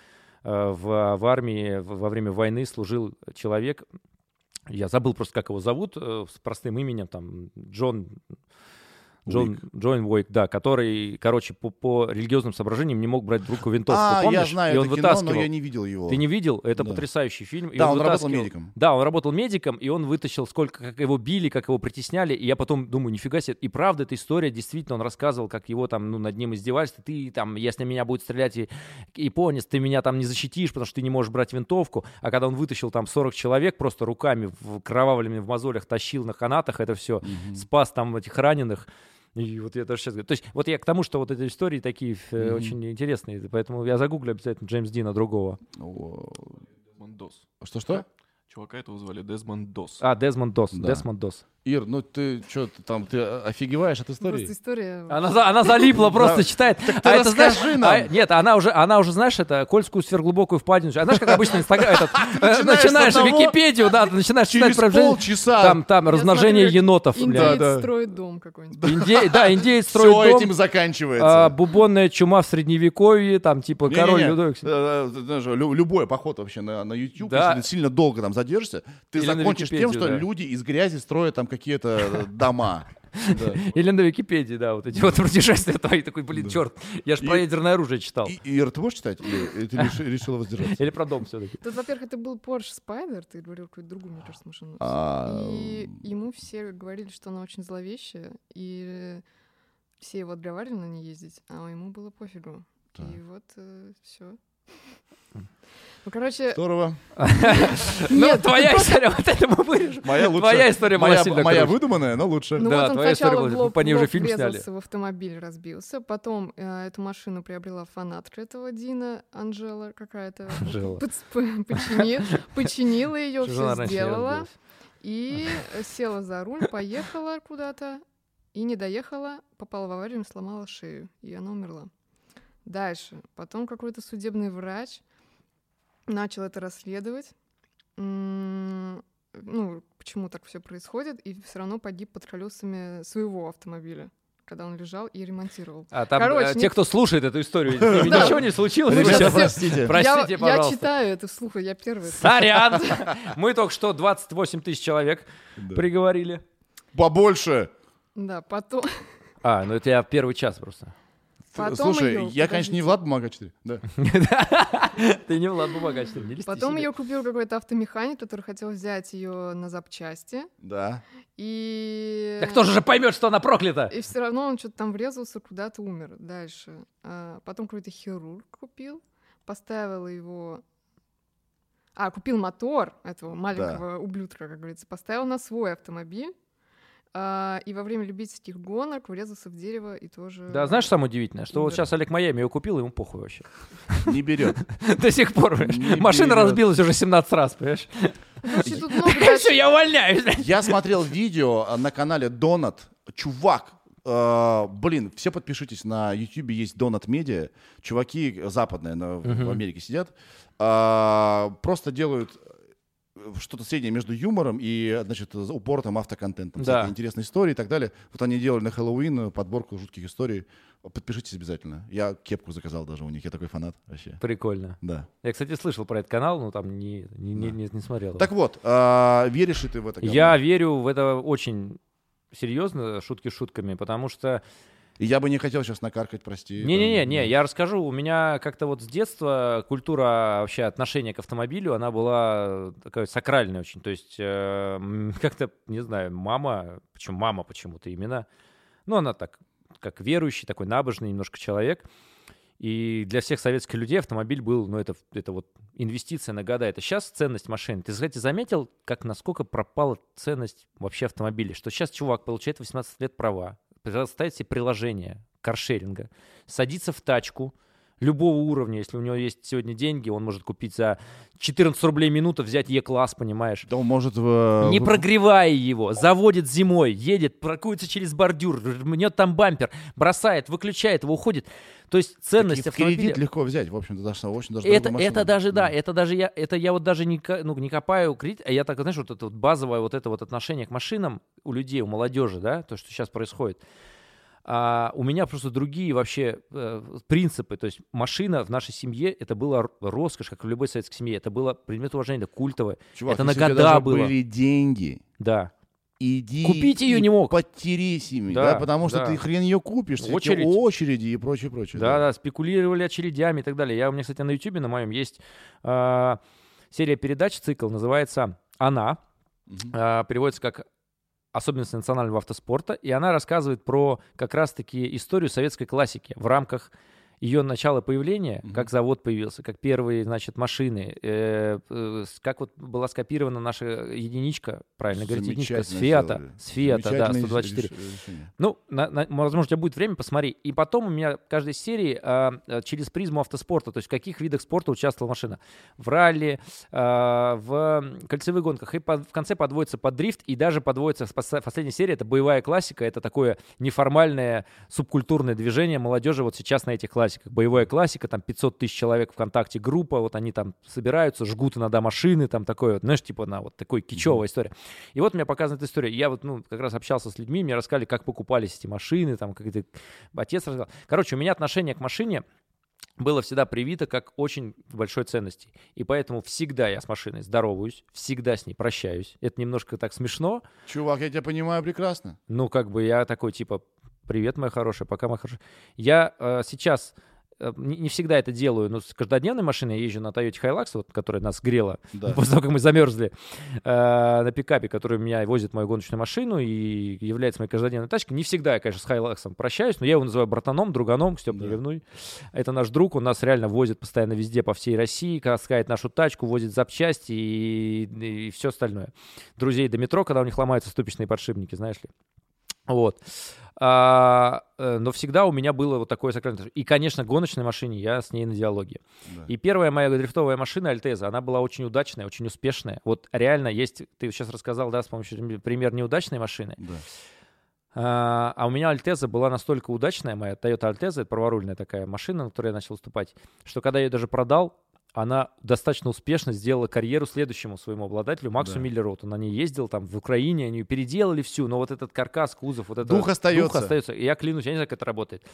в армии во время войны служил человек. Я забыл просто, как его зовут, с простым именем, там, Джон Джон Уик, да, который, короче, по религиозным соображениям не мог брать в руку винтовку, помнишь? Я знаю и он это вытаскивал. кино, но я не видел его. Ты не видел? Это потрясающий фильм. Да, он работал медиком. Да, он работал медиком, и он вытащил, как его били, как его притесняли, и я потом думаю, нифига себе, и правда, эта история, действительно, он рассказывал, как его там, над ним издевались, ты там, если меня будет стрелять японец, ты меня там не защитишь, потому что ты не можешь брать винтовку, а когда он вытащил там 40 человек, просто руками кровавыми в мозолях тащил на канатах это все, спас там этих раненых. И вот я даже сейчас говорю. То есть вот я к тому, что вот эти истории такие очень интересные, поэтому я загуглю обязательно Джеймс Дина другого. Что? Чувака этого звали Дезмонд Дос. Дезмонд Дос. Да. Дезмонд Дос. Ир, ну ты что там, ты офигеваешь от истории? Просто история... Она залипла, просто читает. Так ты расскажи нам. Нет, она уже, знаешь, это Кольскую сверхглубокую впадину. А знаешь, как обычно начинаешь Википедию, да, начинаешь читать про через полчаса. Там размножение енотов. Индеец строит дом какой-нибудь. Да, индеец строит дом. Все этим заканчивается. Бубонная чума в Средневековье, там типа король Людовик. Любой поход вообще на YouTube, если ты сильно долго там задержишься, ты закончишь тем, что люди из грязи строят там какие-то дома. Или на Википедии, да, вот эти вот путешествия твои, такой, блин, черт, я же про ядерное оружие читал. Ир, ты можешь читать? Или ты решила воздержаться? Или про дом все-таки? Тут, во-первых, это был Porsche Spyder, ты говорил какую-то другую, мне кажется, машину. И ему все говорили, что она очень зловещая, и все его отговаривали на ней ездить, а ему было пофигу. И вот все. Ну, короче... Здорово. Нет, твоя история, вот это мы вырежем. Моя лучше. Твоя история была сильно моя выдуманная, но лучше. Ну да, вот он твоя история сначала была, по ней уже фильм врезался сняли. в автомобиль, разбился. Потом эту машину приобрела фанатка этого Дина, Анжела какая-то. Починила ее, все сделала. И села за руль, поехала куда-то. И не доехала, попала в аварию, сломала шею. И она умерла. Дальше. Потом какой-то судебный врач начал это расследовать. Ну, почему так все происходит, и все равно погиб под колесами своего автомобиля, когда он лежал и ремонтировал. А там те, кто слушает эту историю, ничего не случилось? Простите. Простите, пожалуйста. Я читаю это вслух, я первый. Сорян! Мы только что 28 тысяч человек приговорили. Побольше! Да, потом... Ну это я первый час просто. Слушай, я, конечно, не Влад Бумага 4. Да. Ты не Влад Бумага 4. Потом ее купил какой-то автомеханик, который хотел взять ее на запчасти. Да. И... Да кто же поймет, что она проклята? И все равно он что-то там врезался, куда-то умер. Дальше. Потом какой-то хирург купил, поставил его... купил мотор этого маленького ублюдка, как говорится, поставил на свой автомобиль. И во время любительских гонок врезался в дерево и тоже... Да, знаешь, самое удивительное, что вот сейчас Олег Майами его купил, ему похуй вообще. Не берет. До сих пор, понимаешь? Машина разбилась уже 17 раз, понимаешь? Короче, тут много... Все, я увольняюсь. Я смотрел видео на канале Донат. Чувак, все подпишитесь, на YouTube есть Донат Медиа. Чуваки западные в Америке сидят. Просто делают... что-то среднее между юмором и, значит, упоротым автоконтентом. Да. Интересные истории и так далее. Вот они делали на Хэллоуин подборку жутких историй. Подпишитесь обязательно. Я кепку заказал даже у них. Я такой фанат вообще. Прикольно. Да. Я, кстати, слышал про этот канал, но там не смотрел. Так вот, веришь ли ты в это? Я верю в это очень серьезно, шутки шутками, потому что... И я бы не хотел сейчас накаркать, прости. Не, я расскажу. У меня как-то вот с детства культура вообще отношения к автомобилю, она была такая сакральная очень. То есть как-то, не знаю, мама почему-то именно, она так, как верующий, такой набожный немножко человек. И для всех советских людей автомобиль был, это вот инвестиция на года. Это сейчас ценность машины. Ты, кстати, заметил, насколько пропала ценность вообще автомобиля? Что сейчас чувак получает 18 лет права, ставит себе приложение каршеринга, садится в тачку любого уровня, если у него есть сегодня деньги, он может купить за 14 рублей минуту, взять Е-класс, понимаешь? Да он может... Не прогревая его, заводит зимой, едет, паркуется через бордюр, мнет там бампер, бросает, выключает его, уходит. То есть ценность автомобиля... Кредит легко взять, в общем-то, очень даже... Это я вот даже не копаю кредит, а я так, знаешь, вот это вот базовое вот это вот отношение к машинам у людей, у молодежи, да, то, что сейчас происходит. У меня просто другие вообще принципы. То есть машина в нашей семье, это была роскошь, как в любой советской семье. Это было предмет уважения, это культовое. Чувак, это на года года было. Были деньги. Да. иди купить ее не мог. Потерись ими, да, потому что ты хрен ее купишь. Очереди и прочее. Да, спекулировали очередями и так далее. У меня, кстати, на YouTube на моем есть серия передач, цикл, называется «Она». Переводится как «Особенности национального автоспорта». И она рассказывает про как раз-таки историю советской классики в рамках ее начало появления, как завод появился, как первые, значит, машины, как вот была скопирована наша единичка, правильно говорить, единичка, с Фиата, да, 124. Ну, возможно, у тебя будет время, посмотри. И потом у меня в каждой серии через призму автоспорта, то есть в каких видах спорта участвовала машина. В ралли, в кольцевых гонках. И в конце подводится под дрифт, и даже подводится последняя серия, это боевая классика, это такое неформальное субкультурное движение молодежи вот сейчас на этих классиках. Боевая классика, там 500 тысяч человек ВКонтакте группа, вот они там собираются, жгут иногда машины, там такое, вот, знаешь, типа на вот такой кичевая история. И вот мне показана эта история. Я вот, как раз общался с людьми, мне рассказали, как покупались эти машины, там, как это отец рассказал. Короче, у меня отношение к машине было всегда привито как очень большой ценности. И поэтому всегда я с машиной здороваюсь, всегда с ней прощаюсь. Это немножко так смешно. Чувак, я тебя понимаю прекрасно. Ну, как бы я такой, типа, привет, моя хорошая, пока, моя хорошая. Я сейчас не всегда это делаю, но с каждодневной машиной я езжу на Toyota Hilux, вот, которая нас грела, после того, как мы замерзли, на пикапе, который меня возит мою гоночную машину и является моей каждодневной тачкой. Не всегда я, конечно, с Hilux прощаюсь, но я его называю братаном, друганом, Степ, не ревнуй. Это наш друг, он нас реально возит постоянно везде, по всей России, таскает нашу тачку, возит запчасти и все остальное. Друзей до метро, когда у них ломаются ступичные подшипники, знаешь ли. Вот. Но всегда у меня было вот такое сокровенное. И, конечно, гоночной машине я с ней на диалоге. Да. И первая моя дрифтовая машина Альтеза, она была очень удачная, очень успешная. Вот реально есть, ты сейчас рассказал, да, с помощью пример неудачной машины. Да. А у меня Альтеза была настолько удачная, моя Toyota Альтеза, это праворульная такая машина, на которой я начал выступать, что когда я ее даже продал, она достаточно успешно сделала карьеру следующему своему обладателю, Максу Миллеру. Вот он на ней ездил, там в Украине, они ее переделали всю, но вот этот каркас, кузов, вот это... Дух остается. И я клянусь, я не знаю, как это работает.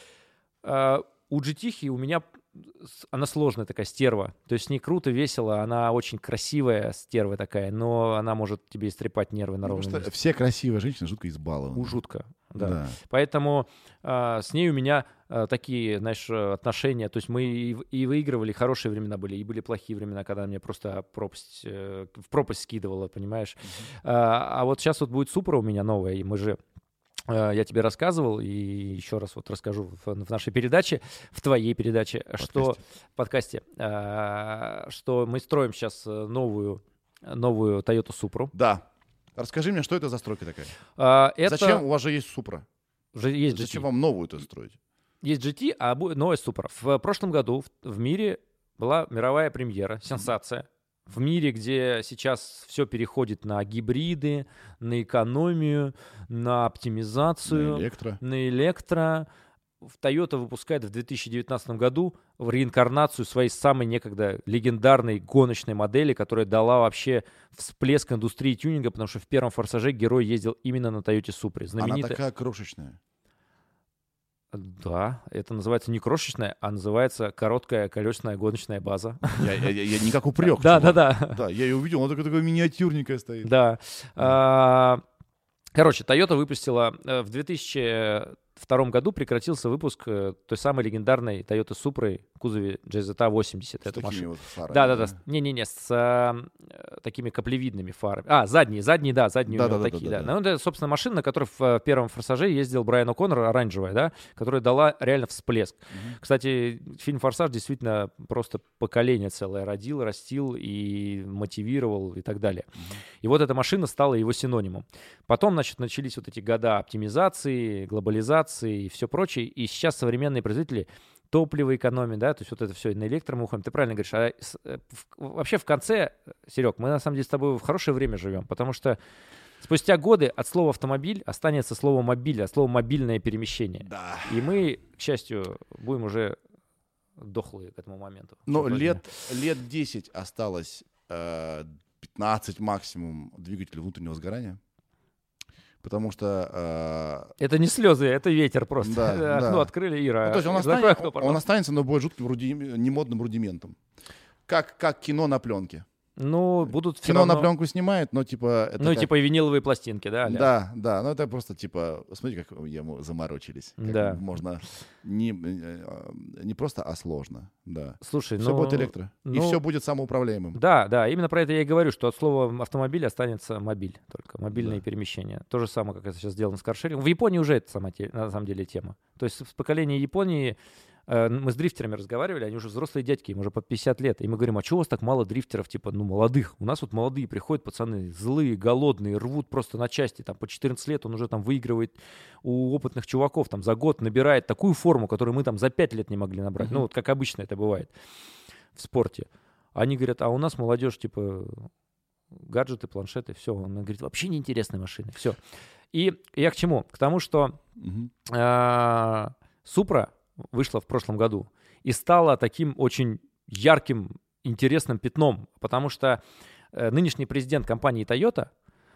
У GT у меня... Она сложная такая стерва. То есть с ней круто, весело. Она очень красивая стерва такая, но она может тебе истрепать нервы на ровном месте. Все красивые женщины жутко избалованы. Жутко, да. Поэтому с ней у меня такие, знаешь, отношения. То есть мы и выигрывали, хорошие времена были, и были плохие времена, когда меня просто в пропасть скидывало, понимаешь. А вот сейчас вот будет Супра у меня новая, и мы же... Я тебе рассказывал, и еще раз вот расскажу в нашей передаче, в твоей передаче, подкасте, что мы строим сейчас новую Toyota Supra. Да. Расскажи мне, что это за стройка такая? Зачем? У вас же есть Supra. Есть GT. Зачем вам новую-то строить? Есть GT, а новая Supra. В прошлом году в мире была мировая премьера, сенсация. В мире, где сейчас все переходит на гибриды, на экономию, на оптимизацию, на электро. Toyota выпускает в 2019 году в реинкарнацию своей самой некогда легендарной гоночной модели, которая дала вообще всплеск индустрии тюнинга, потому что в первом «Форсаже» герой ездил именно на Toyota Supra. Она такая крошечная. Да, это называется не крошечная, а называется короткая колесная гоночная база. Я не как упрек. Да. Да, я ее увидел, она такая миниатюрненькая стоит. Да. Короче, Toyota выпустила в 2002 году прекратился выпуск той самой легендарной Toyota Supra в кузове GZA-80. С такими вот фарами. Да. Не, с такими каплевидными фарами. Задние такие, да. Ну, это, собственно, машина, на которой в первом «Форсаже» ездил Брайан О'Коннор, оранжевая, да, которая дала реально всплеск. Кстати, фильм «Форсаж» действительно просто поколение целое растил и мотивировал и так далее. И вот эта машина стала его синонимом. Потом, значит, начались вот эти года оптимизации, глобализации и все прочее. И сейчас современные производители топливо экономят, да, то есть вот это все на электро мы уходим. Ты правильно говоришь. Вообще в конце, Серег, мы на самом деле с тобой в хорошее время живем, потому что спустя годы от слова «автомобиль» останется слово «мобиль», от слова «мобильное перемещение». Да. И мы, к счастью, будем уже дохлые к этому моменту. Но лет 10 осталось, 15 максимум двигателя внутреннего сгорания. Потому что... Это не слезы, это ветер просто. Да. Окно открыли, Ира. Ну, то есть он останется, но будет жутким немодным рудиментом. Как кино на пленке. Ну, будут все Кино равно... на пленку снимает, но типа... Это типа и виниловые пластинки, да? Да, да, но это просто типа... Смотрите, как ему заморочились. Да. Можно не просто, а сложно, да. Слушай, все будет электро, и все будет самоуправляемым. Да, да, именно про это я и говорю, что от слова автомобиль останется мобиль, только мобильные перемещения. То же самое, как это сейчас сделано с каршерингом. В Японии уже это на самом деле тема. То есть в поколении Японии мы с дрифтерами разговаривали, они уже взрослые дядьки, им уже под 50 лет. И мы говорим, а чего у вас так мало дрифтеров, типа, молодых? У нас вот молодые приходят пацаны, злые, голодные, рвут просто на части. Там по 14 лет он уже там выигрывает у опытных чуваков, там за год набирает такую форму, которую мы там за 5 лет не могли набрать. Ну вот как обычно это бывает в спорте. Они говорят, а у нас молодежь, типа, гаджеты, планшеты, все. Он говорит, вообще неинтересные машины, все. И я к чему? К тому, что Супра вышла в прошлом году и стала таким очень ярким, интересным пятном, потому что нынешний президент компании Toyota,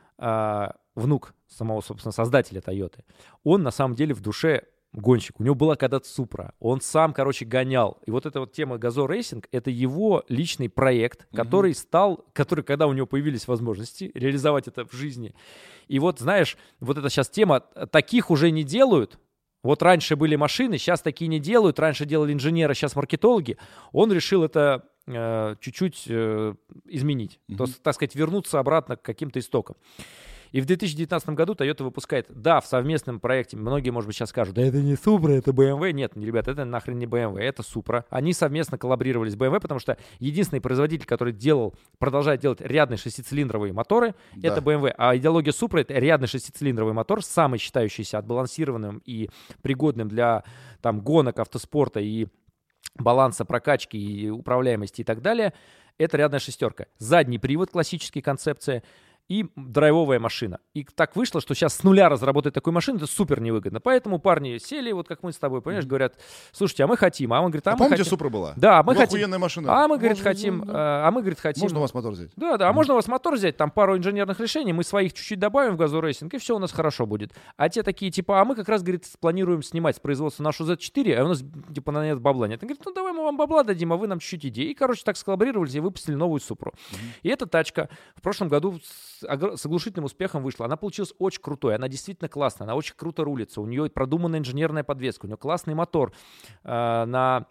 внук самого, собственно, создателя Toyota, он на самом деле в душе гонщик. У него была когда-то Супра. Он сам, короче, гонял. И вот эта вот тема Газо Рейсинг — это его личный проект, который, когда у него появились возможности реализовать это в жизни. И вот, знаешь, вот эта сейчас тема, таких уже не делают. Вот раньше были машины, сейчас такие не делают. Раньше делали инженеры, сейчас маркетологи. Он решил это чуть-чуть изменить. То есть, так сказать, вернуться обратно к каким-то истокам. И в 2019 году Toyota выпускает, да, в совместном проекте, многие, может быть, сейчас скажут, да это не Supra, это BMW. Нет, ребята, это нахрен не BMW, это Supra. Они совместно коллаборировали с BMW, потому что единственный производитель, который продолжает делать рядные шестицилиндровые моторы, это BMW. А идеология Supra — это рядный шестицилиндровый мотор, самый считающийся отбалансированным и пригодным для там гонок, автоспорта и баланса прокачки и управляемости и так далее. Это рядная шестерка. Задний привод, классическая концепция, и драйвовая машина. И так вышло, что сейчас с нуля разработать такую машину, это супер невыгодно. Поэтому парни сели, вот как мы с тобой, понимаешь, говорят, слушайте, а мы хотим. А он говорит, помните, Супра была? Да, мы хотим. Охуенная машина. А мы, говорит, хотим. Можно у вас мотор взять? Да, а можно у вас мотор взять, там пару инженерных решений, мы своих чуть-чуть добавим в Газо Рейсинг, и все у нас хорошо будет. А те такие, типа, а мы как раз, говорит, планируем снимать с производства нашу Z4, а у нас, типа, на нет бабла нет. Он говорит, ну давай мы вам бабла дадим, а вы нам чуть-чуть идей. И, короче, так сколлаборировались и выпустили новую Супру. И эта тачка в прошлом году с оглушительным успехом вышла. Она получилась очень крутой, она действительно классная, она очень круто рулится, у нее продуманная инженерная подвеска, у нее классный мотор на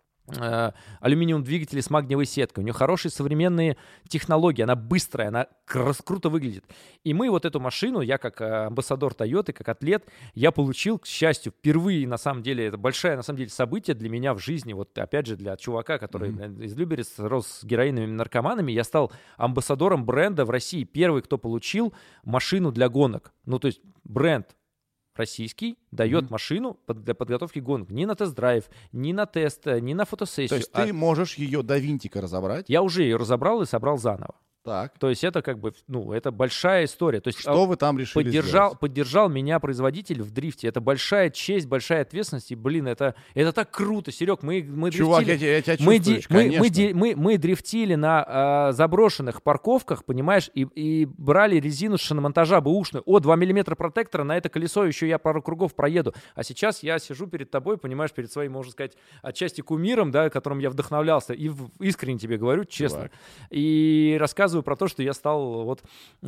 алюминиевом двигателе с магниевой сеткой, у нее хорошие современные технологии, она быстрая, она круто выглядит. И мы вот эту машину, я как амбассадор Toyota, как атлет, я получил, к счастью, впервые, на самом деле, это большое, на самом деле, событие для меня в жизни, вот опять же, для чувака, который из Люберец рос с героиновыми наркоманами, я стал амбассадором бренда в России, первый, кто получил машину для гонок. Ну, то есть бренд российский дает машину для подготовки гонок. Ни на тест-драйв, ни на тест, ни на фотосессию. То есть ты можешь ее до винтика разобрать? Я уже ее разобрал и собрал заново. Так. То есть это как бы, ну, это большая история. То есть, что вы там решили сделать? Поддержал меня производитель в дрифте. Это большая честь, большая ответственность. И, блин, это так круто, Серег. Мы Чувак, дрифтили, я тебя чувствую, конечно. мы дрифтили на заброшенных парковках, понимаешь, и брали резину с шиномонтажа бэушную. 2 миллиметра протектора, на это колесо еще я пару кругов проеду. А сейчас я сижу перед тобой, понимаешь, перед своим, можно сказать, отчасти кумиром, да, которым я вдохновлялся. И искренне тебе говорю, честно. Чувак. И рассказываю про то, что я стал, вот,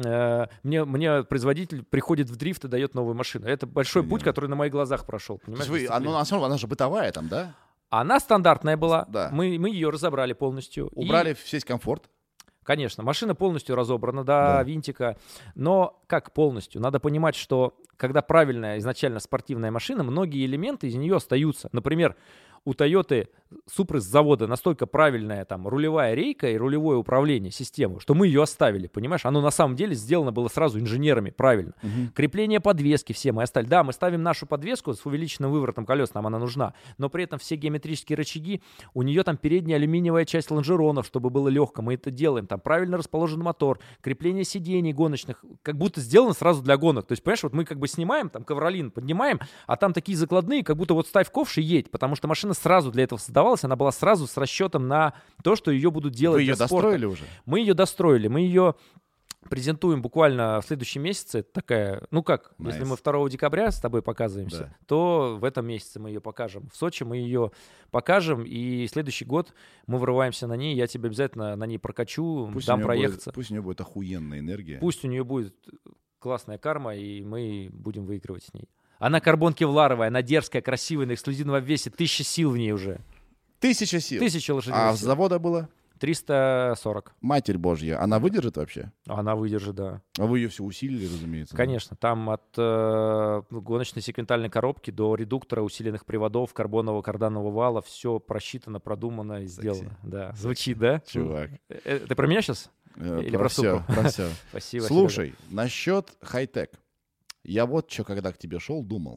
мне производитель приходит в дрифт и дает новую машину. Это большой путь, который на моих глазах прошел. Понимаешь? Она же бытовая там, да? Она стандартная была. Да. Мы ее разобрали полностью. Убрали весь комфорт. Конечно, машина полностью разобрана до винтика. Но как полностью? Надо понимать, что когда правильная изначально спортивная машина, многие элементы из нее остаются. Например, у Toyota Супры с завода настолько правильная там рулевая рейка и рулевое управление, систему, что мы ее оставили, понимаешь? Оно на самом деле сделано было сразу инженерами, правильно. Крепление подвески все мы оставили. Да, мы ставим нашу подвеску с увеличенным выворотом колес, нам она нужна, но при этом все геометрические рычаги, у нее там передняя алюминиевая часть лонжеронов, чтобы было легко, мы это делаем. Там правильно расположен мотор, крепление сидений гоночных, как будто сделано сразу для гонок. То есть, понимаешь, вот мы как бы снимаем, там ковролин поднимаем, а там такие закладные, как будто вот ставь ковш и едь, потому что машина сразу для этого создавалась, она была сразу с расчетом на то, что ее будут делать. Вы ее достроили уже? Мы ее достроили, мы ее презентуем буквально в следующем месяце. Это такая, если мы 2 декабря с тобой показываемся, то в этом месяце мы ее покажем. В Сочи мы ее покажем, и следующий год мы врываемся на ней. Я тебе обязательно на ней прокачу, дам проехаться. Пусть у нее будет охуенная энергия. Пусть у нее будет классная карма, и мы будем выигрывать с ней. Она карбон-кевларовая, она дерзкая, красивая, на эксклюзивном весе. 1000 сил в ней уже. 1000 сил? 1000 лошадей. А с завода было? 340. Матерь Божья. Она выдержит вообще? Она выдержит, да. А вы ее все усилили, разумеется? Конечно. Там от гоночной секвентальной коробки до редуктора, усиленных приводов, карбонового карданного вала все просчитано, продумано и сделано. Да. Звучит, да? Чувак. Ты про меня сейчас? Или про все. Спасибо. Слушай, насчет хай-тек. Я вот что, когда к тебе шел, думал.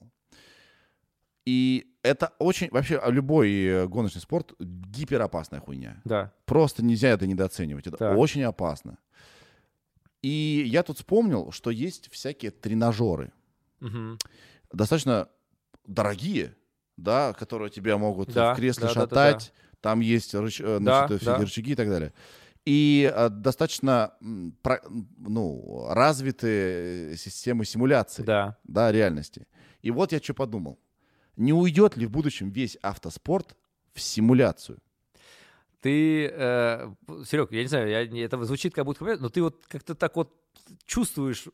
И это очень... Вообще, любой гоночный спорт — гиперопасная хуйня. Да. Просто нельзя это недооценивать. Это очень опасно. И я тут вспомнил, что есть всякие тренажеры. Угу. Достаточно дорогие, да, которые тебя могут в кресле шатать. Да. Там есть рычаги и так далее. И достаточно развитые системы симуляции реальности. И вот я что подумал. Не уйдет ли в будущем весь автоспорт в симуляцию? Ты, Серег, я не знаю, это звучит как будто, но ты вот как-то так вот чувствуешь,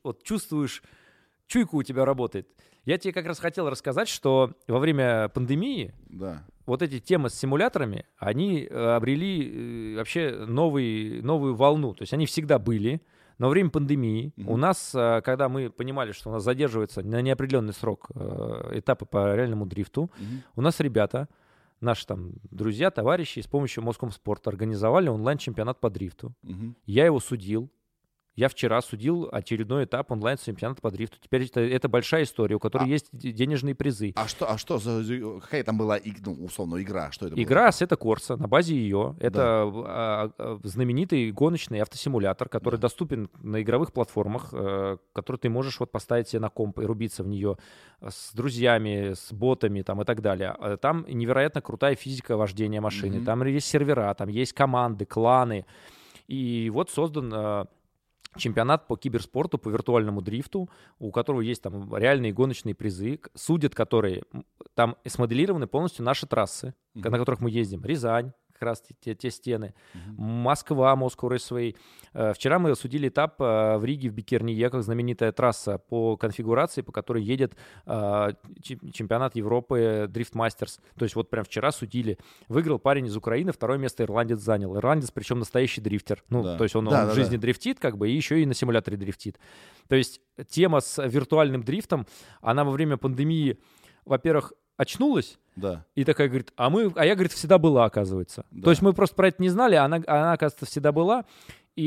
чуйка у тебя работает. Я тебе как раз хотел рассказать, что во время пандемии вот эти темы с симуляторами, они обрели вообще новую волну. То есть они всегда были, но во время пандемии у нас, когда мы понимали, что у нас задерживается на неопределенный срок этапы по реальному дрифту, у нас ребята, наши там друзья, товарищи с помощью Москомспорта организовали онлайн-чемпионат по дрифту. Я его судил. Я вчера судил очередной этап онлайн-чемпионата по дрифту. Теперь это большая история, у которой есть денежные призы. А что за... Какая там была, условно, игра? Что это игра Assetto Corsa, на базе ее. Это знаменитый гоночный автосимулятор, который доступен на игровых платформах, который ты можешь поставить себе на комп и рубиться в нее с друзьями, с ботами там, и так далее. Там невероятно крутая физика вождения машины. Там есть сервера, там есть команды, кланы. И вот создан... чемпионат по киберспорту, по виртуальному дрифту, у которого есть там реальные гоночные призы, судят которые, там смоделированы полностью наши трассы, на которых мы ездим. Рязань, как раз те стены. Москва, Moscow Raceway. Вчера мы судили этап в Риге, в Бикерние, как знаменитая трасса по конфигурации, по которой едет чемпионат Европы Drift Masters. То есть вот прям вчера судили. Выиграл парень из Украины, 2-е место ирландец занял. Ирландец, причем настоящий дрифтер. То есть он в жизни дрифтит, как бы, и еще и на симуляторе дрифтит. То есть тема с виртуальным дрифтом, она во время пандемии, во-первых, очнулась, и такая говорит, я, говорит, всегда была, оказывается. То есть мы просто про это не знали, она оказывается, всегда была, и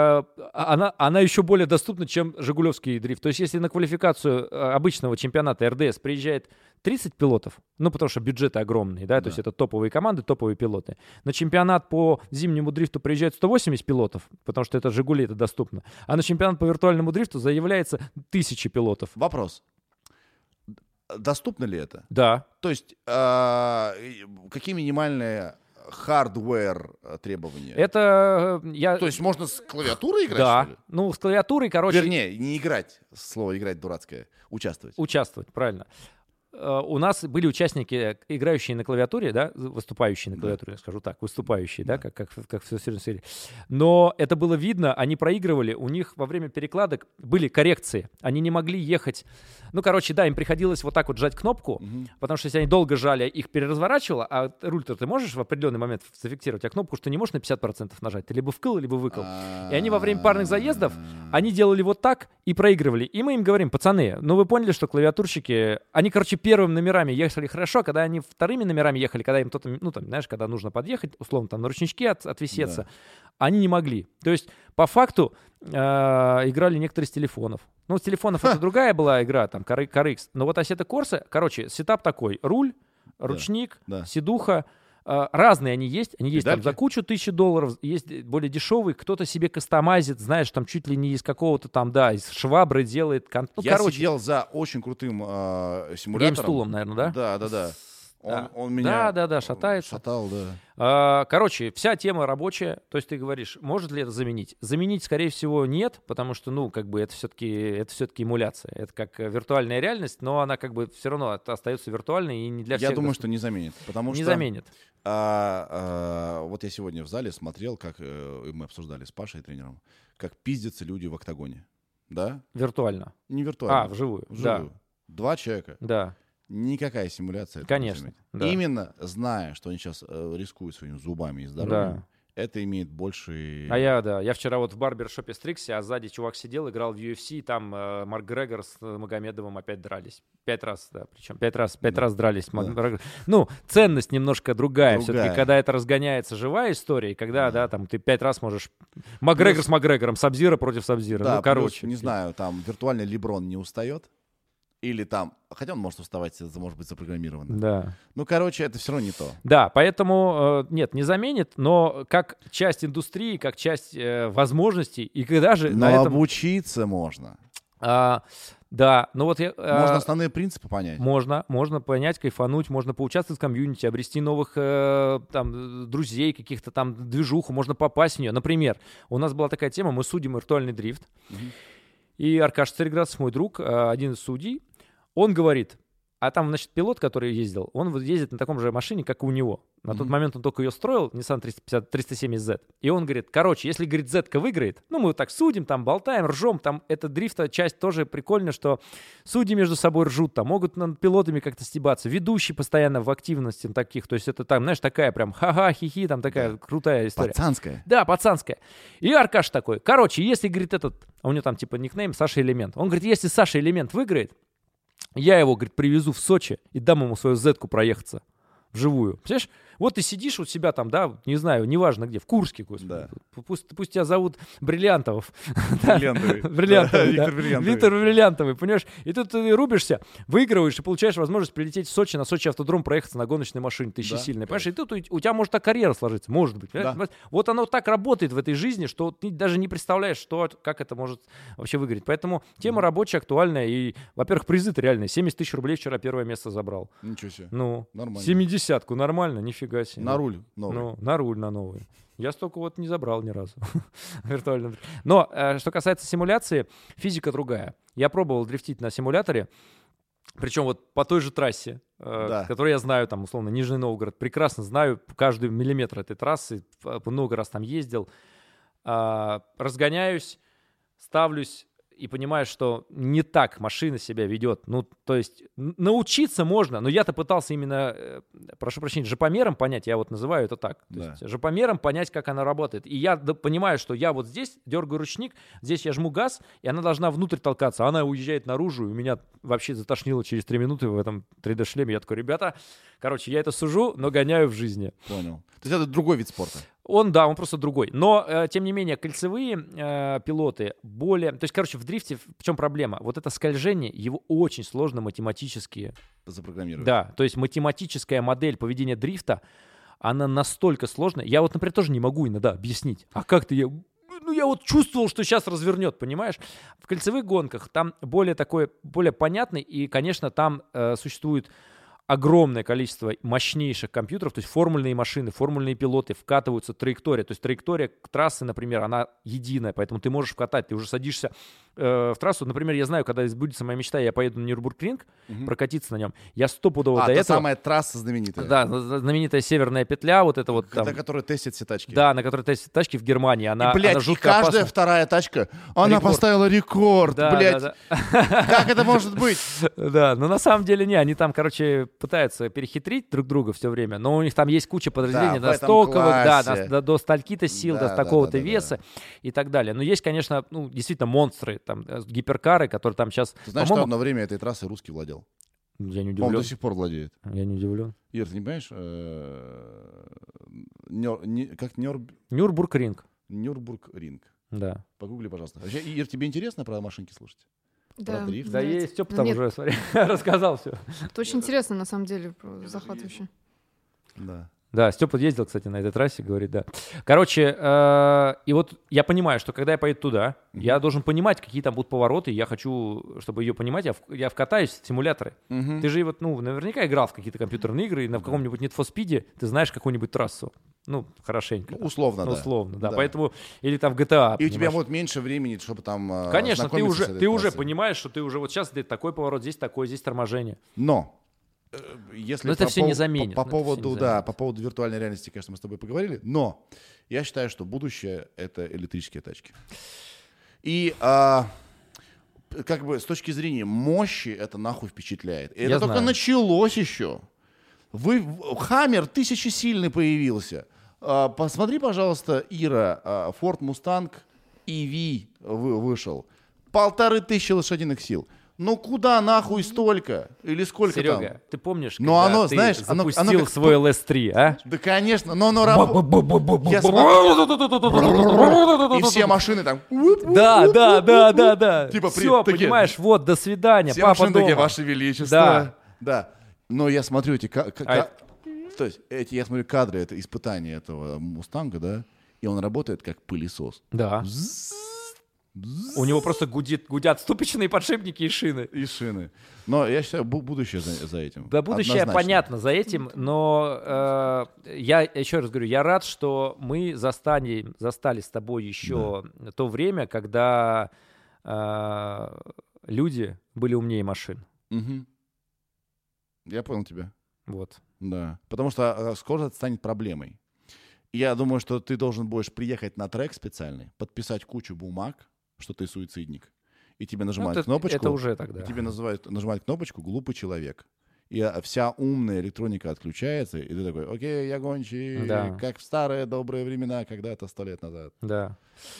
она еще более доступна, чем жигулевский дрифт. То есть если на квалификацию обычного чемпионата РДС приезжает 30 пилотов, потому что бюджеты огромные, то есть это топовые команды, топовые пилоты. На чемпионат по зимнему дрифту приезжают 180 пилотов, потому что это Жигули, это доступно. А на чемпионат по виртуальному дрифту заявляется 1000 пилотов. Вопрос. Доступно ли это? Да. То есть какие минимальные хардвер требования? Это То есть можно с клавиатурой играть, да. что ли? Ну, с клавиатурой, короче... Вернее, не играть. Слово «играть» дурацкое. Участвовать. Участвовать, правильно. У нас были участники, играющие на клавиатуре, выступающие на клавиатуре, скажу так, выступающие, как в серии. Но это было видно, они проигрывали, у них во время перекладок были коррекции, они не могли ехать. Им приходилось вот так вот жать кнопку, потому что если они долго жали, их переразворачивало, а руль-то ты можешь в определенный момент зафиксировать, а кнопку, что не можешь на 50% нажать, ты либо вкл, либо выкл. И они во время парных заездов, они делали вот так и проигрывали. И мы им говорим, пацаны, вы поняли, что клавиатурщики, они, первыми номерами ехали хорошо, когда они вторыми номерами ехали, когда им кто-то, когда нужно подъехать, условно, там на ручничке отвисеться, они не могли. То есть, по факту, играли некоторые с телефонов. С телефонов это другая была игра, там, CarX. Но вот Assetto Corsa, сетап такой. Руль, ручник, сидуха. Разные они есть там за кучу $1000, есть более дешевые, кто-то себе кастомайзит, знаешь, там чуть ли не из какого-то там, из швабры делает. Я сидел за очень крутым симулятором. Геймстулом, наверное, да? Да. Он меня... Да, шатается. Шатал, да. Короче, вся тема рабочая. То есть ты говоришь, может ли это заменить? Заменить, скорее всего, нет, потому что, это все-таки эмуляция. Это как виртуальная реальность, но она как бы все равно остается виртуальной и не для всех. Я думаю, что не заменит. Потому не что... заменит. Вот я сегодня в зале смотрел, как мы обсуждали с Пашей, тренером, как пиздятся люди в октагоне. Да? Виртуально. Не виртуально. Вживую. Да. 2 человека. Да. Никакая симуляция. Конечно. Да. Именно зная, что они сейчас рискуют своими зубами и здоровьем, это имеет больше... Я вчера вот в барбершопе стригся, а сзади чувак сидел, играл в UFC, и там Макгрегор с Магомедовым опять дрались. 5 раз, да, причем 5 раз дрались. Да. Ценность немножко другая. Все-таки, когда это разгоняется живая история, и когда, там, ты 5 раз можешь... Макгрегор с Макгрегором, Саб-Зиро против Саб-Зиро. Да, короче. Не знаю, там виртуальный Леброн не устает. Или там, хотя он может уставать, это может быть запрограммировано. Да. Это все равно не то. Да, поэтому, нет, не заменит, но как часть индустрии, как часть возможностей, и когда же но на этом... обучиться можно. Да, можно основные принципы понять. Можно понять, кайфануть, можно поучаствовать в комьюнити, обрести новых друзей, каких-то там движуху, можно попасть в нее. Например, у нас была такая тема, мы судим виртуальный дрифт, и Аркаш Цареградцев, мой друг, один из судей, он говорит, а там, значит, пилот, который ездил, он ездит на таком же машине, как и у него. На тот момент он только ее строил, Nissan 370Z. И он говорит, если, говорит, Z-ка выиграет, мы вот так судим, там болтаем, ржем, там эта дрифта часть тоже прикольно, что судьи между собой ржут, там могут над пилотами как-то стебаться, ведущий постоянно в активности таких, то есть это там, знаешь, такая прям ха-ха, хихи, там такая крутая история. Пацанская. Да, пацанская. И Аркаш такой, если, говорит, у него там типа никнейм Саша Элемент, он говорит, если Саша Элемент выиграет, я его, говорит, привезу в Сочи и дам ему свою зетку проехаться вживую. Представляешь? Вот ты сидишь у себя там, да, не знаю, неважно где, в Курске, господи. Да. Пусть тебя зовут Бриллиантов. Бриллиантовый. Виктор Бриллиантовый, понимаешь? И тут ты рубишься, выигрываешь и получаешь возможность прилететь в Сочи, на Сочи автодром проехаться на гоночной машине. Ты еще сильный, понимаешь? И тут у тебя может так карьера сложиться, может быть. Вот оно так работает в этой жизни, что ты даже не представляешь, как это может вообще выиграть. Поэтому тема рабочая, актуальная. И, во-первых, призы-то реальные. 70 тысяч рублей вчера первое место забрал. Ничего себе. Нормально. 70-ку, нормально, нифига себе. На руль новый. На руль на новый. Я столько не забрал ни разу. Виртуально. Но что касается симуляции, физика другая. Я пробовал дрифтить на симуляторе, причем по той же трассе, которую я знаю, там, условно, Нижний Новгород. Прекрасно знаю каждый миллиметр этой трассы, много раз там ездил. Разгоняюсь, ставлюсь, и понимаешь, что не так машина себя ведет. То есть научиться можно, но я-то пытался именно, прошу прощения, жопомером понять, я называю это так. То есть жопомером понять, как она работает. И я понимаю, что я здесь дергаю ручник, здесь я жму газ, и она должна внутрь толкаться. Она уезжает наружу, и меня вообще затошнило через 3 минуты в этом 3D-шлеме. Я такой, ребята, я это сужу, но гоняю в жизни. Понял. То есть это другой вид спорта? Он просто другой. Но, тем не менее, кольцевые пилоты более... То есть, в дрифте в чем проблема? Вот это скольжение, его очень сложно математически... запрограммировать. Да, то есть математическая модель поведения дрифта, она настолько сложная. Я например, тоже не могу иногда объяснить. А как-то я чувствовал, что сейчас развернет, понимаешь? В кольцевых гонках там более понятный, и, конечно, там существует огромное количество мощнейших компьютеров, то есть формульные машины, формульные пилоты вкатываются траектория. То есть траектория трассы, например, она единая, поэтому ты можешь вкатать, ты уже садишься в трассу. Например, я знаю, когда сбудется моя мечта, я поеду на Нюрнбургринг, прокатиться на нем. Я стопудово до этого... самая трасса знаменитая. Да, знаменитая северная петля, на которой тестят все тачки. Да, на которой тестят тачки в Германии. Она жутко каждая опасна. Вторая тачка, она поставила рекорд, Да. Как это может быть? Да, но на самом деле не, они там, пытаются перехитрить друг друга все время, но у них там есть куча подразделений до стоковых, до стальки-то сил, до такого-то веса и так далее. Но есть, конечно, действительно монстры, там, гиперкары, которые там сейчас... Ты знаешь, что одно время этой трассы русский владел? Я не удивлен. Он до сих пор владеет. Я не удивлен. Ир, ты не понимаешь? Как Нюрнбургринг. Нюрнбургринг. Да. Погугли, пожалуйста. Ир, тебе интересно про машинки слушать? Да, да, есть Степа там уже, смотри, рассказал все. Это очень интересно, на самом деле, захватывающе. Да. Да, Степа ездил, кстати, на этой трассе, говорит, да. Короче, и вот я понимаю, что когда я поеду туда, я должен понимать, какие там будут повороты, я хочу, чтобы ее понимать, я вкатаюсь в симуляторы. Ты же вот, наверняка играл в какие-то компьютерные игры, и на каком-нибудь Need for Speed ты знаешь какую-нибудь трассу. хорошенько. Условно, да. Условно, да. Поэтому, или там в GTA. И у тебя вот меньше времени, чтобы там конечно, ты уже понимаешь, что ты уже вот сейчас такой поворот, здесь такой, здесь торможение. Но если это все не заменит. По поводу виртуальной реальности, конечно, мы с тобой поговорили, но я считаю, что будущее — это электрические тачки. И как бы с точки зрения мощи это нахуй впечатляет. И это только началось еще. Хаммер 1000-сильный появился. Посмотри, пожалуйста, Ира, Ford Mustang EV вышел. 1500 лошадиных сил. Ну куда нахуй столько? Или сколько Серега, там? Ты помнишь, когда ты запустил свой LS3, а? Да, конечно, но оно работает. И все машины там... Да. Все, понимаешь, вот, до свидания, папа дома. Все Ваше Величество. Да. Но я смотрю то есть я смотрю кадры, это испытание этого Мустанга, да, и он работает как пылесос. Да. У него просто гудят ступичные подшипники и шины. Но я считаю, будущее за этим. Да, будущее понятно за этим, но я еще раз говорю, я рад, что мы застали с тобой еще то время, когда люди были умнее машин. Угу. Я понял тебя. Вот. Да. Потому что скоро это станет проблемой. Я думаю, что ты должен будешь приехать на трек специальный, подписать кучу бумаг, что ты суицидник, и тебе нажимают кнопочку. Это уже тогда. И тебе нажимают кнопочку «Глупый человек». И вся умная электроника отключается, и ты такой: окей, я гонщик, как в старые добрые времена, когда-то 100 лет назад. Да.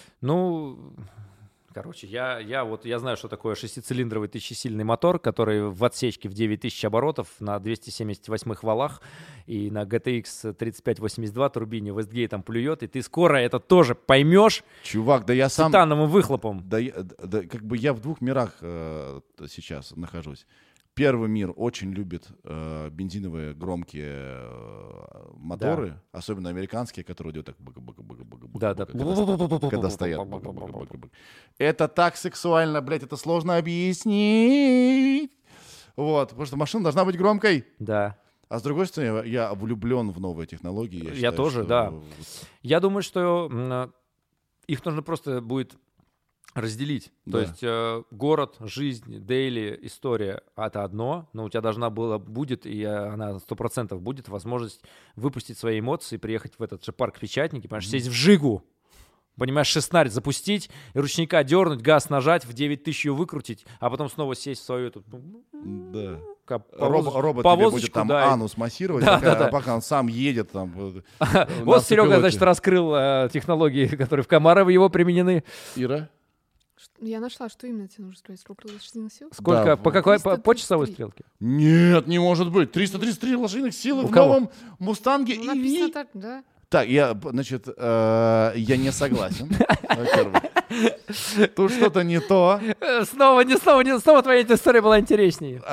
Короче, я знаю, что такое 6-цилиндровый 1000-сильный мотор, который в отсечке в 9000 оборотов на 278-х валах и на GTX 3582 турбине Westgate плюет, и ты скоро это тоже поймешь. Чувак, да я сам... титановым выхлопом. Да, как бы я в двух мирах сейчас нахожусь. Первый мир очень любит бензиновые громкие моторы, особенно американские, которые идут так когда стоят. Это так сексуально, блядь, это сложно объяснить. Вот, потому что машина должна быть громкой. Да. А с другой стороны, я влюблен в новые технологии. Я тоже, да. Я думаю, что их нужно просто будет разделить. То есть город, жизнь, дейли, история — это одно, но у тебя будет, и она 100% будет, возможность выпустить свои эмоции, приехать в этот же парк Печатники, понимаешь, сесть в Жигу, понимаешь, 16 запустить, и ручника дернуть, газ нажать, в 9000 ее выкрутить, а потом снова сесть в свою эту... Да. Робот тебе будет там анус массировать, пока он сам едет. Вот Серега, значит, раскрыл технологии, которые в Комарово его применены. Ира? Я нашла, что именно тебе нужно сказать. Сколько лошадиных сил? Сколько? По часовой стрелке? Нет, не может быть. 333 лошадиных силы в новом Мустанге EV. Написано так, да. Так, я не согласен. Во-первых. Тут что-то не то. Снова твоя история была интереснее.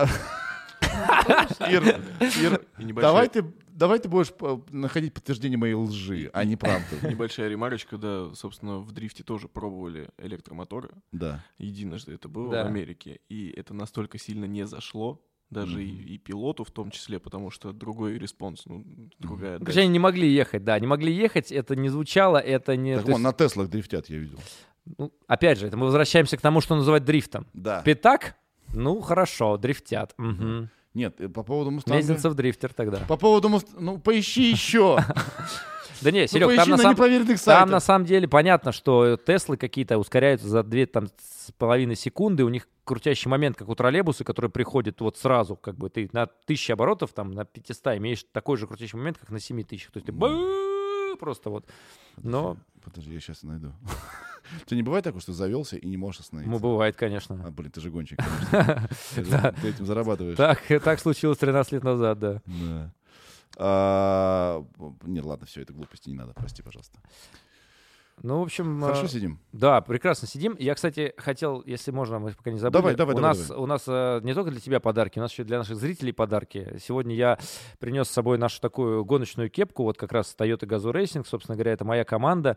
Ир, давай ты будешь находить подтверждение моей лжи, а не правду. Небольшая ремарочка, да, собственно, в дрифте тоже пробовали электромоторы. Да. Единожды это было в Америке, и это настолько сильно не зашло, даже и пилоту в том числе, потому что другой респонс, другая отдача. Они не могли ехать, это не звучало, это не... Так вон, на Теслах дрифтят, я видел. Опять же, мы возвращаемся к тому, что называть дрифтом. Да. Пятак? Хорошо, дрифтят. Угу. Нет, по поводу Мустанга... Мезенцев дрифтер тогда. По поводу Мустанга... поищи еще. Да не, Серег, там на самом деле понятно, что Теслы какие-то ускоряются за 2,5 секунды, у них крутящий момент, как у троллейбуса, который приходит вот сразу, как бы ты на 1000 оборотов, там на 500 имеешь такой же крутящий момент, как на 7000. То есть ты просто вот. Но... Подожди, я сейчас найду. У тебя не бывает такого, что завелся и не можешь остановиться? Бывает, конечно. Блин, ты же гонщик, конечно. Ты этим зарабатываешь. Так случилось 13 лет назад, да. Нет, ладно, все, это глупости, не надо, прости, пожалуйста. Ну, в общем... Хорошо сидим. Да, прекрасно сидим. Я, кстати, хотел, если можно, мы пока не забыли. Давай. У нас не только для тебя подарки, у нас еще для наших зрителей подарки. Сегодня я принес с собой нашу такую гоночную кепку, вот как раз Toyota Gazoo Racing, собственно говоря, это моя команда.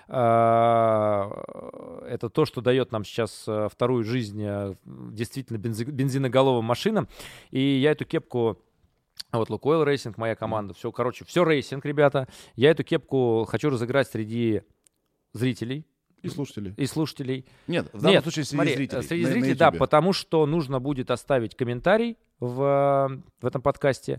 Это то, что дает нам сейчас вторую жизнь действительно бензиноголовым машинам. И я эту кепку... Вот Lukoil Racing, моя команда. Все, короче, все рейсинг, ребята. Я эту кепку хочу разыграть среди зрителей. И слушателей. Нет, в данном случае среди зрителей. Среди зрителей, да, потому что нужно будет оставить комментарий в этом подкасте.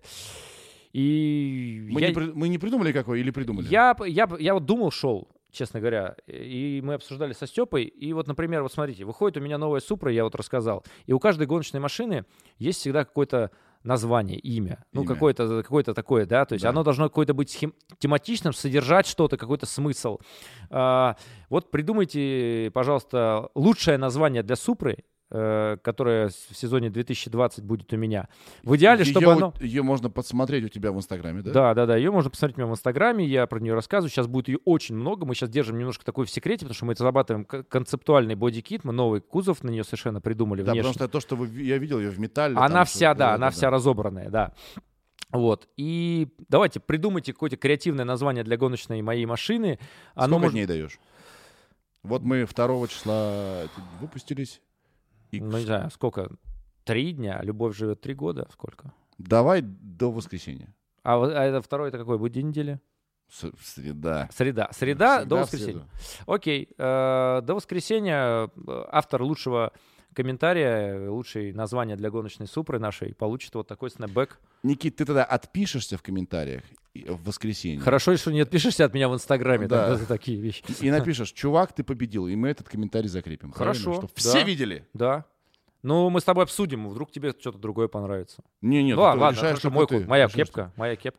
И мы не придумали какой или придумали? Я вот думал, шел, честно говоря, и мы обсуждали со Степой, и вот, например, вот смотрите, выходит у меня новая Супра, я вот рассказал, и у каждой гоночной машины есть всегда какое-то название, имя. Ну, какое-то такое, да, то есть оно должно какое-то быть тематичным, содержать что-то, какой-то смысл. Вот придумайте, пожалуйста, лучшее название для Супры, которая в сезоне 2020 будет у меня. В идеале, чтобы оно... Ее можно посмотреть у тебя в Инстаграме, да? Да, ее можно посмотреть у меня в Инстаграме, я про нее рассказываю. Сейчас будет ее очень много, мы сейчас держим немножко такой в секрете, потому что мы разрабатываем концептуальный бодикит, мы новый кузов на нее совершенно придумали. Да, потому что то, что я видел ее в металле... Она вся разобранная, да. Вот. И давайте придумайте какое-то креативное название для гоночной моей машины. Сколько дней даешь? Вот мы 2 числа выпустились. Ну, не знаю, сколько? 3 дня? Любовь живет 3 года? Сколько? Давай до воскресенья. А это второй, это какой будет день недели? Среда. Среда до воскресенья. Окей. До воскресенья автор лучшего комментария, лучшее название для гоночной Супры нашей получит вот такой снэпбэк. Никит, ты тогда отпишешься в комментариях в воскресенье. Хорошо, что не отпишешься от меня в Инстаграме за такие вещи. И напишешь: чувак, ты победил, и мы этот комментарий закрепим. Хорошо. Чтобы все видели. Да. Ну, мы с тобой обсудим, вдруг тебе что-то другое понравится. Нет, ладно, хорошо, моя кепка.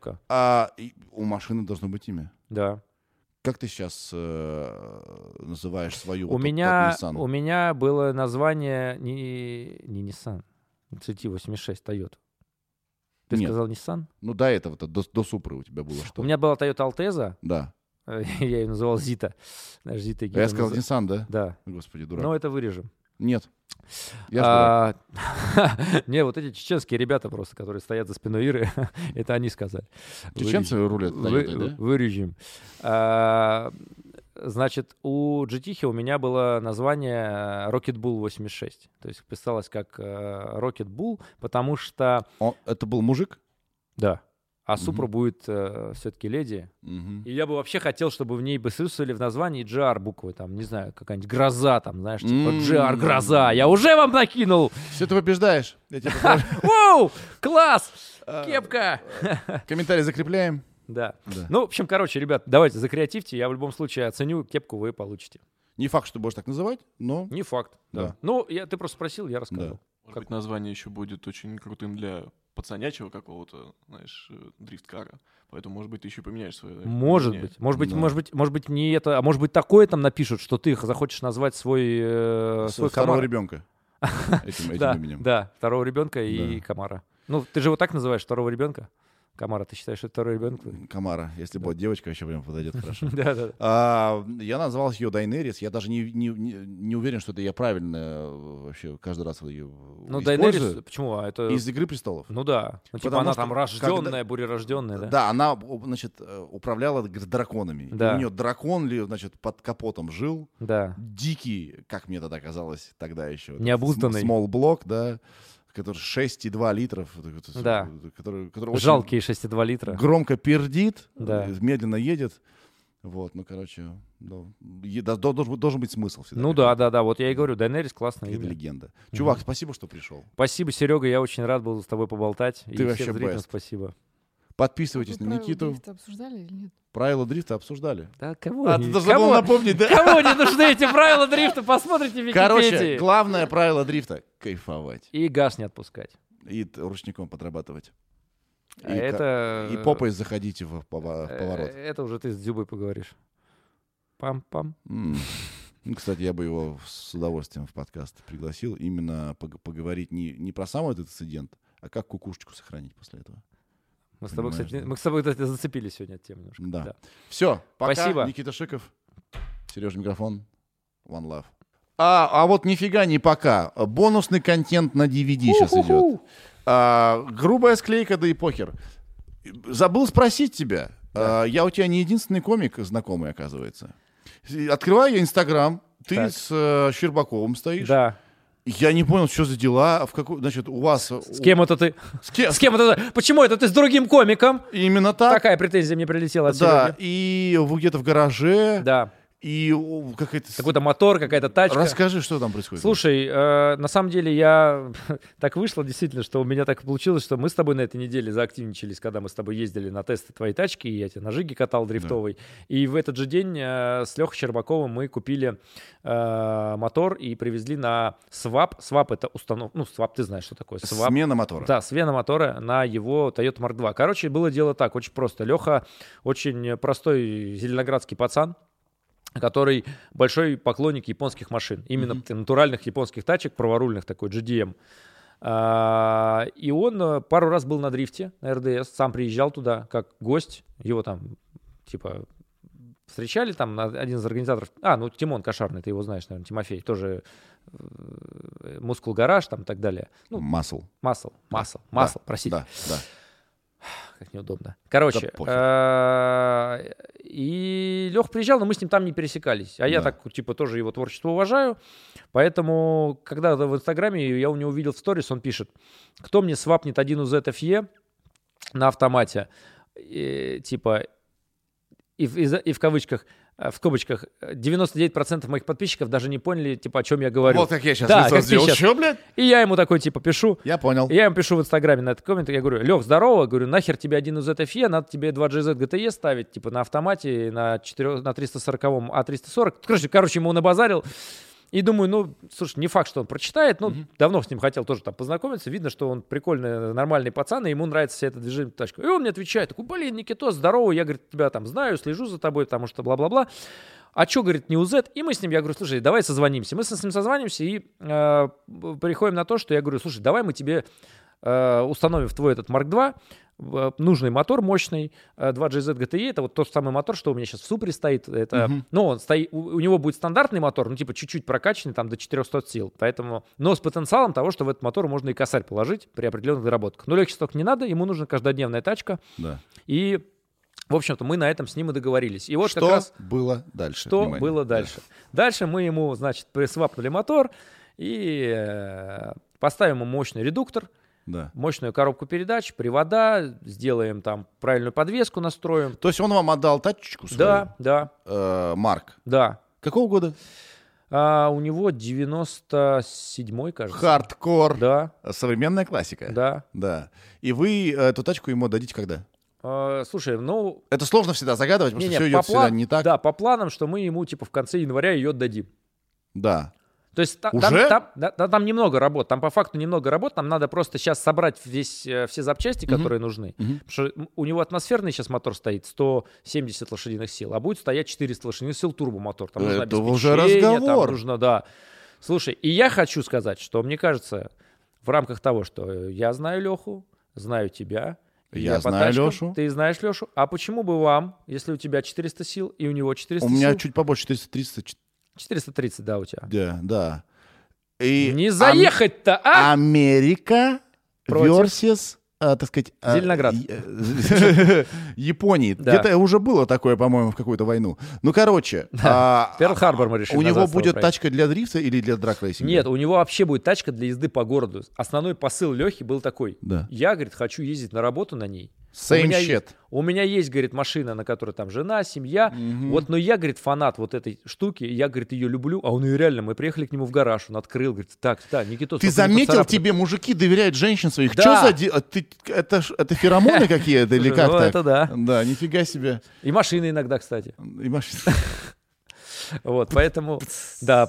У машины должно быть имя. Да. Как ты сейчас называешь свою у меня Nissan? У меня было название не Nissan, GT86 Toyota. Ты сказал Nissan? Ну, до этого-то, до Супры у тебя было что? У меня была Toyota Altezza. Да. Я ее называл Zita. Я сказал Nissan, да? Да. Господи, дурак. Но это вырежем. Нет. Я не, вот эти чеченские ребята просто, которые стоят за спиной Иры, это они сказали. Чеченцы рулят Toyota, да? Вырежем. Значит, у GT у меня было название Rocket Bull 86. То есть писалось как Rocket Bull, потому что... Это был мужик? Да. А Супра будет все-таки леди. И я бы вообще хотел, чтобы в ней бы присутствовали в названии GR буквы, там, не знаю, какая-нибудь гроза, там, знаешь, типа GR гроза. Я уже вам накинул. Все ты побеждаешь. Воу! Класс! Кепка! Комментарий закрепляем. Да. Ну, в общем, короче, ребят, давайте закреативьте. Я в любом случае оценю, кепку вы получите. Не факт, что будешь так называть, но... Не факт, да. Ну, ты просто спросил, я рассказал. Может быть, название еще будет очень крутым для пацанячего какого-то, знаешь, дрифткара. Поэтому, может быть, ты еще поменяешь свое... Может быть, не это, а может быть, такое там напишут, что ты захочешь назвать свой второго ребенка этим именем. Да, второго ребенка и Камара. Ну, ты же его так называешь, второго ребенка? Камара, ты считаешь, что это второй ребенок? Камара. Если будет девочка, еще прям подойдет хорошо. Да. Я назвал ее Дайнерис. Я даже не уверен, что это я правильно вообще каждый раз ее использую. Ну, Дайнерис, почему? Это... Из «Игры престолов». Ну да. Ну, типа она там рожденная, бурерожденная, да? Да, она, значит, управляла драконами. Да. У нее дракон, значит, под капотом жил. Да. Дикий, как мне тогда казалось, тогда еще. Необузданный. Small Block, да. Который 6,2 литров. Да. Который жалкие 6,2 литра. Громко пердит, да. Медленно едет. Вот, ну, короче, должен быть смысл всегда. Ну да. Вот я и говорю, Дайнерис классная имя. Легенда. Чувак, спасибо, что пришел. Спасибо, Серега, я очень рад был с тобой поболтать. Ты и вообще всем зрителям best. Спасибо. Подписывайтесь на Никиту. Правила дрифта обсуждали или нет? Правила дрифта обсуждали. Да, кого ты должен был напомнить, да? Кому не нужны эти правила дрифта? Посмотрите в Википедии. Короче, главное правило дрифта — кайфовать. И газ не отпускать. И ручником подрабатывать. И попой заходите в поворот. Это уже ты с Дзюбой поговоришь. Пам-пам. Кстати, я бы его с удовольствием в подкаст пригласил. Именно поговорить не про сам этот инцидент, а как кукушечку сохранить после этого. Мы с тобой, кстати, зацепились сегодня от темы немножко. Да. Все, пока. Спасибо. Никита Шиков. Сережа, микрофон. One Love. А вот нифига не пока. Бонусный контент на DVD сейчас идет. Грубая склейка, да и покер. Забыл спросить тебя. Да. Я у тебя не единственный комик знакомый, оказывается. Открываю я Инстаграм, ты с Щербаковым стоишь. Да. Я не понял, что за дела. Значит, у вас... С кем это ты? С кем это ты? Почему это ты с другим комиком? Именно так. Такая претензия мне прилетела от Сереги. Да, и вы где-то в гараже. Да. И какой-то мотор, какая-то тачка. Расскажи, что там происходит. Слушай, на самом деле я так вышло действительно, что у меня так получилось, что мы с тобой на этой неделе заактивничались, когда мы с тобой ездили на тесты твоей тачки, и я тебе на Жиге катал дрифтовый. Да. И в этот же день с Лехой Щербаковым мы купили мотор и привезли на свап. Свап — это установка. Ну, свап, ты знаешь, что такое. Свап. Смена мотора. Да, смена мотора на его Toyota Mark II. Короче, было дело так, очень просто. Леха очень простой зеленоградский пацан, который большой поклонник японских машин, именно натуральных японских тачек, праворульных, такой GDM. И он пару раз был на дрифте, на РДС, сам приезжал туда как гость, его там, типа, встречали, там один из организаторов, Тимон Кошарный, ты его знаешь, наверное, Тимофей, тоже Мускул Гараж, там и так далее. Масл, простите. Да. Как неудобно. Короче, и Леха приезжал, но мы с ним там не пересекались. А я так, типа, тоже его творчество уважаю. Поэтому, когда в Инстаграме я у него увидел в сторис, он пишет: кто мне свапнет 1UZ FE на автомате, типа, и в кавычках, в скобочках, 99% моих подписчиков даже не поняли, типа, о чем я говорю. Вот как я сейчас лицо сделал. Что, блядь? И я ему такой, типа, пишу. Я понял. Я ему пишу в Инстаграме на этот коммент, я говорю: Лех, здорово, говорю, нахер тебе 1UZ FE, надо тебе 2GZ GTE ставить, типа, на автомате, на 340-м А340. Короче, ему набазарил. И думаю, слушай, не факт, что он прочитает, давно с ним хотел тоже там познакомиться, видно, что он прикольный, нормальный пацан, и ему нравится вся эта движение тачка. И он мне отвечает, такой: блин, Никитос, здорово, я, говорит, тебя там знаю, слежу за тобой, потому что бла-бла-бла. А что, говорит, не УЗ? И мы с ним, я говорю: слушай, давай созвонимся. Мы с ним созвонимся и переходим на то, что я говорю: слушай, давай мы тебе установим в твой этот Mark II нужный мотор мощный, 2GZ GTE, это вот тот самый мотор, что у меня сейчас в Супре стоит. Это, он стоит, у него будет стандартный мотор, типа чуть-чуть прокачанный, там до 400 сил, поэтому, но с потенциалом того, что в этот мотор можно и косарь положить при определенных доработках. Но легче столько не надо, ему нужна каждодневная тачка. Да. И, в общем-то, мы на этом с ним и договорились. И вот что как раз, было дальше? Что было дальше? Дальше мы ему, значит, присвапнули мотор и поставим ему мощный редуктор, мощную коробку передач, привода, сделаем там правильную подвеску, настроим. То есть он вам отдал тачечку свою? Да. Марк? Да. Какого года? У него 97-й, кажется. Хардкор. Да. Современная классика. Да. И вы эту тачку ему дадите когда? Слушай, это сложно всегда загадывать, потому что все идет всегда не так. Да, по планам, что мы ему типа в конце января ее отдадим. Да. То есть уже? Там немного работ, там по факту немного работ, нам надо просто сейчас собрать все запчасти, которые нужны. Потому что у него атмосферный сейчас мотор стоит 170 лошадиных сил, а будет стоять 400 лошадиных сил турбомотор. Там нужно это уже разговор. Там нужно, да. Слушай, и я хочу сказать, что мне кажется, в рамках того, что я знаю Леху, знаю тебя, я знаю Лешу. Ты знаешь Лешу. А почему бы вам, если у тебя 400 сил и у него 400 сил? У меня чуть побольше, 430. 430, да, у тебя. Да. И не заехать-то, а? Америка versus, так сказать... Зеленоград. Японии. Да. Где-то уже было такое, по-моему, в какую-то войну. Перл-Харбор мы решили. У него будет тачка для дрифта или для драг-рейсинга? Нет, у него вообще будет тачка для езды по городу. Основной посыл Лехи был такой. Да. Я, говорит, хочу ездить на работу на ней. У меня есть, говорит, машина, на которой там жена, семья. Но я, говорит, фанат вот этой штуки. Я, говорит, ее люблю. А он ее реально, мы приехали к нему в гараж, он открыл, говорит: так, Никитос. Ты заметил, тебе мужики доверяют женщин своих? Да. Это феромоны какие-то или как так? Это да. Да, нифига себе. И машины иногда, кстати. И машины. Вот, поэтому, да.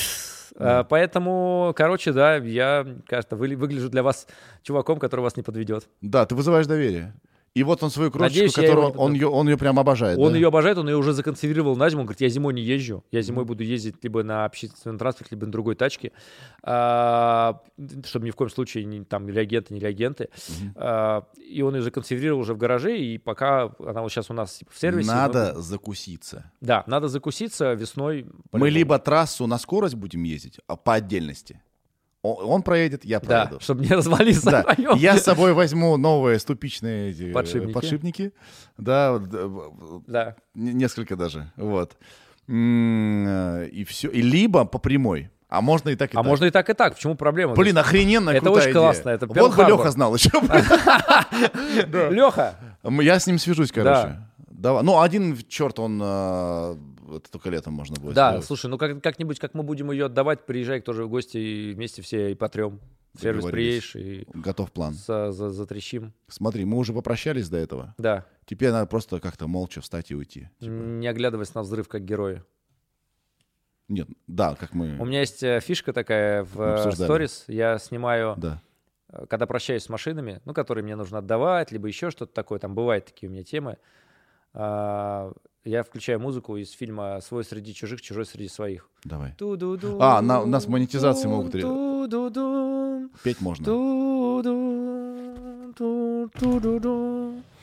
Поэтому, короче, да, я, кажется, выгляжу для вас чуваком, который вас не подведет. Да, ты вызываешь доверие. И вот он свою кружечку, которую он ее прям обожает. Он ее обожает, он ее уже законсервировал на зиму. Он говорит, я зимой не езжу. Я зимой буду ездить либо на общественном транспорте, либо на другой тачке, чтобы ни в коем случае там не реагенты. И он ее законсервировал уже в гараже, и пока она вот сейчас у нас в сервисе. Надо закуситься. Да, надо закуситься весной. Мы либо трассу на скорость будем ездить, по отдельности. Он проедет, я проеду. Да, чтобы не развалиться. Да. Я с собой возьму новые ступичные подшипники. Да. Несколько даже. Вот. И все. И либо по прямой. А можно и так, и так. Можно и так, и так. Почему проблема? Блин, охрененная крутая идея. Это очень классно. Это вот бы Леха знал еще. Леха. Я с ним свяжусь, короче. Ну, один черт, он... Это только летом можно будет. Да, сделать. Слушай, ну как-нибудь, как мы будем ее отдавать, приезжай тоже в гости и вместе все и потрем. В сервис приедешь и... Готов план. Затрещим. Смотри, мы уже попрощались до этого. Да. Теперь надо просто как-то молча встать и уйти. Типа. Не оглядываясь на взрыв, как герои. Нет, да, как мы... У меня есть фишка такая в сторис. Я снимаю, когда прощаюсь с машинами, ну, которые мне нужно отдавать, либо еще что-то такое. Там бывают такие у меня темы. Я включаю музыку из фильма «Свой среди чужих, чужой среди своих». Давай. Нас монетизации могут петь можно.